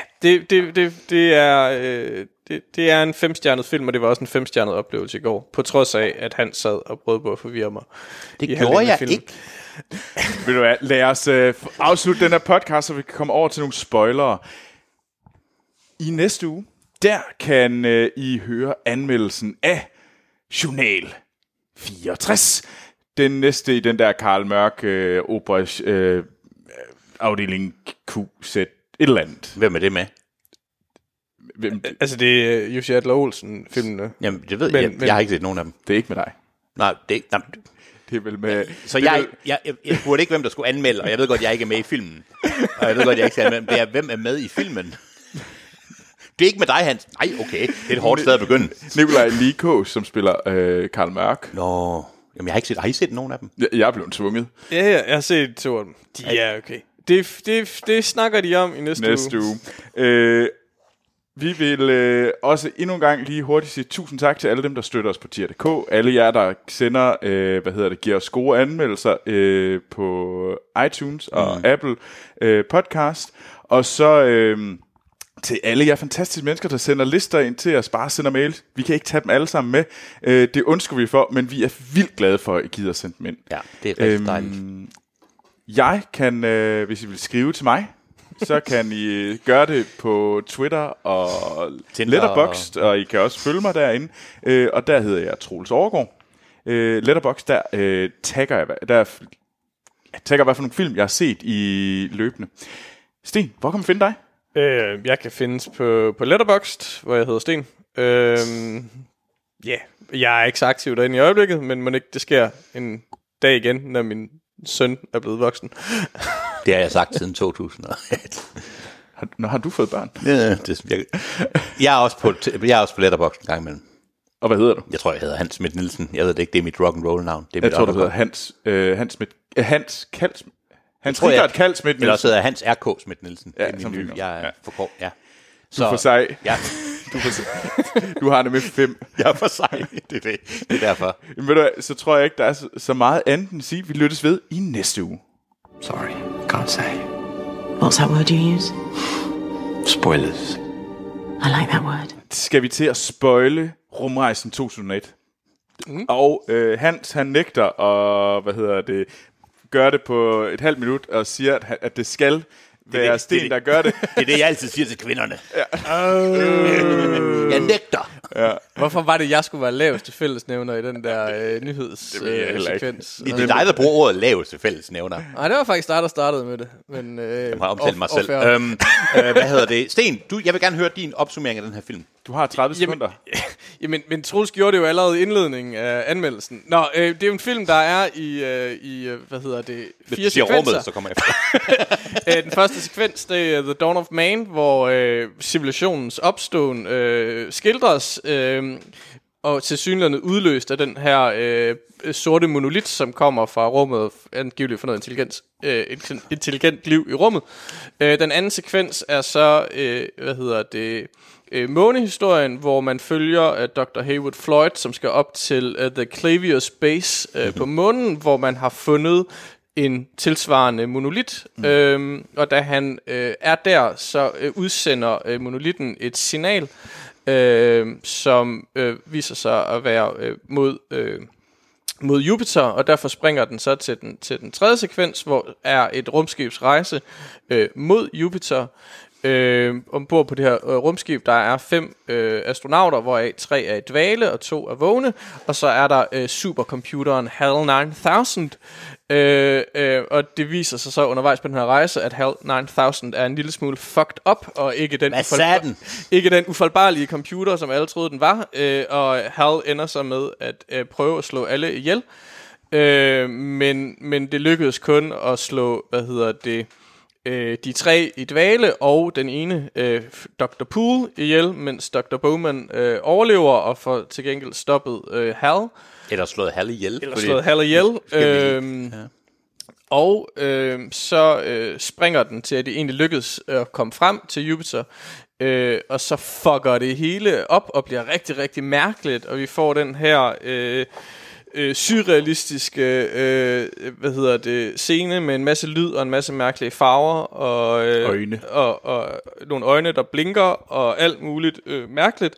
det er en 5-stjernet film, og det var også en 5-stjernet oplevelse i går, på trods af, at han sad og prøvede på at forvirre mig. Det gjorde jeg ikke. Ved du hvad, lad os afslutte den her podcast, så vi kan komme over til nogle spoilere. I næste uge, der kan I høre anmeldelsen af Journal 64. Den næste i den der Karl Mørk operas afdeling QZ et eller andet. Hvem er det med? Altså, det er Jussi Adler Olsen filmene. Jamen, det ved jeg. Jeg har ikke set nogen af dem. Det er ikke med dig. Nej, det er ikke... Det er vel med... Så jeg spurgte ikke, hvem der skulle anmelde, og jeg ved godt, jeg ikke er med i filmen. Og jeg ved godt, jeg ikke skal anmelde, det er, hvem er med i filmen? Det er ikke med dig, Hans. Nej, okay. Det er et hårdt sted at begynde. Nikolaj Likås, som spiller Karl Mørk. Nå, jamen jeg har ikke set... Har I set nogen af dem? Jeg er blevet tvunget. Ja, jeg har set 2 af dem. De er okay. Det snakker de om i næste uge. Vi vil også endnu en gang lige hurtigt sige tusind tak til alle dem, der støtter os på tier.dk. Alle jer, der sender, giver os gode anmeldelser på iTunes og Apple Podcast. Og så til alle jer fantastiske mennesker, der sender lister ind til os, bare sender mail. Vi kan ikke tage dem alle sammen med. Det undsker vi for, men vi er vildt glade for, at I gider at sende dem ind. Ja, det er rigtig dejligt. Jeg kan, hvis I vil skrive til mig, så kan I gøre det på Twitter og Letterboxd, og I kan også følge mig derinde. Og der hedder jeg Troels Overgaard. Letterboxd, der tagger jeg hvad for nogle film, jeg har set i løbende. Sten, hvor kan man finde dig? Jeg kan findes på Letterboxd, hvor jeg hedder Sten. Jeg er ikke så aktiv derinde i øjeblikket, men må ikke det sker en dag igen, når min søn er blevet voksen. Det har jeg sagt siden 2001. Har du fået børn? Jeg er også på Letterboxd en gang imellem. Og hvad hedder du? Jeg tror, jeg hedder Hans Schmidt Nielsen. Jeg ved det ikke, det er mit rock'n'roll navn. Jeg tror, du hedder Hans Schmidt. Hans Richard Kald Schmidt Nielsen. Eller også hedder Hans R.K. Schmidt Nielsen. Ja, det er min nye. Jeg er for kort, ja. Du er for sej. Ja. Du har det med 5. Jeg er for sej. Det er derfor. Men ved du, så tror jeg ikke, der er så meget andet end at sige, vi lyttes ved i næste uge. Sorry, can't say. What's that word you use? Spoilers. I like that word. Skal vi til at spoile Rumrejsen 2001? Og Hans, han nægter at, gøre det på et halvt minut, og siger, at det skal være Sten, der gør det. Det er det, jeg altid siger til kvinderne. Ja. Jeg nægter. Ja. Hvorfor var det, jeg skulle være laveste fællesnævner i den der nyhedssekvens? Det er dig, der bruger ordet laveste fællesnævner. Nej, det var faktisk dig, der startede med det. Men, jeg har omtalt mig selv. Hvad hedder det? Sten, jeg vil gerne høre din opsummering af den her film. Du har 30 sekunder. Men Troels gjorde det jo allerede i indledningen af anmeldelsen. Nå, det er jo en film, der er i 4 sekvenser. Rummet, så kommer jeg Den første sekvens, det er The Dawn of Man, hvor civilisationens opståen skildres, og tilsyneladende udløst af den her sorte monolit, som kommer fra rummet, angiveligt for noget intelligent liv i rummet. Den anden sekvens er så, månehistorien, hvor man følger Dr. Heywood Floyd, som skal op til The Clavius Base på månen, hvor man har fundet en tilsvarende monolit, og da han er der, så udsender monolitten et signal, som viser sig at være mod Jupiter, og derfor springer den så til den tredje sekvens, hvor er et rumskibsrejse mod Jupiter. Ombord på det her rumskib, der er 5 astronauter, hvoraf 3 er i dvale og 2 er vågne, og så er der supercomputeren HAL 9000, og det viser sig så undervejs på den her rejse, at HAL 9000 er en lille smule fucked up, og ikke den ufaldbarlige computer, som alle troede den var, og HAL ender så med at prøve at slå alle ihjel, men det lykkedes kun at slå, de 3 i dvale, og den ene, Dr. Poole, ihjel, mens Dr. Bowman overlever og får til gengæld stoppet HAL. Eller slået HAL ihjel. Og så springer den til, at det egentlig lykkedes at komme frem til Jupiter. Og så fucker det hele op og bliver rigtig, rigtig mærkeligt, og vi får den her surrealistiske scene med en masse lyd og en masse mærkelige farver og øjne og nogle øjne der blinker og alt muligt mærkeligt,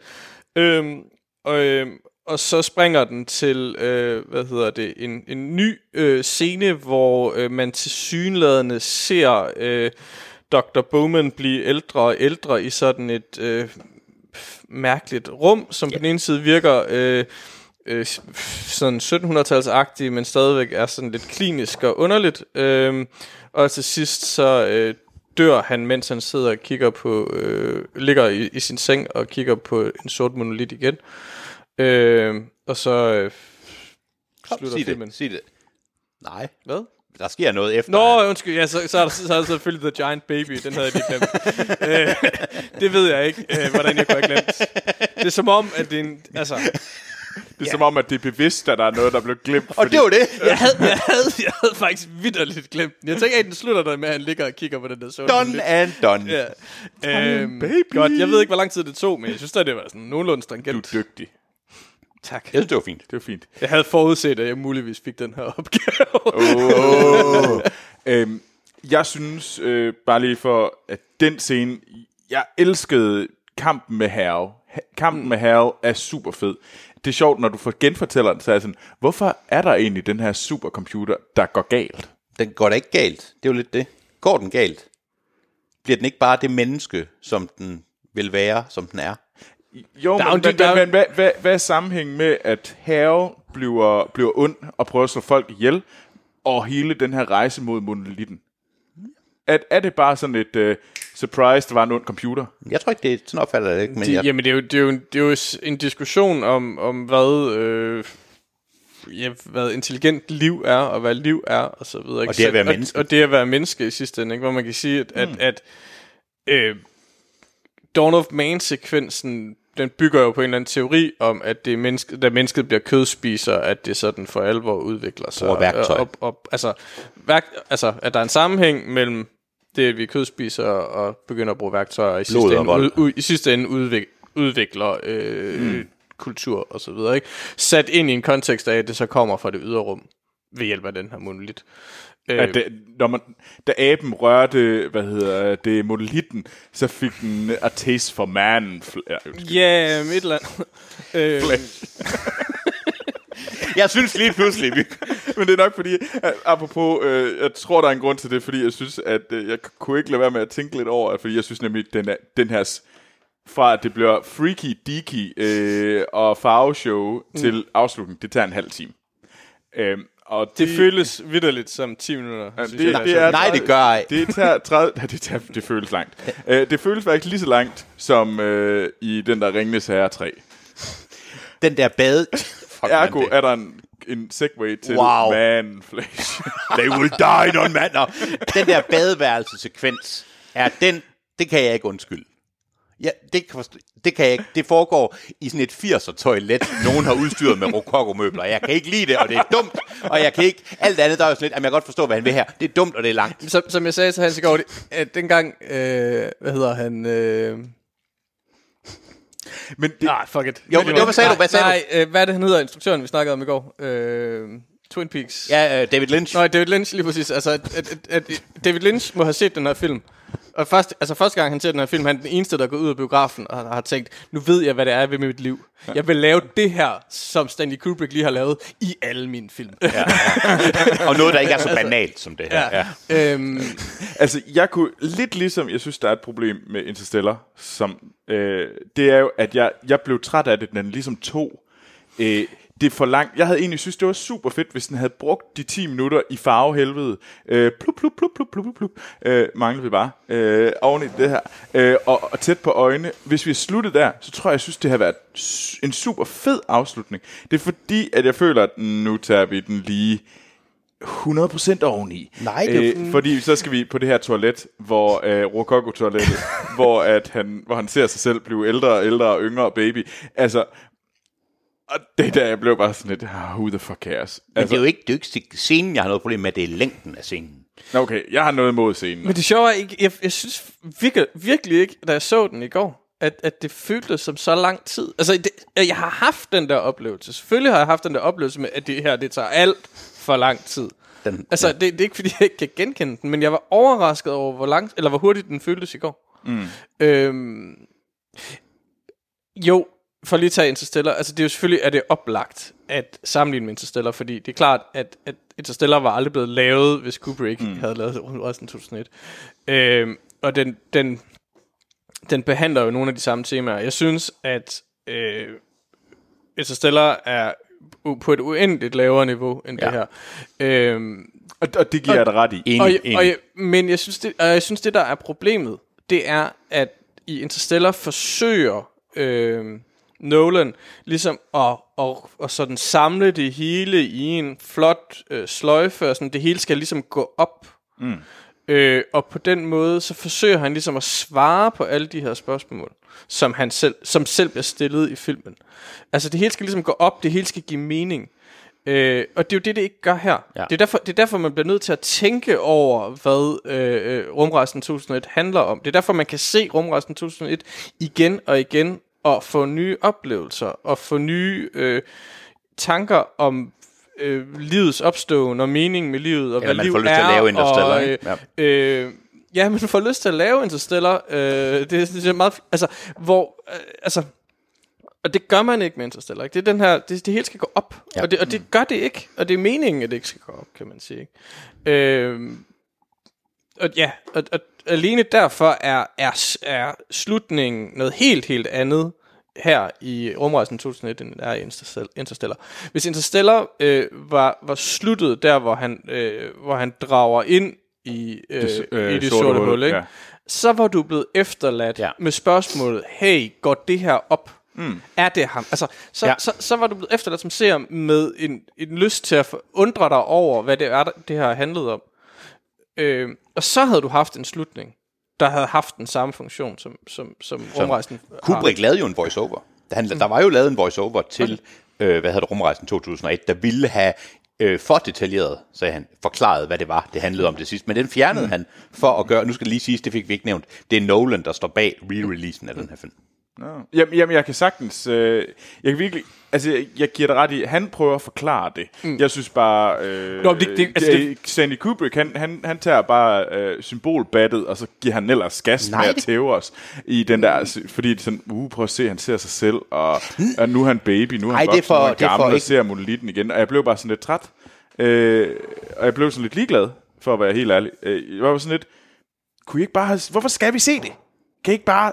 og så springer den til en ny scene, hvor man tilsyneladende ser Dr. Bowman blive ældre og ældre i sådan et mærkeligt rum, som på den ene side virker sådan 1700-talsagtig, men stadigvæk er sådan lidt klinisk og underligt. Og til sidst så dør han, mens han sidder og kigger på, ligger i sin seng og kigger på en sort monolit igen. Og så slutter filmen. Sig det. Nej. Hvad? Der sker noget efter. Nå, undskyld, ja, så er der selvfølgelig The Giant Baby. Den havde jeg lige glemt. Det ved jeg ikke, hvordan jeg kunne have glemt. Det er som om, at det er en... Altså, det er som om, at det er bevidst, at der er noget, der blev glemt. Og det var det. Jeg havde faktisk vitterligt glemt den. Jeg tænker, at den slutter der med, at han ligger og kigger på den der sort. Done and done. Ja. Baby. Godt, jeg ved ikke, hvor lang tid det tog, men jeg synes, at det var sådan nogenlunde stringent. Du er dygtig. Tak. Jeg synes, det var fint. Det var fint. Jeg havde forudset, at jeg muligvis fik den her opgave. Jeg synes, bare lige for, at den scene, jeg elskede kampen med Hal. Kampen med Hal er super fed. Det er sjovt, når du får genfortæller den, så er jeg sådan, hvorfor er der egentlig den her supercomputer, der går galt? Den går da ikke galt. Det er jo lidt det. Går den galt? Bliver den ikke bare det menneske, som den vil være, som den er? Jo, men hvad er sammenhængen med, at Hal bliver ond og prøver at slå folk ihjel, og hele den her rejse mod monolitten? Er det bare sådan et surprise, der var en ond computer? Jeg tror ikke, det er sådan opfatter det ikke. Men Jamen, det er jo en diskussion om hvad intelligent liv er, og hvad liv er, og så videre. Ikke? Og det at være menneske. Og det at være menneske i sidste ende, ikke? Hvor man kan sige, at Dawn of Man-sekvensen, den bygger jo på en eller anden teori om, at det er da mennesket bliver kødspiser, at det sådan for alvor udvikler sig. Og værktøj. Altså, at der er en sammenhæng mellem det, at vi kødspiser og begynder at bruge værktøjer, og i sidste ende udvikler kultur og så videre, ikke? Sat ind i en kontekst af, at det så kommer fra det ydre rum ved hjælp af den her monolit. Da aben rørte, det monolitten, så fik den a taste for man. Ja, et eller andet. Jeg synes lige pludselig, men det er nok fordi, apropos, jeg tror, der er en grund til det, fordi jeg synes, at jeg kunne ikke lade være med at tænke lidt over, fordi jeg synes nemlig, den her, fra at det bliver freaky, deaky og farveshow til afslutning, det tager en halv time. Og det føles vitterligt som 10 minutter. Nej, det gør ej. Det føles langt. Det føles faktisk lige så langt som i den der Ringenes Herre 3. Den der bade... Ergo er der en segway til Man Flash. They will die, non man. Den der badeværelsesekvens er det kan jeg ikke undskylde. Ja, det kan jeg ikke. Det foregår i sådan et 80'er toilet, nogen har udstyret med rokokomøbler. Jeg kan ikke lide det, og det er dumt. Og jeg kan ikke... Alt andet, der er jo sådan lidt... Jamen, jeg kan godt forstå, hvad han vil her. Det er dumt, og det er langt. Som jeg sagde til Hans i går, dengang... hvad hedder han... Men det... fuck it. Jo, men hvad sagde du? Hvad er det, han hedder, instruktøren, vi snakkede om i går? Twin Peaks. Ja, David Lynch. Nej, David Lynch, lige præcis. Altså, at David Lynch må have set den her film. Og første gang han ser den her film, han er den eneste, der går ud af biografen og har tænkt, nu ved jeg, hvad det er ved mit liv. Jeg vil lave det her, som Stanley Kubrick lige har lavet i alle mine film. Ja. Og noget, der ikke er så banalt som det her. Ja. Altså, jeg kunne lidt ligesom, jeg synes, der er et problem med Interstellar, som, det er jo, at jeg blev træt af det, den ligesom tog... det er for langt. Jeg havde egentlig synes, det var super fedt, hvis den havde brugt de 10 minutter i farvehelvede. Plup, plup, plup, plup, plup, plup. Mangler vi bare. Oven i det her. Og tæt på øjnene. Hvis vi sluttede der, så tror jeg synes, det har været en super fed afslutning. Det er fordi, at jeg føler, at nu tager vi den lige 100% oveni. Nej, det fordi så skal vi på det her toilet, hvor Rokoko-toilettet, hvor han ser sig selv blive ældre og ældre og yngre baby. Altså... Og det der, jeg blev bare sådan lidt, who the fuck cares? Men det er jo ikke scenen, jeg har noget problem med, det er længden af scenen. Okay, jeg har noget imod scenen. Men det sjove er ikke, jeg synes virkelig ikke, da jeg så den i går, at det føltes som så lang tid. Altså, jeg har haft den der oplevelse. Selvfølgelig har jeg haft den der oplevelse med, at det her, det tager alt for lang tid. Det er ikke, fordi jeg ikke kan genkende den, men jeg var overrasket over, hvor hurtigt den føltes i går. Jo, for lige at tage Interstellar, altså det er jo selvfølgelig, at det er oplagt at sammenligne med Interstellar, fordi det er klart, at Interstellar var aldrig blevet lavet, hvis Kubrick havde lavet det resten 2001. Og den behandler jo nogle af de samme temaer. Jeg synes, at Interstellar er på et uendeligt lavere niveau end det her. Og det giver jeg dig ret i. Men jeg synes, det der er problemet, det er, at i Interstellar forsøger... Nolan ligesom at sådan samle det hele i en flot sløjfe, og sådan det hele skal ligesom gå op. Og på den måde så forsøger han ligesom at svare på alle de her spørgsmål, som selv bliver stillet i filmen. Altså det hele skal ligesom gå op, det hele skal give mening. Og det er jo det ikke gør her. Ja. Det er derfor man bliver nødt til at tænke over, hvad Rumrejsen 2001 handler om. Det er derfor man kan se Rumrejsen 2001 igen og igen, og få nye oplevelser, og få nye tanker om livets opståen, og mening med livet, og hvad liv er, Ja, men du får lyst til at lave Interstellar. Det er meget... Altså, hvor... og det gør man ikke med Interstellar. Ikke? Det er den her... Det hele skal gå op. Ja. Og det gør det ikke. Og det er meningen, at det ikke skal gå op, kan man sige. Og alene derfor er slutningen noget helt andet her i Rumrejsen 2001, end er i Interstellar. Hvis Interstellar var sluttet der, hvor han drager ind i det sorte hul, ikke? Ja. Så var du blevet efterladt med spørgsmålet, hey, går det her op? Er det ham? Altså, så var du blevet efterladt som seer med en lyst til at undre dig over, hvad det er, det her handlede om. Og så havde du haft en slutning, der havde haft den samme funktion, som Rumrejsen Kubrick lavede jo en voice-over. Der var jo lavet en voice-over til, Rumrejsen 2001, der ville have for detaljeret, sagde han, forklaret, hvad det var, det handlede om det sidste. Men den fjernede han for at gøre, nu skal det lige siges, det fik vi ikke nævnt, det er Nolan, der står bag re-releasen af den her film. No. Jamen, jeg kan sagtens... jeg kan virkelig... Altså, jeg giver dig ret i... Han prøver at forklare det. Jeg synes bare... Stanley Kubrick, han tager bare symbolbattet, og så giver han ellers gas med at tæve os i den der... Fordi det sådan... prøv at se, han ser sig selv, og nu er han baby, nu er han voksen, nu er han gammel, og ser monolitten igen. Og jeg blev bare sådan lidt træt. Og jeg blev sådan lidt ligeglad, for at være helt ærlig. Jeg var sådan lidt... Kunne I ikke bare... Hvorfor skal vi se det? Kan I ikke bare...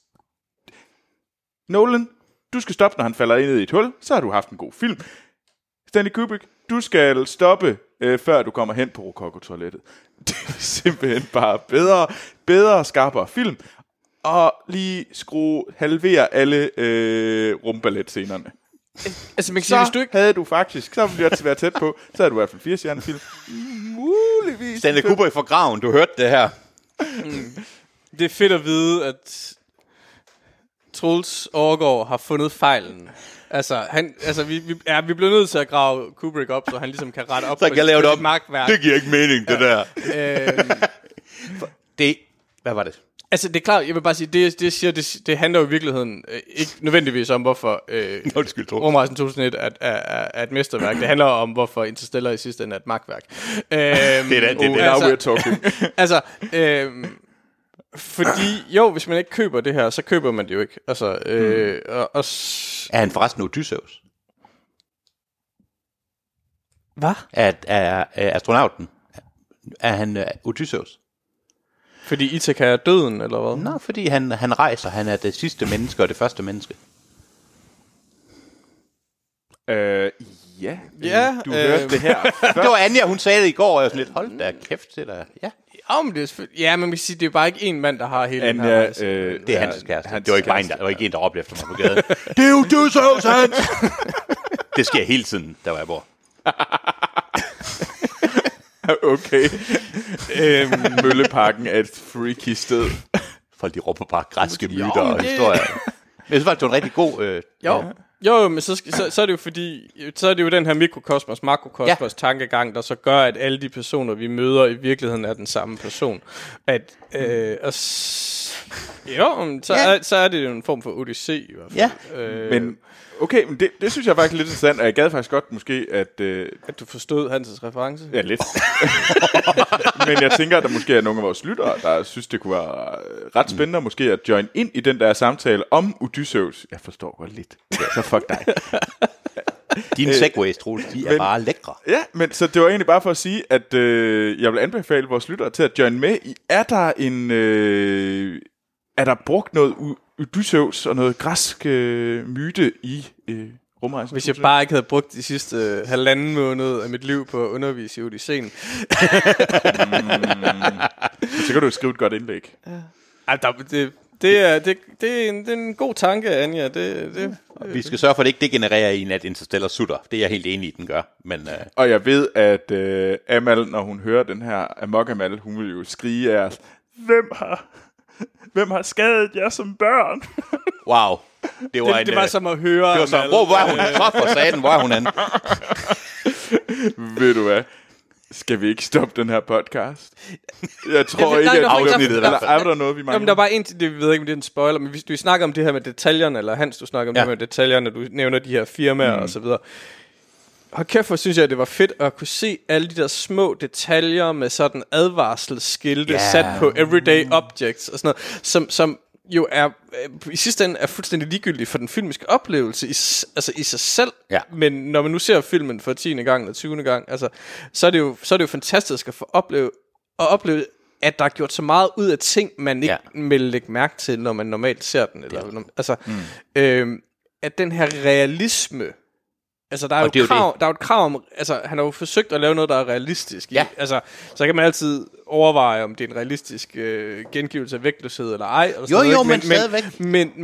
Nolan, du skal stoppe, når han falder ned i et hul, så har du haft en god film. Stanley Kubrick, du skal stoppe, før du kommer hen på Rococo-toilettet. Det er simpelthen bare bedre, skarpere film, og lige halvere alle rumballetscenerne. Altså, man kan så sige, hvis du ikke... havde du faktisk, så ville jeg være tæt på, så havde du i hvert fald 4 stjerner film. Muligvis. Stanley Kubrick for graven, du hørte det her. Det er fedt at vide, at Troels Overgaard har fundet fejlen. Vi bliver nødt til at grave Kubrick op, så han ligesom kan rette op så på jeg lave det op. magtværk. Det giver ikke mening, det der. Hvad var det? Altså, det er klart, jeg vil bare sige, det handler jo i virkeligheden ikke nødvendigvis om, hvorfor Rumrejsen 2001 er et mesterværk. Det handler om, hvorfor Interstellar i sidste ende er et magtværk. Det er we're talking. Altså, fordi, jo, hvis man ikke køber det her, så køber man det jo ikke. Altså, er han forresten Odysseus? Hvad? Er astronauten? Er han Odysseus? Fordi Ithaka er døden, eller hvad? Nå, fordi han rejser. Han er det sidste menneske og det første menneske. Ja. Du hørte det her. Det var Anja, hun sagde det i går, og jeg var sådan lidt, hold da kæft til dig. Ja. Men man kan sige, det er bare ikke en mand, der har hele Anja, den her rejse. Det er hans kæreste. Det var ikke bare en, der var ikke en, der råbte efter mig på gaden. Det er jo Odysseus, Hans! Det sker hele tiden, der hvor jeg bor. Okay. Mølleparken er et freaky sted. Folk de råber bare græske myter og historier. Men jeg synes faktisk, det var en rigtig god... Jo, men så er det jo fordi, så er det jo den her mikrokosmos, makrokosmos tankegang, der så gør, at alle de personer, vi møder i virkeligheden, er den samme person. Så er det jo en form for odyssé i hvert fald. Ja. Men okay, men det synes jeg faktisk er lidt interessant, og jeg gad faktisk godt måske, at du forstod Hans' reference. Ja, lidt. Men jeg tænker, at der måske er nogle af vores lyttere, der synes, det kunne være ret spændende måske at join ind i den der samtale om Odysseus. Jeg forstår godt lidt. Så fuck dig. Dine segways, Troels, de er bare lækre. Ja, men så det var egentlig bare for at sige, at jeg vil anbefale vores lyttere til at join med i. Er der brugt noget Odysseus og noget græsk myte i Rumrejsen? Hvis jeg bare ikke havde brugt de sidste halvanden måned af mit liv på at undervise i Odysseen. Så kan du skrive et godt indlæg. Det er en god tanke, Anja. Vi skal sørge for, at det ikke degenererer i en, at Interstellar sutter. Det er jeg helt enig i, den gør. Men, Og jeg ved, at Amal, når hun hører den her Amok Amal, hun vil jo skrige af os, Hvem har skadet jer som børn? Wow. Det var som at høre. Det var som, hvor er hun? Så for satan, hvor er hun henne? Ved du hvad? Skal vi ikke stoppe den her podcast? Jeg tror ikke, at afsnittet er der noget, vi mangler? Jamen, der er bare en til det, vi ved ikke, om det er en spoiler, men hvis du snakker om det her med detaljerne, eller Hans, du snakker om det her med detaljerne, du nævner de her firmaer og så videre. Hold kæft, hvor synes jeg, det var fedt at kunne se alle de der små detaljer med sådan advarselsskilte sat på everyday objects og sådan noget, som jo er i sidste ende er fuldstændig ligegyldigt for den filmiske oplevelse i sig selv. Ja. Men når man nu ser filmen for 10. gang eller 20. gang, altså, så er det jo fantastisk at få opleve, at der er gjort så meget ud af ting, man ikke vil lægge mærke til, når man normalt ser den. Eller, at den her realisme, altså der er jo et krav om, altså han har jo forsøgt at lave noget, der er realistisk. Ja. Altså, så kan man altid overveje, om det er en realistisk gengivelse af vægtløshed eller ej. Eller sådan noget, men stadigvæk.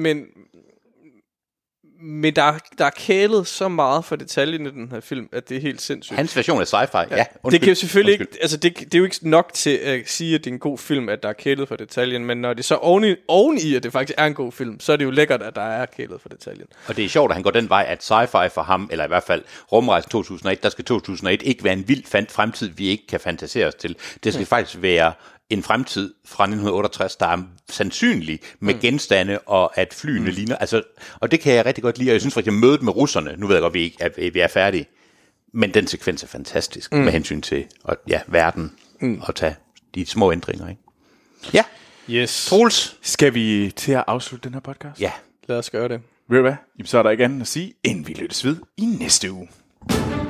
Men der er kælet så meget for detaljen i den her film, at det er helt sindssygt. Hans version af sci-fi, ja. Det kan jo selvfølgelig ikke, altså det er jo ikke nok til at sige, at det er en god film, at der er kælet for detaljen, men når det så oveni, at det faktisk er en god film, så er det jo lækkert, at der er kælet for detaljen. Og det er sjovt, at han går den vej, at sci-fi for ham, eller i hvert fald Rumrejsen 2001, der skal 2001 ikke være en vild fremtid, vi ikke kan fantasere os til. Det skal faktisk være en fremtid fra 1968, der er sandsynlig med genstande, og at flyene ligner. Altså, og det kan jeg rigtig godt lide, og jeg synes faktisk, at mødet med russerne, nu ved jeg godt, at vi er færdige, men den sekvens er fantastisk med hensyn til verden, og tage de små ændringer. Ikke? Ja. Yes. Troels. Skal vi til at afslutte den her podcast? Ja. Lad os gøre det. Ved du hvad? Så er der ikke andet at sige, end vi lyttes ved i næste uge.